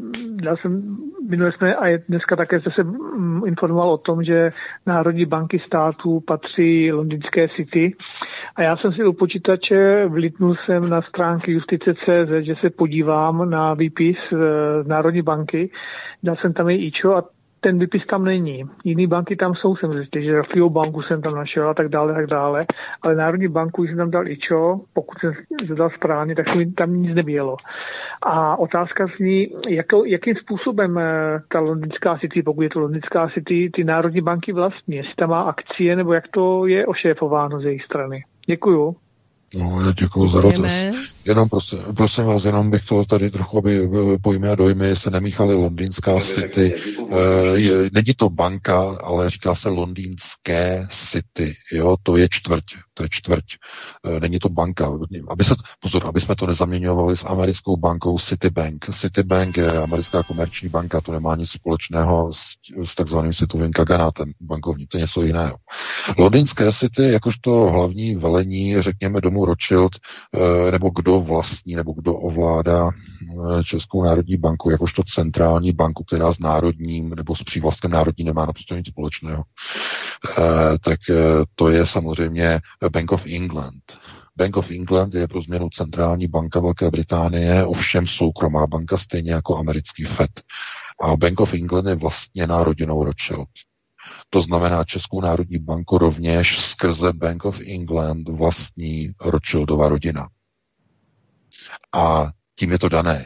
E: minule jsme a dneska také jste se informoval o tom, že národní banky států patří londýnské City. A já jsem si u počítače vlítnul jsem na stránky justice.cz, že se podívám na výpis z Národní banky. Dal jsem tam její IČO a ten výpis tam není. Jiný banky tam jsou, jsem zjistil, že FIO banku jsem tam našel a tak dále, ale Národní banku jsem tam dal IČO, pokud jsem zadal správně, tak mi tam nic nebylo. A otázka zní, jakým způsobem ta londýnská City, pokud je to londýnská City, ty národní banky vlastně, jestli tam má akcie, nebo jak to je ošéfováno z jejich strany. Děkuju.
C: No, já děkuju za dotaz. Jenom prosím vás, jenom bych to tady trochu, aby pojmy a dojmy se nemíchaly londýnská City. Není to banka, ale říká se londýnské City. Jo, to je čtvrť. Není to banka. Aby jsme to nezaměňovali s americkou bankou Citibank. Citibank je americká komerční banka, to nemá nic společného s takzvaným světovým kaganátem bankovním, to je něco jiného. Londýnské City, jakožto hlavní velení, řekněme, domu Rothschild, nebo kdo vlastní, nebo kdo ovládá Českou národní banku, jakožto centrální banku, která s národním, nebo s přívlastkem národní nemá naprosto nic společného, tak to je samozřejmě Bank of England. Bank of England je pro změnu centrální banka Velké Británie, ovšem soukromá banka, stejně jako americký Fed. A Bank of England je vlastněná rodinou Rothschild. To znamená, Českou národní banku rovněž skrze Bank of England vlastní Rothschildova rodina. A tím je to dané.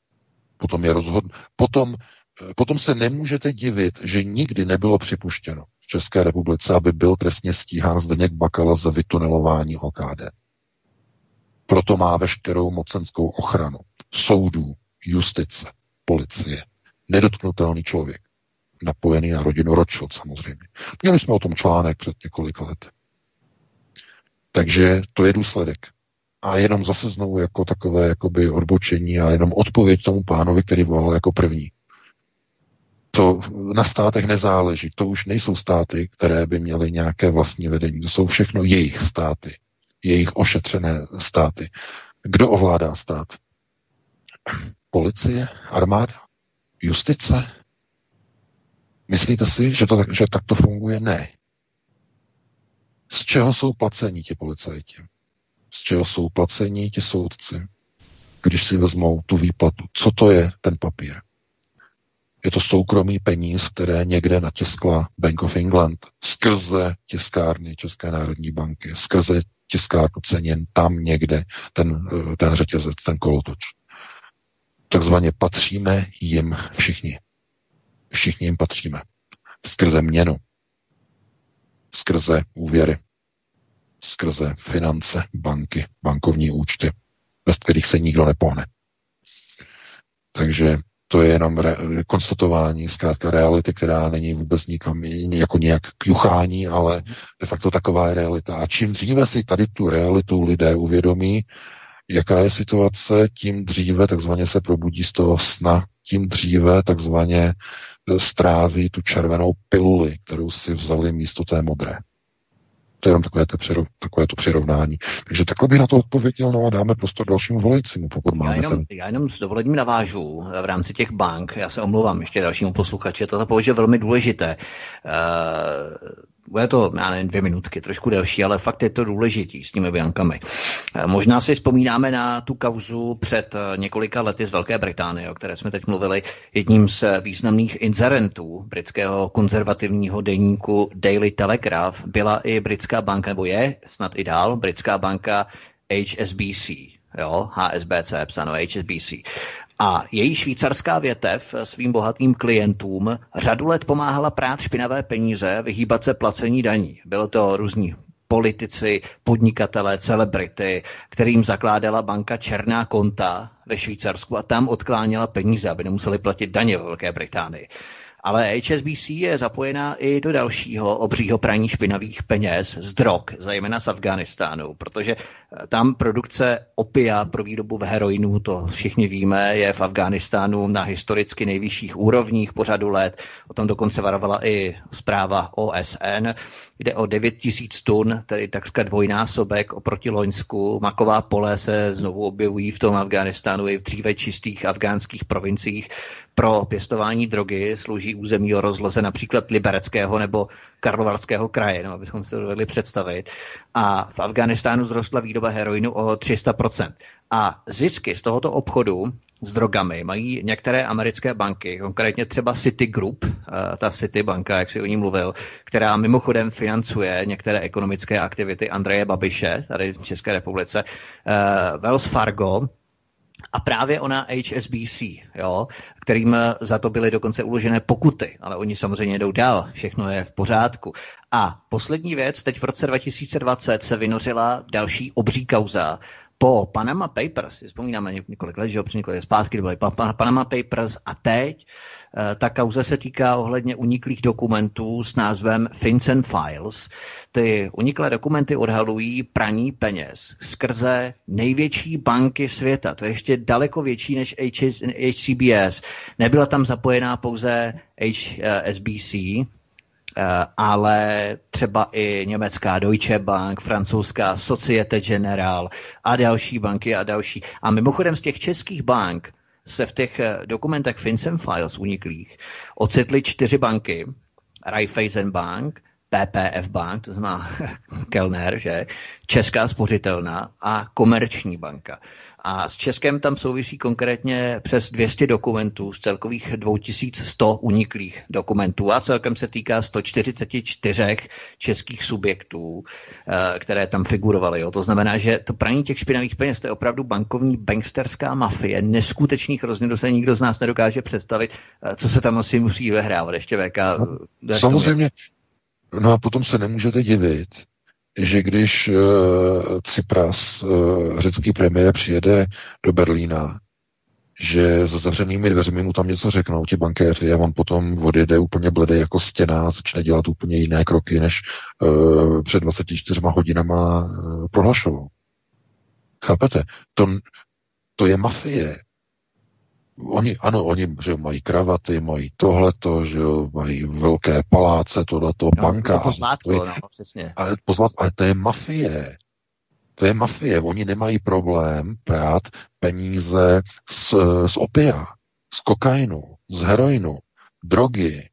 C: Potom se nemůžete divit, že nikdy nebylo připuštěno v České republice, aby byl trestně stíhán Zdeněk Bakala za vytunelování OKD. Proto má veškerou mocenskou ochranu soudů, justice, policie. Nedotknutelný člověk. Napojený na rodinu Rothschild samozřejmě. Měli jsme o tom článek před několika lety. Takže to je důsledek. A jenom zase znovu jako takové jakoby odbočení a jenom odpověď tomu pánovi, který volal jako první. To na státech nezáleží. To už nejsou státy, které by měly nějaké vlastní vedení. To jsou všechno jejich státy. Jejich ošetřené státy. Kdo ovládá stát? Policie? Armáda? Justice? Myslíte si, že tak to funguje? Ne. Z čeho jsou placení ti policajti? Z čeho jsou placení ti soudci? Když si vezmou tu výplatu. Co to je ten papír? Je to soukromý peníz, které někde natiskla Bank of England skrze tiskárny České národní banky, skrze tiskárnu cenin tam někde, ten řetězec, ten kolotoč. Takzvaně patříme jim všichni. Všichni jim patříme. Skrze měnu, skrze úvěry, skrze finance, banky, bankovní účty, bez kterých se nikdo nepohne. Takže to je jenom konstatování zkrátka reality, která není vůbec nikam jako nějak kjuchání, ale de facto taková je realita. A čím dříve si tady tu realitu lidé uvědomí, jaká je situace, tím dříve takzvaně se probudí z toho sna, tím dříve takzvaně stráví tu červenou piluli, kterou si vzali místo té modré. To je jenom takové to přirovnání. Takže takhle bych na to odpověděl, no a dáme prostor dalšímu volajícímu, pokud máme
A: já jenom s dovolením navážu v rámci těch bank, já se omlouvám ještě dalšímu posluchači, to považuji velmi důležité. Bude to, já nevím, 2 minutky, trošku delší, ale fakt je to důležitý s těmi bankami. Možná si vzpomínáme na tu kauzu před několika lety z Velké Británie, o které jsme teď mluvili. Jedním z významných inzerentů britského konzervativního deníku Daily Telegraph byla i britská banka, nebo je snad i dál, britská banka HSBC. Jo, HSBC, psáno HSBC. A její švýcarská větev svým bohatým klientům řadu let pomáhala prát špinavé peníze, vyhýbat se placení daní. Bylo to různí politici, podnikatelé, celebrity, kterým zakládala banka černá konta ve Švýcarsku a tam odkláněla peníze, aby nemuseli platit daně ve Velké Británii. Ale HSBC je zapojená i do dalšího obřího praní špinavých peněz z drog, zejména z Afghánistánu, protože tam produkce opia pro výrobu v heroinu, to všichni víme, je v Afghánistánu na historicky nejvyšších úrovních po řadu let. O tom dokonce varovala i zpráva OSN. Jde o 9 000 tun, tedy takřka dvojnásobek oproti loňsku. Maková pole se znovu objevují v tom Afghánistánu i v dříve čistých afgánských provinciích. Pro pěstování drogy slouží území o rozloze například Libereckého nebo Karlovarského kraje, no, abychom si to dovedli představit. A v Afghánistánu zrostla výroba heroinu o 300%. A zisky z tohoto obchodu s drogami mají některé americké banky, konkrétně třeba Citigroup, ta Citibanka, jak si o ní mluvil, která mimochodem financuje některé ekonomické aktivity Andreje Babiše, tady v České republice, Wells Fargo, a právě ona HSBC, jo, kterým za to byly dokonce uložené pokuty, ale oni samozřejmě jdou dál, všechno je v pořádku. A poslední věc, teď v roce 2020 se vynořila další obří kauza po Panama Papers, si vzpomínáme několik let, že několik zpátky, to byly Panama Papers a teď ta kauza se týká ohledně uniklých dokumentů s názvem FinCEN Files. Ty uniklé dokumenty odhalují praní peněz skrze největší banky světa. To je ještě daleko větší než HCBS. Nebyla tam zapojená pouze HSBC, ale třeba i německá Deutsche Bank, francouzská Societe Generale a další banky a další. A mimochodem z těch českých bank se v těch dokumentech FinCEN Files uniklých ocitly 4 banky. Raiffeisen Bank, PPF Bank, to znamená Kellner, že? Česká spořitelna a Komerční banka. A s Českem tam souvisí konkrétně přes 200 dokumentů z celkových 2100 uniklých dokumentů a celkem se týká 144 českých subjektů, které tam figurovaly. Jo. To znamená, že to praní těch špinavých peněz, to je opravdu bankovní banksterská mafie, neskutečných rozměrů, se nikdo z nás nedokáže představit, co se tam asi musí vyhrávat. Ještě VK.
C: No, samozřejmě. No a potom se nemůžete divit, že když Tsipras, řecký premiér, přijede do Berlína, že za zavřenými dveřmi mu tam něco řeknou ti bankéři a on potom odjede úplně bledý jako stěna, začne dělat úplně jiné kroky, než před 24 hodinama prohlašoval. Chápete? To je mafie. Oni že mají kravaty, mají tohleto, že mají velké paláce, tohleto, banka.
A: Přesně.
C: Ale to je mafie. To je mafie. Oni nemají problém brát peníze z opia, z kokainu, z heroinu, drogy,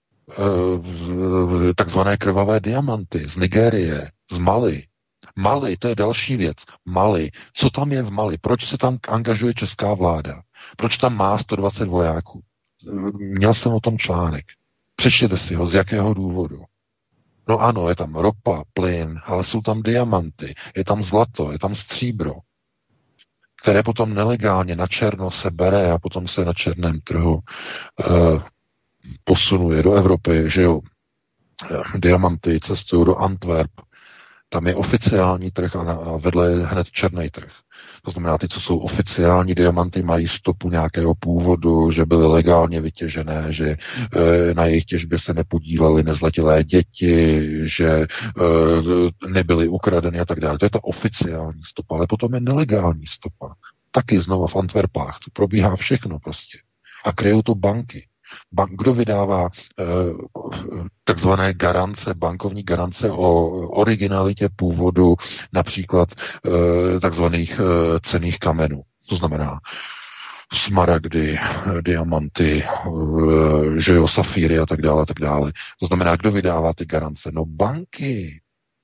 C: takzvané krvavé diamanty z Nigérie, z Mali. Mali, to je další věc. Mali. Co tam je v Mali? Proč se tam angažuje česká vláda? Proč tam má 120 vojáků? Měl jsem o tom článek. Přečtěte si ho, z jakého důvodu. No ano, je tam ropa, plyn, ale jsou tam diamanty, je tam zlato, je tam stříbro, které potom nelegálně na černo se bere a potom se na černém trhu posunuje do Evropy, že jo. Diamanty cestují do Antwerp, tam je oficiální trh a vedle je hned černý trh. To znamená, ty, co jsou oficiální diamanty, mají stopu nějakého původu, že byly legálně vytěžené, že na jejich těžbě se nepodílely nezletilé děti, že nebyly ukradeny a tak dále. To je ta oficiální stopa, ale potom je nelegální stopa. Taky znova v Antwerpách. To probíhá všechno prostě. A kryjou to banky. Kdo vydává takzvané garance, bankovní garance o originalitě původu například takzvaných cenných kamenů. To znamená smaragdy, diamanty, že jo, safíry a tak dále, a tak dále. To znamená, kdo vydává ty garance? No banky.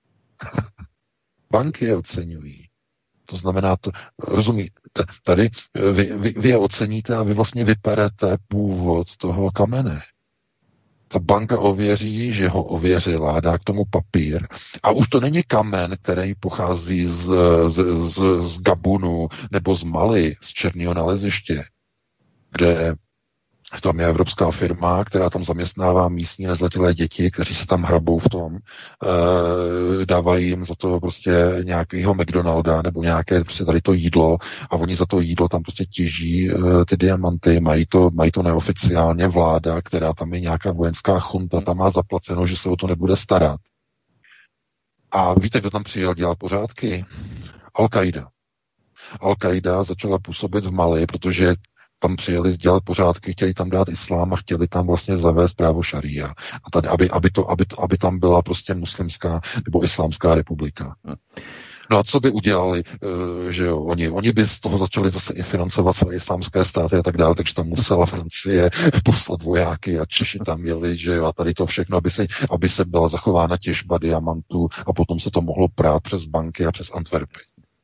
C: Banky je oceňují. To znamená, rozumíte, tady vy je oceníte a vy vlastně vyperete původ toho kamene. Ta banka ověří, že ho ověřila, dá k tomu papír a už to není kamen, který pochází z Gabunu nebo z Mali, z černého naleziště, kde tam je evropská firma, která tam zaměstnává místní nezletilé děti, kteří se tam hrabou v tom, dávají jim za to prostě nějakého McDonalda nebo nějaké prostě tady to jídlo a oni za to jídlo tam prostě těží ty diamanty, mají to neoficiálně vláda, která tam je nějaká vojenská chunta, tam má zaplaceno, že se o to nebude starat. A víte, kdo tam přijel dělat pořádky? Al-Qaida. Al-Qaida začala působit v Mali, protože tam přijeli dělat pořádky, chtěli tam dát islám a chtěli tam vlastně zavést právo šaría. A tady, aby tam byla prostě muslimská nebo islámská republika. No a co by udělali, že jo, oni by z toho začali zase i financovat své islámské státy a tak dále, takže tam musela Francie poslat vojáky a Češi tam jeli, že jo, a tady to všechno, aby se byla zachována těžba diamantů a potom se to mohlo prát přes banky a přes Antwerpy.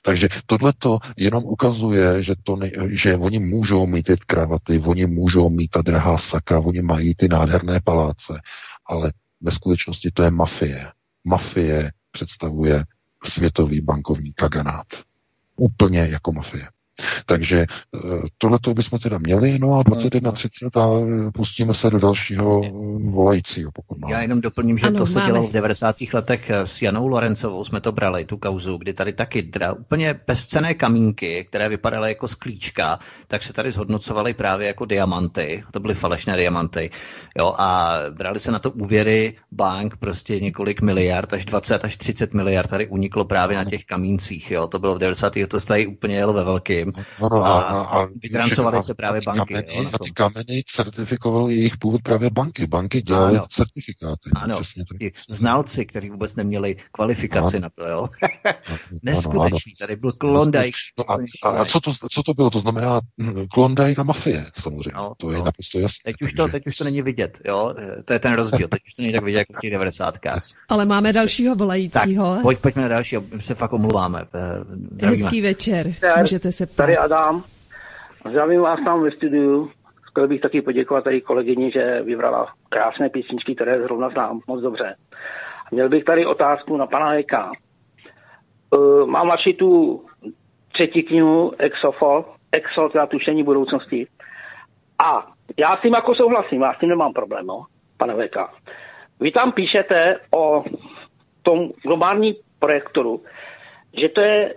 C: Takže tohleto jenom ukazuje, že oni můžou mít ty kravaty, oni můžou mít ta drahá saka, oni mají ty nádherné paláce, ale ve skutečnosti to je mafie. Mafie představuje světový bankovní kaganát. Úplně jako mafie. Takže tohleto bychom teda měli, no a 21:30 a pustíme se do dalšího volajícího, pokud máme.
A: Já jenom doplním, že
B: ano,
A: to se
B: máme.
A: dělalo v 90. letech s Janou Lorencovou, jsme to brali, tu kauzu, kdy tady taky úplně bezcenné kamínky, které vypadaly jako sklíčka, tak se tady zhodnocovaly právě jako diamanty, to byly falešné diamanty, jo, a brali se na to úvěry bank, prostě několik miliard, až 20 až 30 miliard tady uniklo právě na těch kamíncích, jo, to bylo v 90. to se tady úplně jelo ve velkým. A vytrancovaly se právě banky.
C: Kameny, a ty kameny certifikovaly jejich původ právě banky. Banky dělaly certifikáty.
A: Ano, ty znalci, kteří vůbec neměli kvalifikaci na to. Jo? Neskutečný, tady byl Klondike.
C: No a co to bylo? To znamená Klondike a mafie, samozřejmě. No, to je naprosto jasné.
A: Teď už to není vidět. Jo? To je ten rozdíl. Teď už to není tak vidět jako v těch 90kách.
B: Ale máme dalšího volajícího.
A: Tak, pojďme na dalšího, se fakt omluváme.
B: Hezký večer, můžete se ptát.
F: Tady Adam, zdravím vás tam ve studiu. Chtěl bych taky poděkovat tady kolegyni, že vybrala krásné písničky, které zrovna znám moc dobře. Měl bych tady otázku na pana Eka. Mám radši tu 3. knihu Exo, teda Tušení budoucnosti. A já s tím jako souhlasím, já s tím nemám problém, no, pane Eka. Vy tam píšete o tom globální projektoru, že to je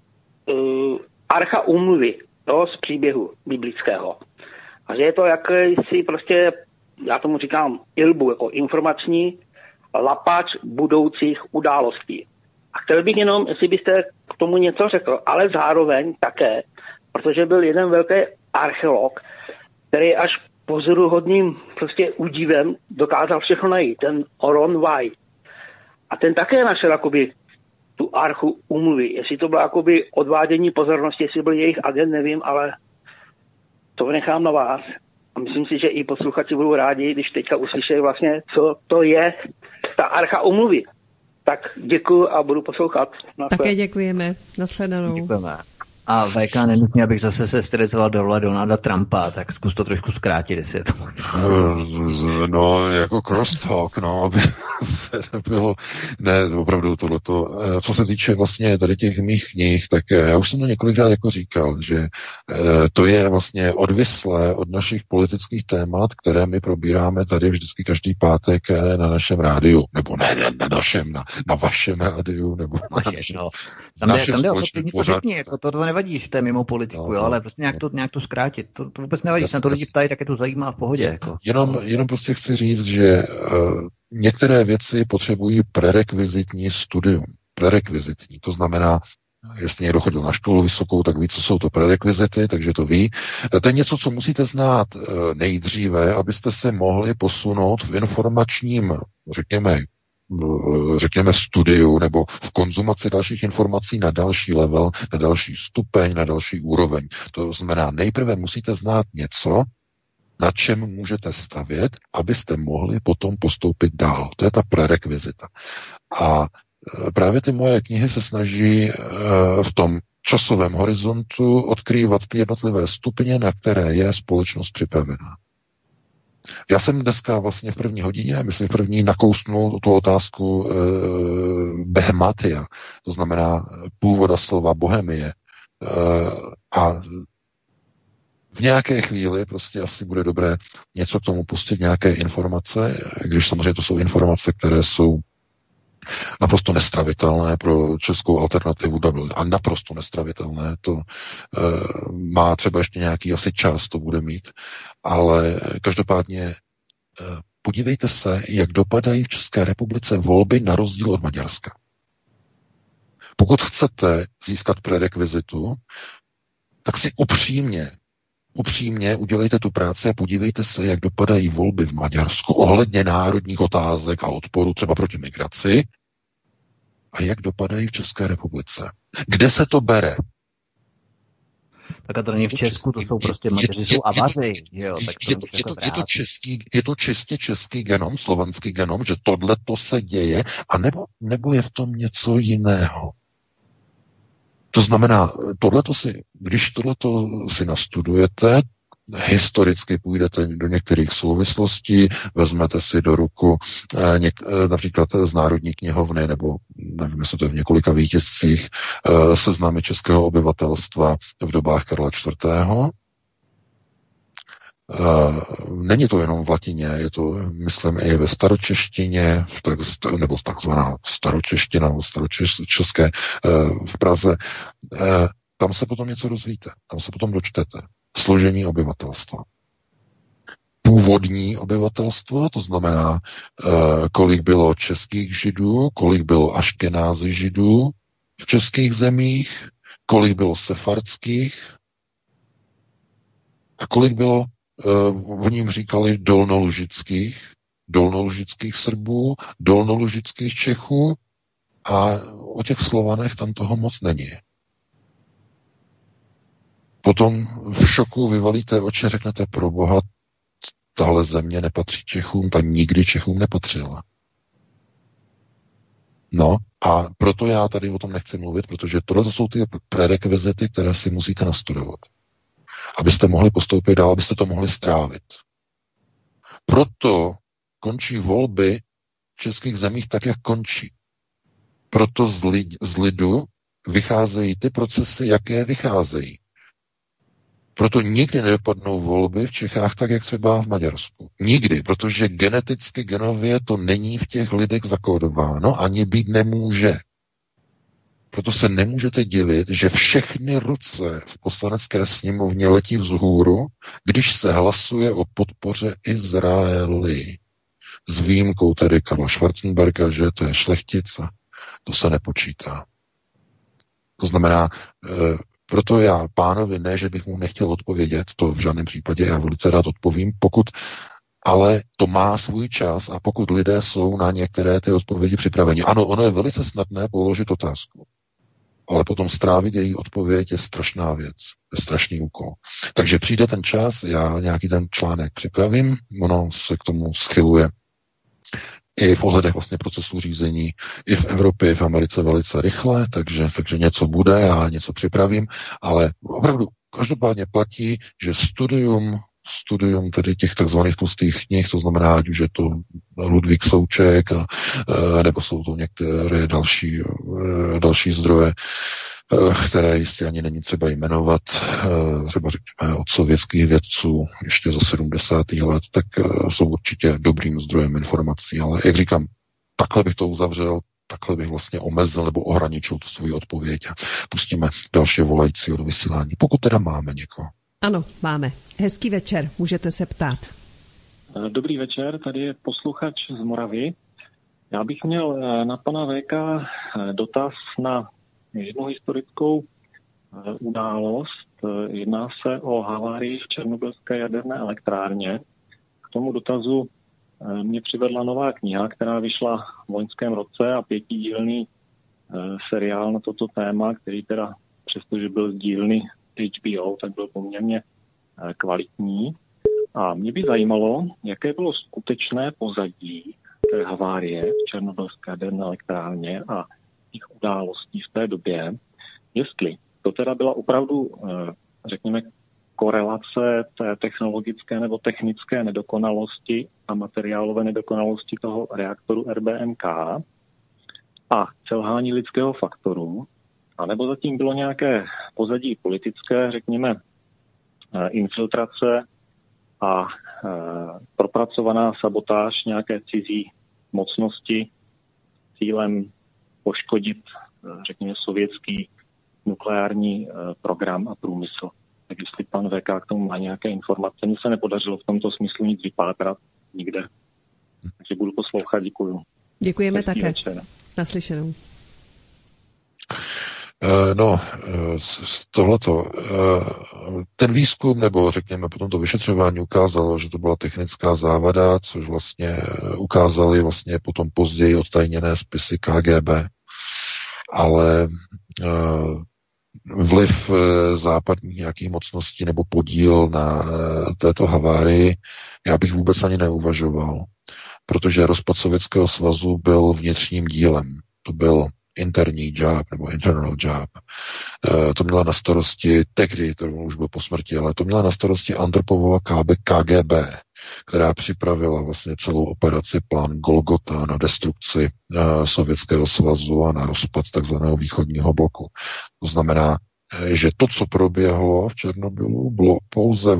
F: archa úmluvy, z příběhu biblického. A že je to jakýsi prostě, já tomu říkám ILBU, jako informační lapač budoucích událostí. A chtěl bych jenom, jestli byste k tomu něco řekl, ale zároveň také, protože byl jeden velký archeolog, který až pozoruhodným prostě údivem dokázal všechno najít, ten Oron White. A ten také našel jakoby tu archu úmluvy. Jestli to bylo jakoby odvádění pozornosti, jestli byl jejich agent, nevím, ale to nechám na vás. A myslím si, že i posluchači budou rádi, když teďka uslyšejí vlastně, co to je ta archa úmluvy. Tak děkuji a budu poslouchat.
B: Také děkujeme. Nashledanou.
A: Děkujeme. A VK nenutně, abych zase se stylizoval do role Donalda Trumpa, tak zkus to trošku zkrátit, jestli je to
C: No, jako crosstalk, no, aby se nebylo, ne, opravdu tohleto. Co se týče vlastně tady těch mých knih, tak já už jsem to několikrát jako říkal, že to je vlastně odvislé od našich politických témat, které my probíráme tady vždycky každý pátek na našem rádiu, nebo ne na našem, na vašem rádiu, nebo na našem,
A: no. Tam jde o to řekni, jako to nevadí, že to je mimo politiku, no, jo, ale prostě nějak to zkrátit. To vůbec nevadí, se na to lidi ptají, tak je to zajímá v pohodě. Jako.
C: Jenom prostě chci říct, že některé věci potřebují prerekvizitní studium. Prerekvizitní, to znamená, jestli někdo chodil na školu vysokou, tak ví, co jsou to prerekvizity, takže to ví. To je něco, co musíte znát nejdříve, abyste se mohli posunout v informačním, řekněme studiu nebo v konzumaci dalších informací na další level, na další stupeň, na další úroveň. To znamená, nejprve musíte znát něco, na čem můžete stavět, abyste mohli potom postoupit dál. To je ta prerekvizita. A právě ty moje knihy se snaží v tom časovém horizontu odkrývat ty jednotlivé stupně, na které je společnost připravená. Já jsem dneska vlastně v první hodině, myslím v první, nakousnul tu otázku Behematia, to znamená původa slova Bohemie. A v nějaké chvíli prostě asi bude dobré něco k tomu pustit, nějaké informace, když samozřejmě to jsou informace, které jsou naprosto nestravitelné pro českou alternativu a naprosto nestravitelné. To má třeba ještě nějaký asi čas, to bude mít, ale každopádně podívejte se, jak dopadají v České republice volby na rozdíl od Maďarska. Pokud chcete získat prerekvizitu, tak si upřímně udělejte tu práci a podívejte se, jak dopadají volby v Maďarsku ohledně národních otázek a odporu třeba proti migraci a jak dopadají v České republice. Kde se to bere?
A: Tak a to není v Česku, to jsou prostě Maďaři, jsou Avaři.
C: Je to čistě český genom, slovanský genom, že tohle to se děje, nebo je v tom něco jiného? To znamená, když tohleto si nastudujete, historicky půjdete do některých souvislostí, vezmete si do ruku například z Národní knihovny, nebo nevím, jestli to je v několika výtiscích, seznamy českého obyvatelstva v dobách Karla IV. Není to jenom v latině, je to, myslím, i ve staročeštině, nebo takzvaná staročeština, nebo staročeské v Praze. Tam se potom něco dozvíte, tam se potom dočtete. Složení obyvatelstva. Původní obyvatelstvo, to znamená, kolik bylo českých židů, kolik bylo aškenázy židů v českých zemích, kolik bylo sefardských a kolik bylo, oni jim říkali dolnolužických Srbů, dolnolužických Čechů a o těch Slovanech tam toho moc není. Potom v šoku vyvalíte oči, řeknete, pro Boha, tahle země nepatří Čechům, ta nikdy Čechům nepatřila. No a proto já tady o tom nechci mluvit, protože tohle jsou ty prerekvizity, které si musíte nastudovat. Abyste mohli postoupit dál, abyste to mohli strávit. Proto končí volby v českých zemích tak, jak končí. Proto z lidu vycházejí ty procesy, jaké vycházejí. Proto nikdy nedopadnou volby v Čechách tak, jak třeba v Maďarsku. Nikdy, protože geneticky, genově to není v těch lidech zakódováno, ani být nemůže. Proto se nemůžete divit, že všechny ruce v poslanecké sněmovně letí vzhůru, když se hlasuje o podpoře Izraeli. S výjimkou tedy Karla Schwarzenberga, že to je šlechtic a to se nepočítá. To znamená, proto já pánovi ne, že bych mu nechtěl odpovědět, to v žádném případě, já velice rád odpovím, ale to má svůj čas a pokud lidé jsou na některé ty odpovědi připraveni. Ano, ono je velice snadné položit otázku, ale potom strávit její odpověď je strašná věc, je strašný úkol. Takže přijde ten čas, já nějaký ten článek připravím, ono se k tomu schyluje i v ohledech vlastně procesu řízení, i v Evropě, i v Americe velice rychle, takže něco bude, já něco připravím, ale opravdu každopádně platí, že studium tedy těch takzvaných tlustých knih, to znamená, ať už je to Ludvík Souček, nebo jsou to některé další zdroje, které jistě ani není třeba jmenovat, třeba řekněme od sovětských vědců ještě za 70. let, tak jsou určitě dobrým zdrojem informací, ale jak říkám, takhle bych to uzavřel, takhle bych vlastně omezil nebo ohraničil tu svoji odpověď a pustíme další volající do vysílání, pokud teda máme někoho.
B: Ano, máme. Hezký večer, můžete se ptát.
G: Dobrý večer, tady je posluchač z Moravy. Já bych měl na pana VK dotaz na jednu historickou událost. Jedná se o havárii v černobylské jaderné elektrárně. K tomu dotazu mě přivedla nová kniha, která vyšla v loňském roce a 5dílný seriál na toto téma, který teda přestože byl z dílny HBO, tak byl poměrně kvalitní. A mě by zajímalo, jaké bylo skutečné pozadí té havárie v černobylské jaderné elektrárně a těch událostí v té době, jestli to teda byla opravdu, řekněme, korelace té technologické nebo technické nedokonalosti a materiálové nedokonalosti toho reaktoru RBMK a selhání lidského faktoru, anebo zatím bylo nějaké pozadí politické, řekněme, infiltrace a propracovaná sabotáž nějaké cizí mocnosti cílem poškodit, řekněme, sovětský nukleární program a průmysl. Tak jestli pan VK k tomu má nějaké informace, mně se nepodařilo v tomto smyslu nic vypátrat nikde. Takže budu poslouchat, děkuju.
B: Děkujeme také. Naslyšenou.
C: Tohleto. Ten výzkum, nebo řekněme potom to vyšetřování ukázalo, že to byla technická závada, což vlastně ukázali vlastně potom později odtajněné spisy KGB. Ale vliv západních nějakých mocností nebo podíl na této havárii, já bych vůbec ani neuvažoval, protože rozpad Sovětského svazu byl vnitřním dílem. To byl interní job nebo internal job. To měla na starosti, tehdy, to už byl po smrti, ale to měla na starosti Andropova KGB, která připravila vlastně celou operaci plán Golgota na destrukci Sovětského svazu a na rozpad takzvaného východního bloku. To znamená, že to, co proběhlo v Černobylu, bylo pouze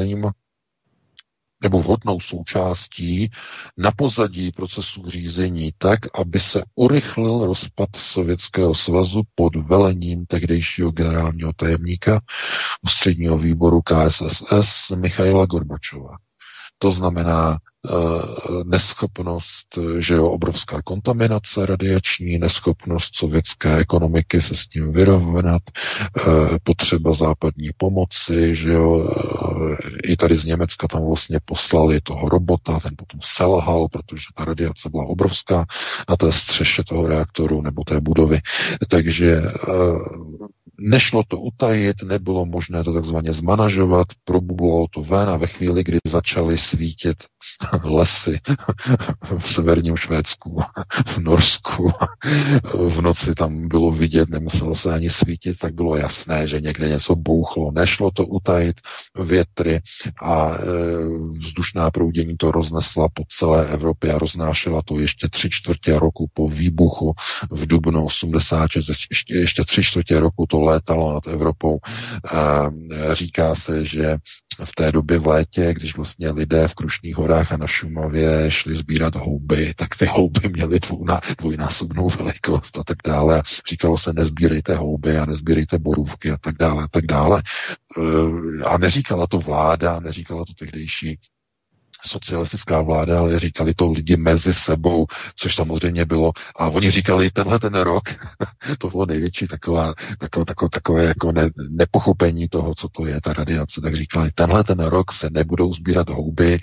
C: vhodnou součástí na pozadí procesu řízení tak, aby se urychlil rozpad Sovětského svazu pod velením tehdejšího generálního tajemníka Ústředního výboru KSSS Michaila Gorbačova. To znamená neschopnost, že jo, obrovská kontaminace radiační, neschopnost sovětské ekonomiky se s tím vyrovnat, potřeba západní pomoci, že jo, i tady z Německa tam vlastně poslali toho robota, ten potom selhal, protože ta radiace byla obrovská na té střeše toho reaktoru nebo té budovy. Takže nešlo to utajit, nebylo možné to takzvaně zmanažovat, probublalo to ven a ve chvíli, kdy začaly svítit lesy v severním Švédsku, v Norsku, v noci tam bylo vidět, nemuselo se ani svítit, tak bylo jasné, že někde něco bouchlo. Nešlo to utajit, větry a vzdušná proudění to roznesla po celé Evropě a roznášela to ještě 3/4 roku po výbuchu v dubnu 86, ještě 3/4 roku to létalo nad Evropou. Říká se, že v té době v létě, když vlastně lidé v Krušných horách a na Šumavě šli sbírat houby, tak ty houby měly dvojnásobnou velikost a tak dále. Říkalo se, nezbírejte houby a nezbírejte borůvky a tak dále a tak dále. A neříkala to vláda, neříkala to tehdejší socialistická vláda, ale říkali to lidi mezi sebou, což samozřejmě bylo. A oni říkali, tenhle ten rok, to bylo největší takové jako nepochopení toho, co to je ta radiace, tak říkali, tenhle ten rok se nebudou sbírat houby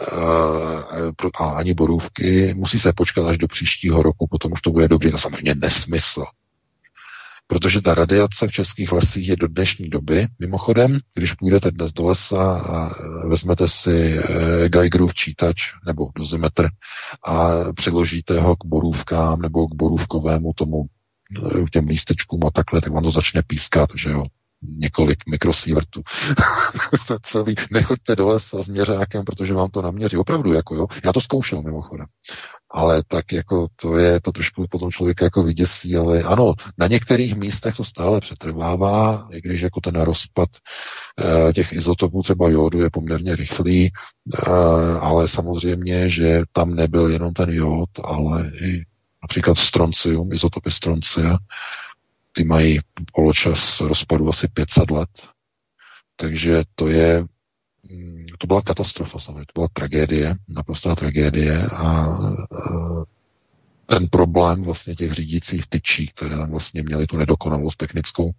C: a ani borůvky, musí se počkat až do příštího roku, potom už to bude dobrý. To samozřejmě nesmysl. Protože ta radiace v českých lesích je do dnešní doby. Mimochodem, když půjdete dnes do lesa a vezmete si Geigerův čítač nebo dozimetr a přiložíte ho k borůvkám nebo k borůvkovému tomu těm lístečkům a takhle, tak vám to začne pískat, že jo. Několik mikrosievertů. Celý. Nechoďte do lesa s měřákem, protože vám to naměří. Opravdu, jako jo. Já to zkoušel mimochodem. Ale tak jako to trošku potom člověka jako vyděsí, ale ano, na některých místech to stále přetrvává, i když jako ten rozpad těch izotopů, třeba jodu, je poměrně rychlý, ale samozřejmě, že tam nebyl jenom ten jod, ale i například stroncium, izotopy stroncia, ty mají poločas rozpadu asi 500 let, takže to byla katastrofa, samozřejmě, to byla tragédie, naprostá tragédie a ten problém vlastně těch řídících tyčí, které tam vlastně měly tu nedokonalost technickou,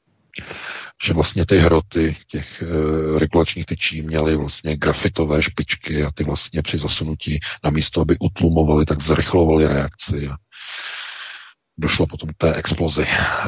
C: že vlastně ty hroty těch regulačních tyčí měly vlastně grafitové špičky a ty vlastně při zasunutí na místo, aby utlumovali, tak zrychlovali reakci a došlo potom k té explozi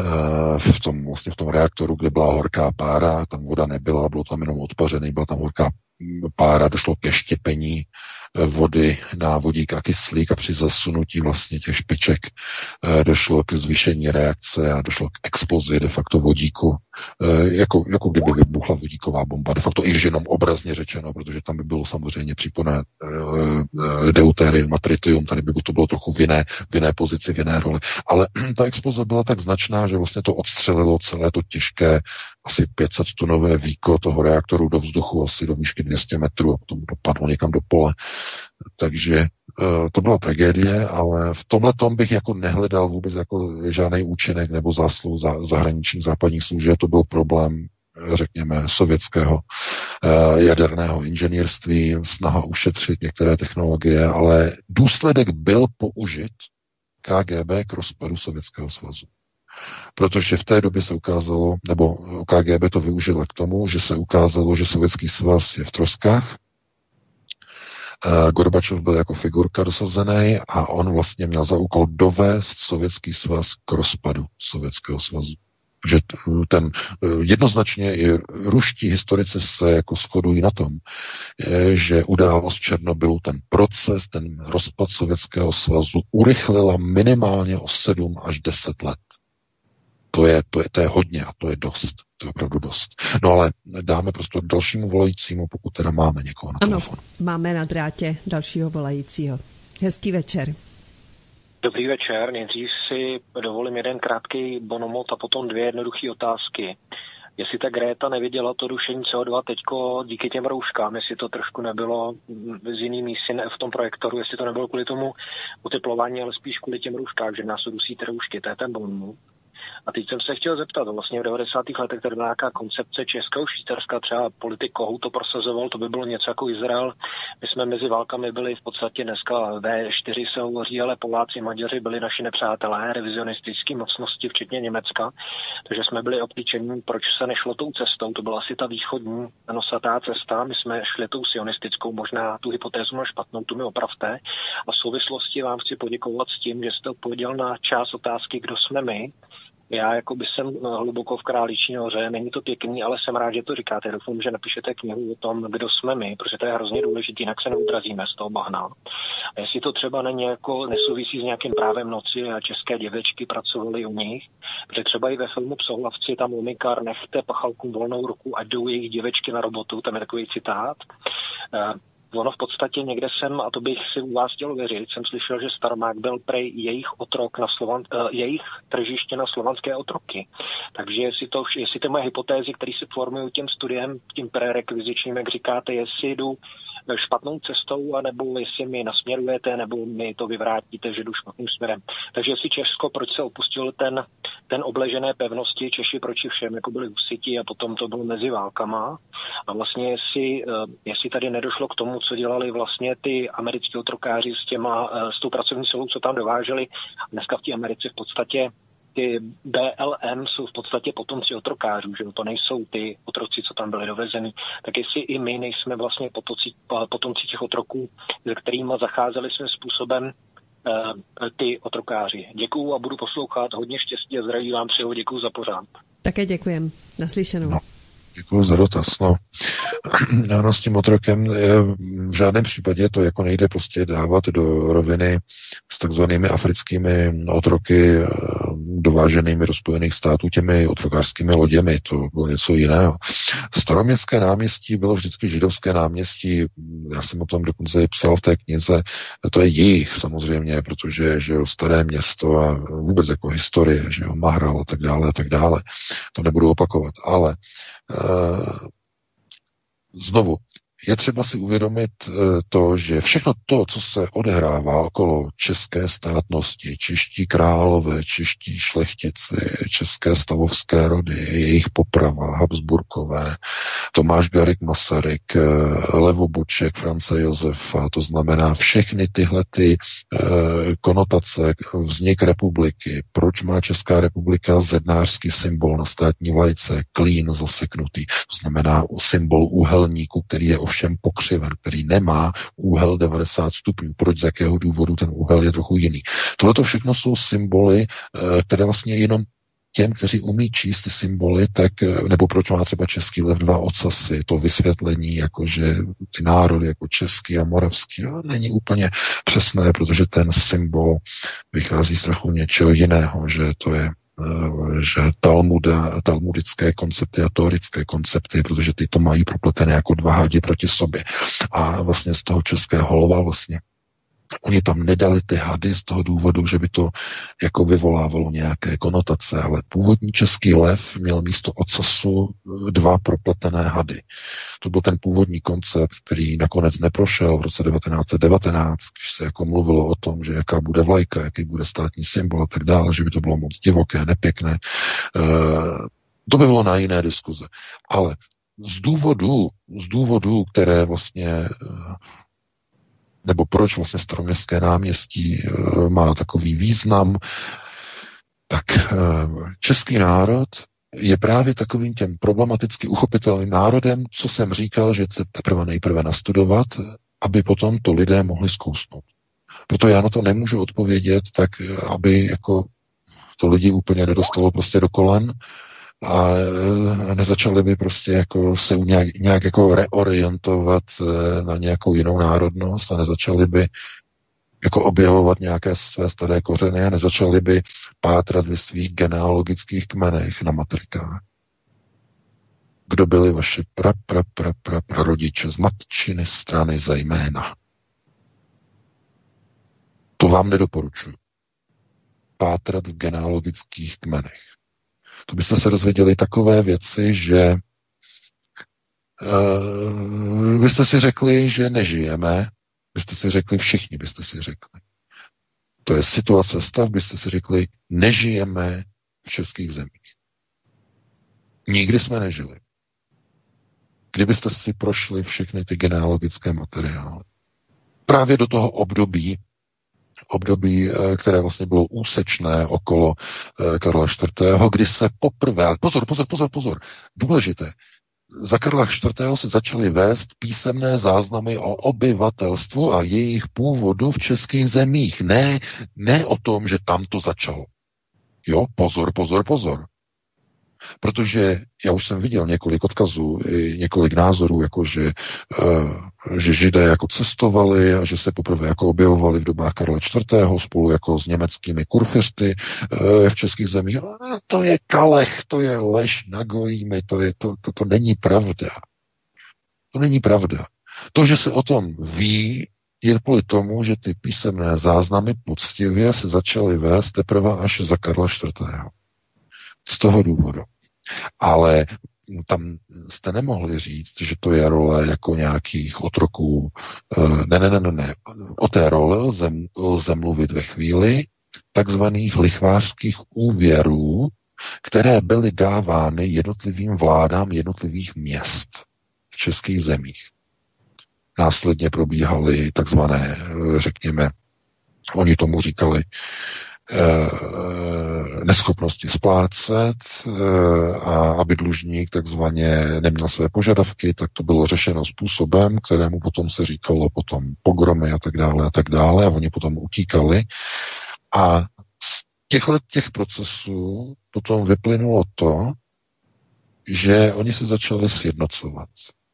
C: v tom reaktoru, kde byla horká pára, tam voda nebyla, bylo tam jenom odpařený, byla tam horká pára, došlo ke štěpení vody na vodík a kyslík a při zasunutí vlastně těch špiček došlo k zvýšení reakce a došlo k explozi de facto vodíku, jako kdyby vybuchla vodíková bomba, de facto i jenom obrazně řečeno, protože tam by bylo samozřejmě přípojné deutérium a tritium, tady by to bylo trochu v jiné pozici, v jiné roli, ale ta exploze byla tak značná, že vlastně to odstřelilo celé to těžké asi 500-tunové víko toho reaktoru do vzduchu, asi do výšky 200 metrů a potom dopadlo někam do pole. Takže to byla tragédie, ale v tomhle tom bych jako nehledal vůbec jako žádný účinek nebo zásluh zahraničních západních služeb. To byl problém, řekněme, sovětského jaderného inženýrství, snaha ušetřit některé technologie, ale důsledek byl použit KGB k rozpadu Sovětského svazu. Protože v té době se ukázalo, nebo KGB to využilo k tomu, že se ukázalo, že Sovětský svaz je v troskách. Gorbačov byl jako figurka dosazený a on vlastně měl za úkol dovést Sovětský svaz k rozpadu Sovětského svazu. Že jednoznačně i ruští historici se jako shodují na tom, že událost Černobylu, ten proces, ten rozpad Sovětského svazu urychlila minimálně o 7 až 10 let. To je hodně a to je dost. To je opravdu dost. No ale dáme prostě k dalšímu volajícímu, pokud teda máme někoho na telefonu.
B: Ano, máme na drátě dalšího volajícího. Hezký večer.
H: Dobrý večer. Nejdřív si dovolím jeden krátký bonomot a potom 2 jednoduché otázky. Jestli ta Greta neviděla to rušení CO2 teďko díky těm rouškám, jestli to trošku nebylo z jiný místy v tom projektoru, jestli to nebylo kvůli tomu oteplování, ale spíš kvůli těm rouškám, že nás dusí ty roušky, to je ten bonmot. A teď jsem se chtěl zeptat, vlastně v 90. letech tady byla nějaká koncepce Českého, Švýcarska, třeba politik Kohout to prosazoval, to by bylo něco jako Izrael. My jsme mezi válkami byli v podstatě dneska V4 se hovoří, ale Poláci, Maďaři byli naši nepřátelé, revizionistické mocnosti, včetně Německa, takže jsme byli obklíčení, proč se nešlo tou cestou, to byla asi ta východní nosatá cesta, my jsme šli tou sionistickou, možná tu hypotézu mám špatnou, tu mi opravte. A v souvislosti vám chci poděkovat s tím, že jste odpověděl na část otázky, kdo jsme my. Já jako by jsem hluboko v Králiční Hoře, není to pěkný, ale jsem rád, že to říkáte. Doufám, že napíšete knihu o tom, kdo jsme my, protože to je hrozně důležité, jinak se neudrazíme z toho bahna. A jestli to třeba není jako nesouvisí s nějakým právem noci a české děvečky pracovaly u nich, protože třeba i ve filmu Psohlavci tam Lumikar nechte pachalkům volnou ruku, ať jdou jejich děvečky na robotu, tam je takový citát. Ono v podstatě někde jsem, a to bych si u vás chtěl věřit, jsem slyšel, že Starmák byl prej jejich otrok na jejich tržiště na slovanské otroky. Takže jestli ty moje hypotézy, které se formují tím studiem, tím prerekvizičním, jak říkáte, jestli jdu špatnou cestou, anebo jestli mi nasměrujete, nebo mi to vyvrátíte, že jdu špatným směrem. Takže jestli Česko, proč se opustil ten obležené pevnosti, Češi proti všem, jako byli husiti a potom to bylo mezi válkama. A vlastně jestli tady nedošlo k tomu, co dělali vlastně ty američtí otrokáři s tou pracovní silou, co tam dováželi. Dneska v té Americe v podstatě ty BLM jsou v podstatě potomci otrokářů, že to nejsou ty otroci, co tam byli dovezeni. Tak jestli i my nejsme vlastně potomci těch otroků, se kterými zacházeli svým způsobem ty otrokáři. Děkuju a budu poslouchat. Hodně štěstí a zdraví vám přeju. Děkuju za pořád.
B: Také děkujem. Naslyšenou.
C: No. Děkuji za dotaz. No, s tím otrokem v žádném případě to jako nejde prostě dávat do roviny s takzvanými africkými otroky dováženými do Spojených států těmi otrokářskými loděmi. To bylo něco jiného. Staroměstské náměstí bylo vždycky židovské náměstí. Já jsem o tom dokonce psal v té knize. To je jejich samozřejmě, protože že jo, staré město a vůbec jako historie, že jo, Mahral a tak dále. To nebudu opakovat, ale znovu, je třeba si uvědomit to, že všechno to, co se odehrává okolo české státnosti, čeští králové, čeští šlechtici, české stavovské rody, jejich poprava, Habsburkové, Tomáš Garrigue Masaryk, Levo Boček, France Josefa, to znamená všechny tyhle konotace, vznik republiky, proč má Česká republika zednářský symbol na státní vlajce, klín zaseknutý, to znamená symbol úhelníku, který je ovšem pokřiven, který nemá úhel 90 stupňů. Proč, z jakého důvodu ten úhel je trochu jiný. Tohle to všechno jsou symboly, které vlastně jenom těm, kteří umí číst ty symboly, tak, nebo proč má třeba český lev 2 ocasy, to vysvětlení, jakože ty národy jako český a moravský, není úplně přesné, protože ten symbol vychází z trochu něčeho jiného, že to je že talmudické koncepty a teorické koncepty, protože ty to mají propletené jako 2 hadi proti sobě. A vlastně z toho českého lva vlastně oni tam nedali ty hady z toho důvodu, že by to jako vyvolávalo nějaké konotace, ale původní český lev měl místo ocasu 2 propletené hady. To byl ten původní koncept, který nakonec neprošel v roce 1919, když se jako mluvilo o tom, že jaká bude vlajka, jaký bude státní symbol a tak dále, že by to bylo moc divoké, nepěkné. To by bylo na jiné diskuze. Ale z důvodů, které vlastně nebo proč vlastně Staroměstské náměstí má takový význam, tak český národ je právě takovým těm problematicky uchopitelným národem, co jsem říkal, že teprve nejprve nastudovat, aby potom to lidé mohli zkousnout. Proto já na to nemůžu odpovědět tak, aby jako to lidi úplně nedostalo prostě do kolen, a nezačali by prostě jako se nějak jako reorientovat na nějakou jinou národnost a nezačali by jako objevovat nějaké své staré kořeny a nezačali by pátrat ve svých genealogických kmenech na matrikách. Kdo byli vaši prarodiče z matčiny strany zejména. To vám nedoporučuji. Pátrat v genealogických kmenech. To byste se dozvěděli takové věci, že byste si řekli, že nežijeme, byste si řekli, všichni byste si řekli. To je situace, stav, byste si řekli, nežijeme v českých zemích. Nikdy jsme nežili. Kdybyste si prošli všechny ty genealogické materiály. Právě do toho období, které vlastně bylo úsečné okolo Karla IV., kdy se poprvé, pozor, důležité, za Karla IV. Se začaly vést písemné záznamy o obyvatelstvu a jejich původu v českých zemích. Ne o tom, že tam to začalo. Jo, pozor. Protože já už jsem viděl několik odkazů, několik názorů, jako že Židé jako cestovali a že se poprvé jako objevovali v dobách Karla IV. Spolu jako s německými kurfiřty v českých zemích. To je kalech, to je lež na gojími, to není pravda. To není pravda. To, že se o tom ví, je kvůli tomu, že ty písemné záznamy poctivě se začaly vést teprve až za Karla IV. Z toho důvodu. Ale tam jste nemohli říct, že to je role jako nějakých otroků. Ne. O té roli lze mluvit ve chvíli takzvaných lichvářských úvěrů, které byly dávány jednotlivým vládám jednotlivých měst v českých zemích. Následně probíhaly takzvané, řekněme, oni tomu říkali neschopnosti splácet a aby dlužník takzvaně neměl své požadavky, tak to bylo řešeno způsobem, kterému potom se říkalo potom pogromy a tak dále a oni potom utíkali a z těch procesů potom vyplynulo to, že oni se začali sjednocovat.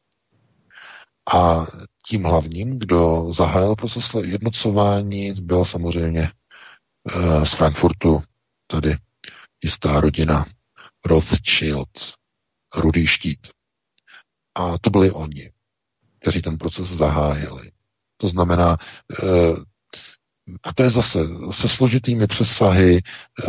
C: A tím hlavním, kdo zahájil proces jednocování, byl samozřejmě z Frankfurtu, tady jistá rodina Rothschild, Rudý štít. A to byli oni, kteří ten proces zahájili. To znamená, a to je zase se složitými přesahy,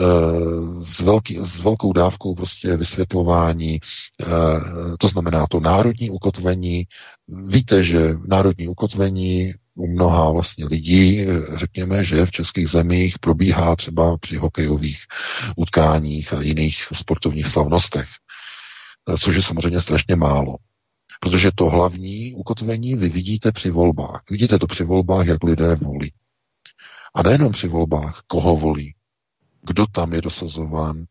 C: s velkou dávkou prostě vysvětlování, to znamená to národní ukotvení. Víte, že národní ukotvení u mnoha vlastně lidí, řekněme, že v českých zemích probíhá třeba při hokejových utkáních a jiných sportovních slavnostech, což je samozřejmě strašně málo. Protože to hlavní ukotvení vy vidíte při volbách. Vidíte to při volbách, jak lidé volí. A nejenom při volbách, koho volí, kdo tam je dosazován,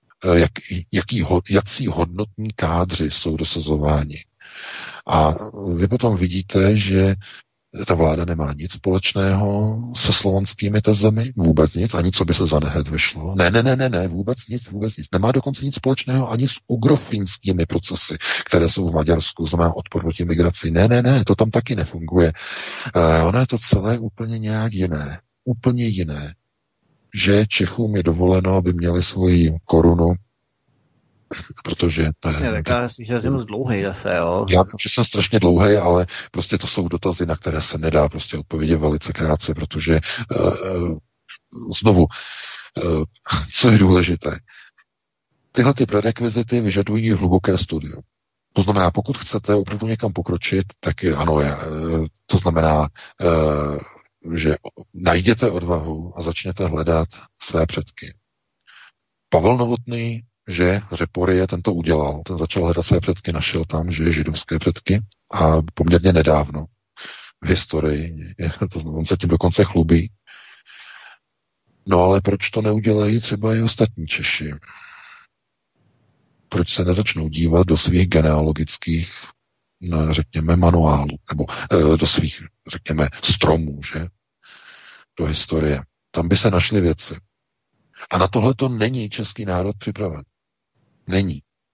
C: jací hodnotní kádři jsou dosazováni. A vy potom vidíte, že ta vláda nemá nic společného se slovanskými tezemi, vůbec nic, ani co by se za nehet vyšlo. Ne, vůbec nic. Nemá dokonce nic společného ani s ugrofínskými procesy, které jsou v Maďarsku, znamená odpor proti migraci. Ne, to tam taky nefunguje. Ono je to celé úplně nějak jiné. Úplně jiné. Že Čechům je dovoleno, aby měli svoji korunu, protože to je...
A: že jsem moc dlouhý zase, jo.
C: Já vím, že jsem strašně dlouhý, ale prostě to jsou dotazy, na které se nedá prostě odpovědět velice krátce, protože znovu, co je důležité, tyhle ty prerekvizity vyžadují hluboké studium. To znamená, pokud chcete opravdu někam pokročit, tak ano, to znamená, že najděte odvahu a začněte hledat své předky. Pavel Novotný, že Řeporyje, ten to udělal. Ten začal hledat své předky, našel tam, že je židovské předky a poměrně nedávno v historii. On se tím dokonce chlubí. No ale proč to neudělají třeba i ostatní Češi? Proč se nezačnou dívat do svých genealogických, řekněme, manuálů, nebo do svých, řekněme, stromů, že? Do historie. Tam by se našly věci. A na tohle to není český národ připraven. Není.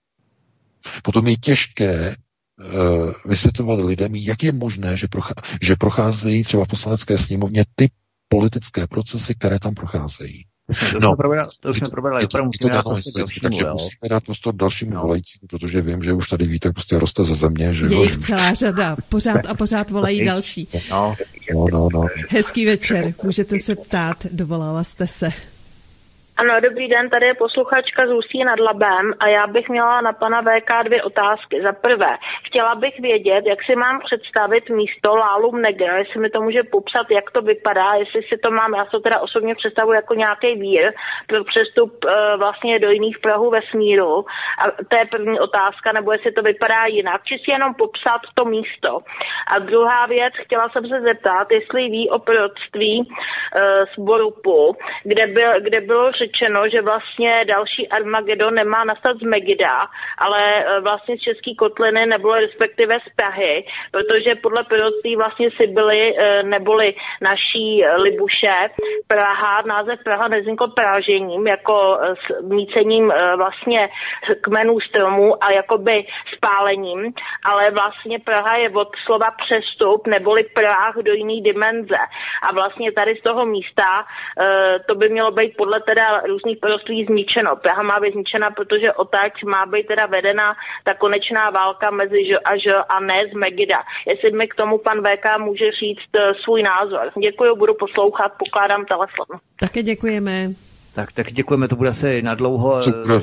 C: Potom je těžké vysvětlovat lidem, jak je možné, že procházejí třeba v poslanecké sněmovně ty politické procesy, které tam procházejí.
A: To už jsme probrali, musíme dát
C: prostor dalšímu volajícímu, protože vím, že už tady Vítek prostě roste ze země. Že
B: je jich celá řada, pořád a pořád volají další.
C: No.
B: Hezký večer, můžete se ptát, dovolala jste se.
I: Ano, dobrý den, tady je posluchačka z Ústí nad Labem a já bych měla na pana VK 2 otázky. Za prvé, chtěla bych vědět, jak si mám představit místo Lálum Negra, jestli mi to může popsat, jak to vypadá, jestli si to mám, já to teda osobně představuji jako nějaký vír pro přestup vlastně do jiných prahů vesmíru. A to je první otázka, nebo jestli to vypadá jinak. Či si jenom popsat to místo. A druhá věc, chtěla jsem se zeptat, jestli ví o proroctví z Borupu, kde bylo řečeno, že vlastně další Armagedon nemá nastat z Megida, ale vlastně z Český kotliny nebo respektive z Prahy, protože podle proroctví vlastně Sibyly neboli naší Libuše Praha, název Praha nevznikl prážením, jako mícením vlastně kmenů stromů a jakoby spálením, ale vlastně Praha je od slova přestup neboli práh do jiný dimenze. A vlastně tady z toho místa to by mělo být podle teda různých proroctví zničeno. Praha má být zničena, protože odtaď má být teda vedena ta konečná válka mezi Ž a Ž a ne z Megida. Jestli mi k tomu pan VK může říct svůj názor. Děkuji, budu poslouchat, pokládám telefon.
B: Také děkujeme.
A: Tak děkujeme, to bude asi na dlouho.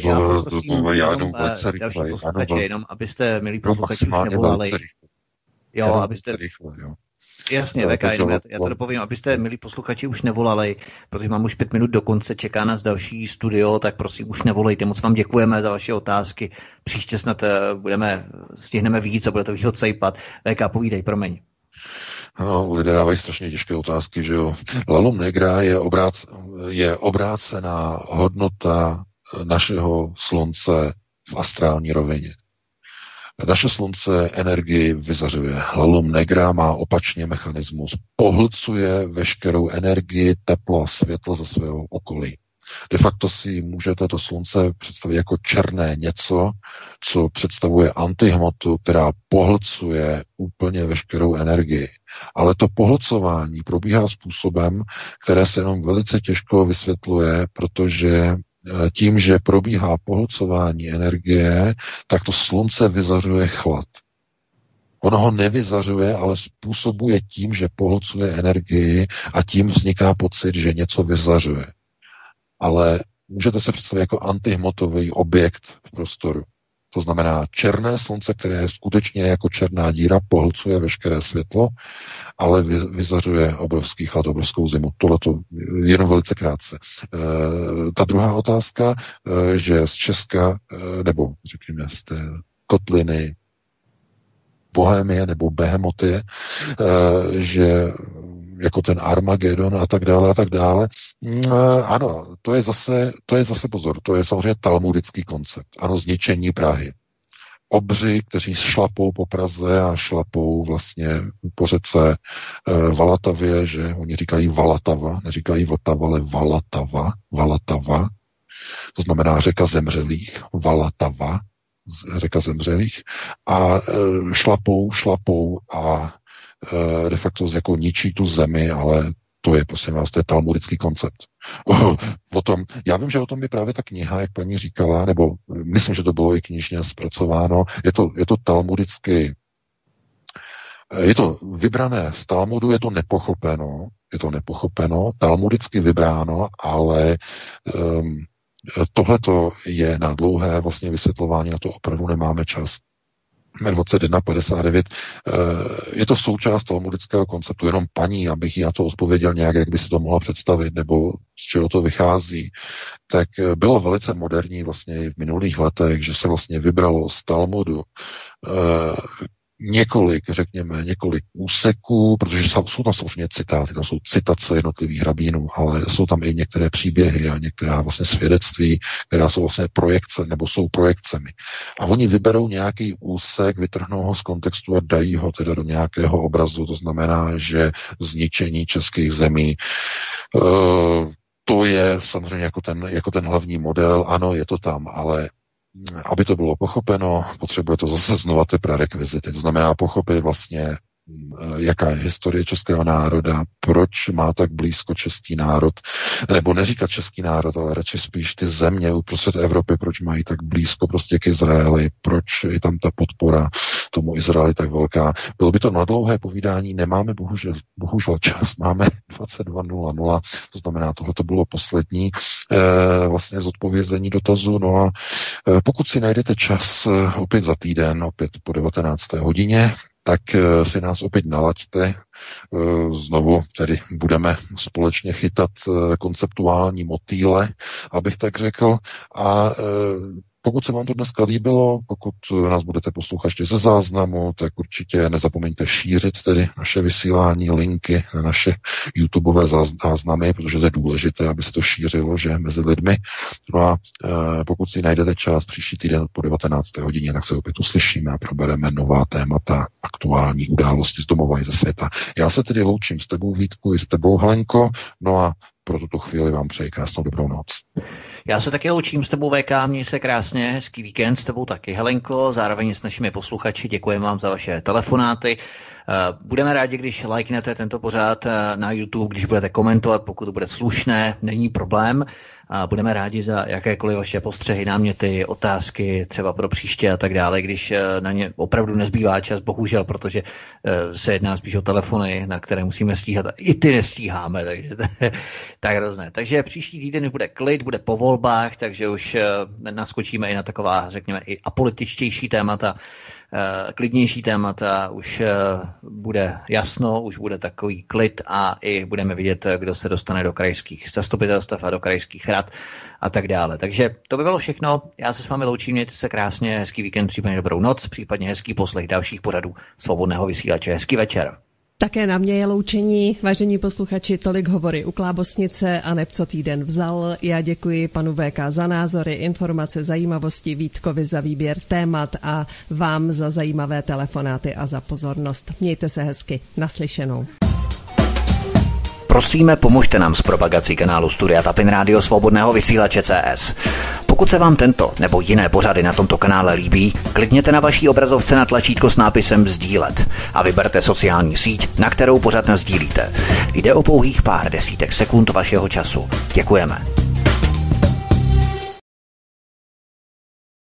A: Jenom abyste, milí posluchači, už nevolali. Jo, abyste... Jasně, VK, jenom já to dopovím, abyste, milí posluchači, už nevolali, protože mám už 5 minut do konce, čeká nás další studio, tak prosím, už nevolejte. Moc vám děkujeme za vaše otázky. Příště snad stihneme víc a bude to víc odsejpat. VK, povídej, promiň.
C: No, lidé dávají strašně těžké otázky, že jo. Lalum Negra je obrácená hodnota našeho slunce v astrální rovině. Naše slunce energii vyzařuje. Lalum Negra má opačně mechanismus. Pohlcuje veškerou energii, teplo a světlo ze svého okolí. De facto si můžete to slunce představit jako černé něco, co představuje antihmotu, která pohlcuje úplně veškerou energii. Ale to pohlcování probíhá způsobem, které se jenom velice těžko vysvětluje, protože tím, že probíhá pohlcování energie, tak to slunce vyzařuje chlad. Ono ho nevyzařuje, ale způsobuje tím, že pohlcuje energii a tím vzniká pocit, že něco vyzařuje. Ale můžete se představit jako antihmotový objekt v prostoru. To znamená černé slunce, které je skutečně jako černá díra, pohlcuje veškeré světlo, ale vyzařuje obrovský chlad, obrovskou zimu. Tohleto jenom velice krátce. Ta druhá otázka, že z Česka, nebo řekněme z té kotliny Bohémie nebo Behemotie, že jako ten Armagedon a tak dále. Ano, to je zase pozor, to je samozřejmě talmudický koncept. Ano, zničení Prahy. Obři, kteří šlapou po Praze a šlapou vlastně po řece Valatavě, že oni říkají Valatava, neříkají Vltava, ale Valatava. To znamená řeka zemřelých, Valatava, řeka zemřelých. A šlapou a de facto jako ničí tu zemi, ale to je, prosím vás, to je talmudický koncept. Já vím, že o tom je právě ta kniha, jak paní říkala, nebo myslím, že to bylo i knižně zpracováno. Je to talmudicky, je to vybrané z Talmudu, je to nepochopeno, talmudicky vybráno, ale tohleto je na dlouhé vlastně vysvětlování, na to opravdu nemáme čas. 21:59. Je to součást talmudického konceptu, jenom paní, abych jí na to odpověděl nějak, jak by si to mohla představit, nebo z čeho to vychází, tak bylo velice moderní vlastně i v minulých letech, že se vlastně vybralo z Talmudu několik úseků, protože jsou tam samozřejmě citáty, tam jsou citace jednotlivých rabínů, ale jsou tam i některé příběhy a některá vlastně svědectví, která jsou vlastně projekce, nebo jsou projekcemi. A oni vyberou nějaký úsek, vytrhnou ho z kontextu a dají ho teda do nějakého obrazu, to znamená, že zničení českých zemí, to je samozřejmě jako ten hlavní model, ano, je to tam, ale aby to bylo pochopeno, potřebuje to zase znova ty prerekvizity. To znamená pochopit vlastně, jaká je historie českého národa, proč má tak blízko český národ, nebo neříkat český národ, ale radši spíš ty země uprostřed Evropy, proč mají tak blízko prostě k Izraeli, proč je tam ta podpora tomu Izraeli tak velká. Bylo by to na dlouhé povídání, nemáme bohužel čas, máme 22:00, to znamená, tohle to bylo poslední vlastně zodpovězení dotazu, no a pokud si najdete čas opět za týden, opět po 19. hodině, tak si nás opět nalaďte. Znovu tedy budeme společně chytat konceptuální motýle, abych tak řekl. A pokud se vám to dneska líbilo, pokud nás budete poslouchat ještě ze záznamu, tak určitě nezapomeňte šířit tedy naše vysílání, linky na naše YouTubeové záznamy, protože to je důležité, aby se to šířilo, že mezi lidmi. No a pokud si najdete čas příští týden po 19. hodině, tak se opět uslyšíme a probereme nová témata, aktuální události z domova i ze světa. Já se tedy loučím s tebou, Vítku, i s tebou, Helenko, no a pro tuto chvíli vám přeji krásnou dobrou noc.
A: Já se taky loučím s tebou, VK, měj se krásně, hezký víkend s tebou taky, Helenko, zároveň s našimi posluchači, děkujeme vám za vaše telefonáty. Budeme rádi, když lajknete tento pořad na YouTube, když budete komentovat, pokud to bude slušné, není problém. A budeme rádi za jakékoliv vaše postřehy, náměty, otázky, třeba pro příště a tak dále, když na ně opravdu nezbývá čas, bohužel, protože se jedná spíš o telefony, na které musíme stíhat. I ty nestíháme, takže to je tak hrozné. Takže příští týden bude klid, bude po volbách, takže už naskočíme i na taková, řekněme, i apolitičtější témata, klidnější témata, už bude jasno, už bude takový klid a i budeme vidět, kdo se dostane do krajských zastupitelstev a do krajských rad a tak dále. Takže to by bylo všechno. Já se s vámi loučím, mějte se krásně, hezký víkend, případně dobrou noc, případně hezký poslech dalších pořadů Svobodného vysílače. Hezký večer.
B: Také na mě je loučení, vážení posluchači, tolik hovory u Klábosnice a neb co týden vzal. Já děkuji panu VK za názory, informace, zajímavosti, Vítkovi za výběr témat a vám za zajímavé telefonáty a za pozornost. Mějte se hezky, naslyšenou.
A: Prosíme, pomožte nám s propagací kanálu Studia Tapin Rádio Svobodného vysílače CS. Pokud se vám tento nebo jiné pořady na tomto kanále líbí, klikněte na vaší obrazovce na tlačítko s nápisem sdílet a vyberte sociální síť, na kterou pořad nasdílíte. Jde o pouhých pár desítek sekund vašeho času. Děkujeme.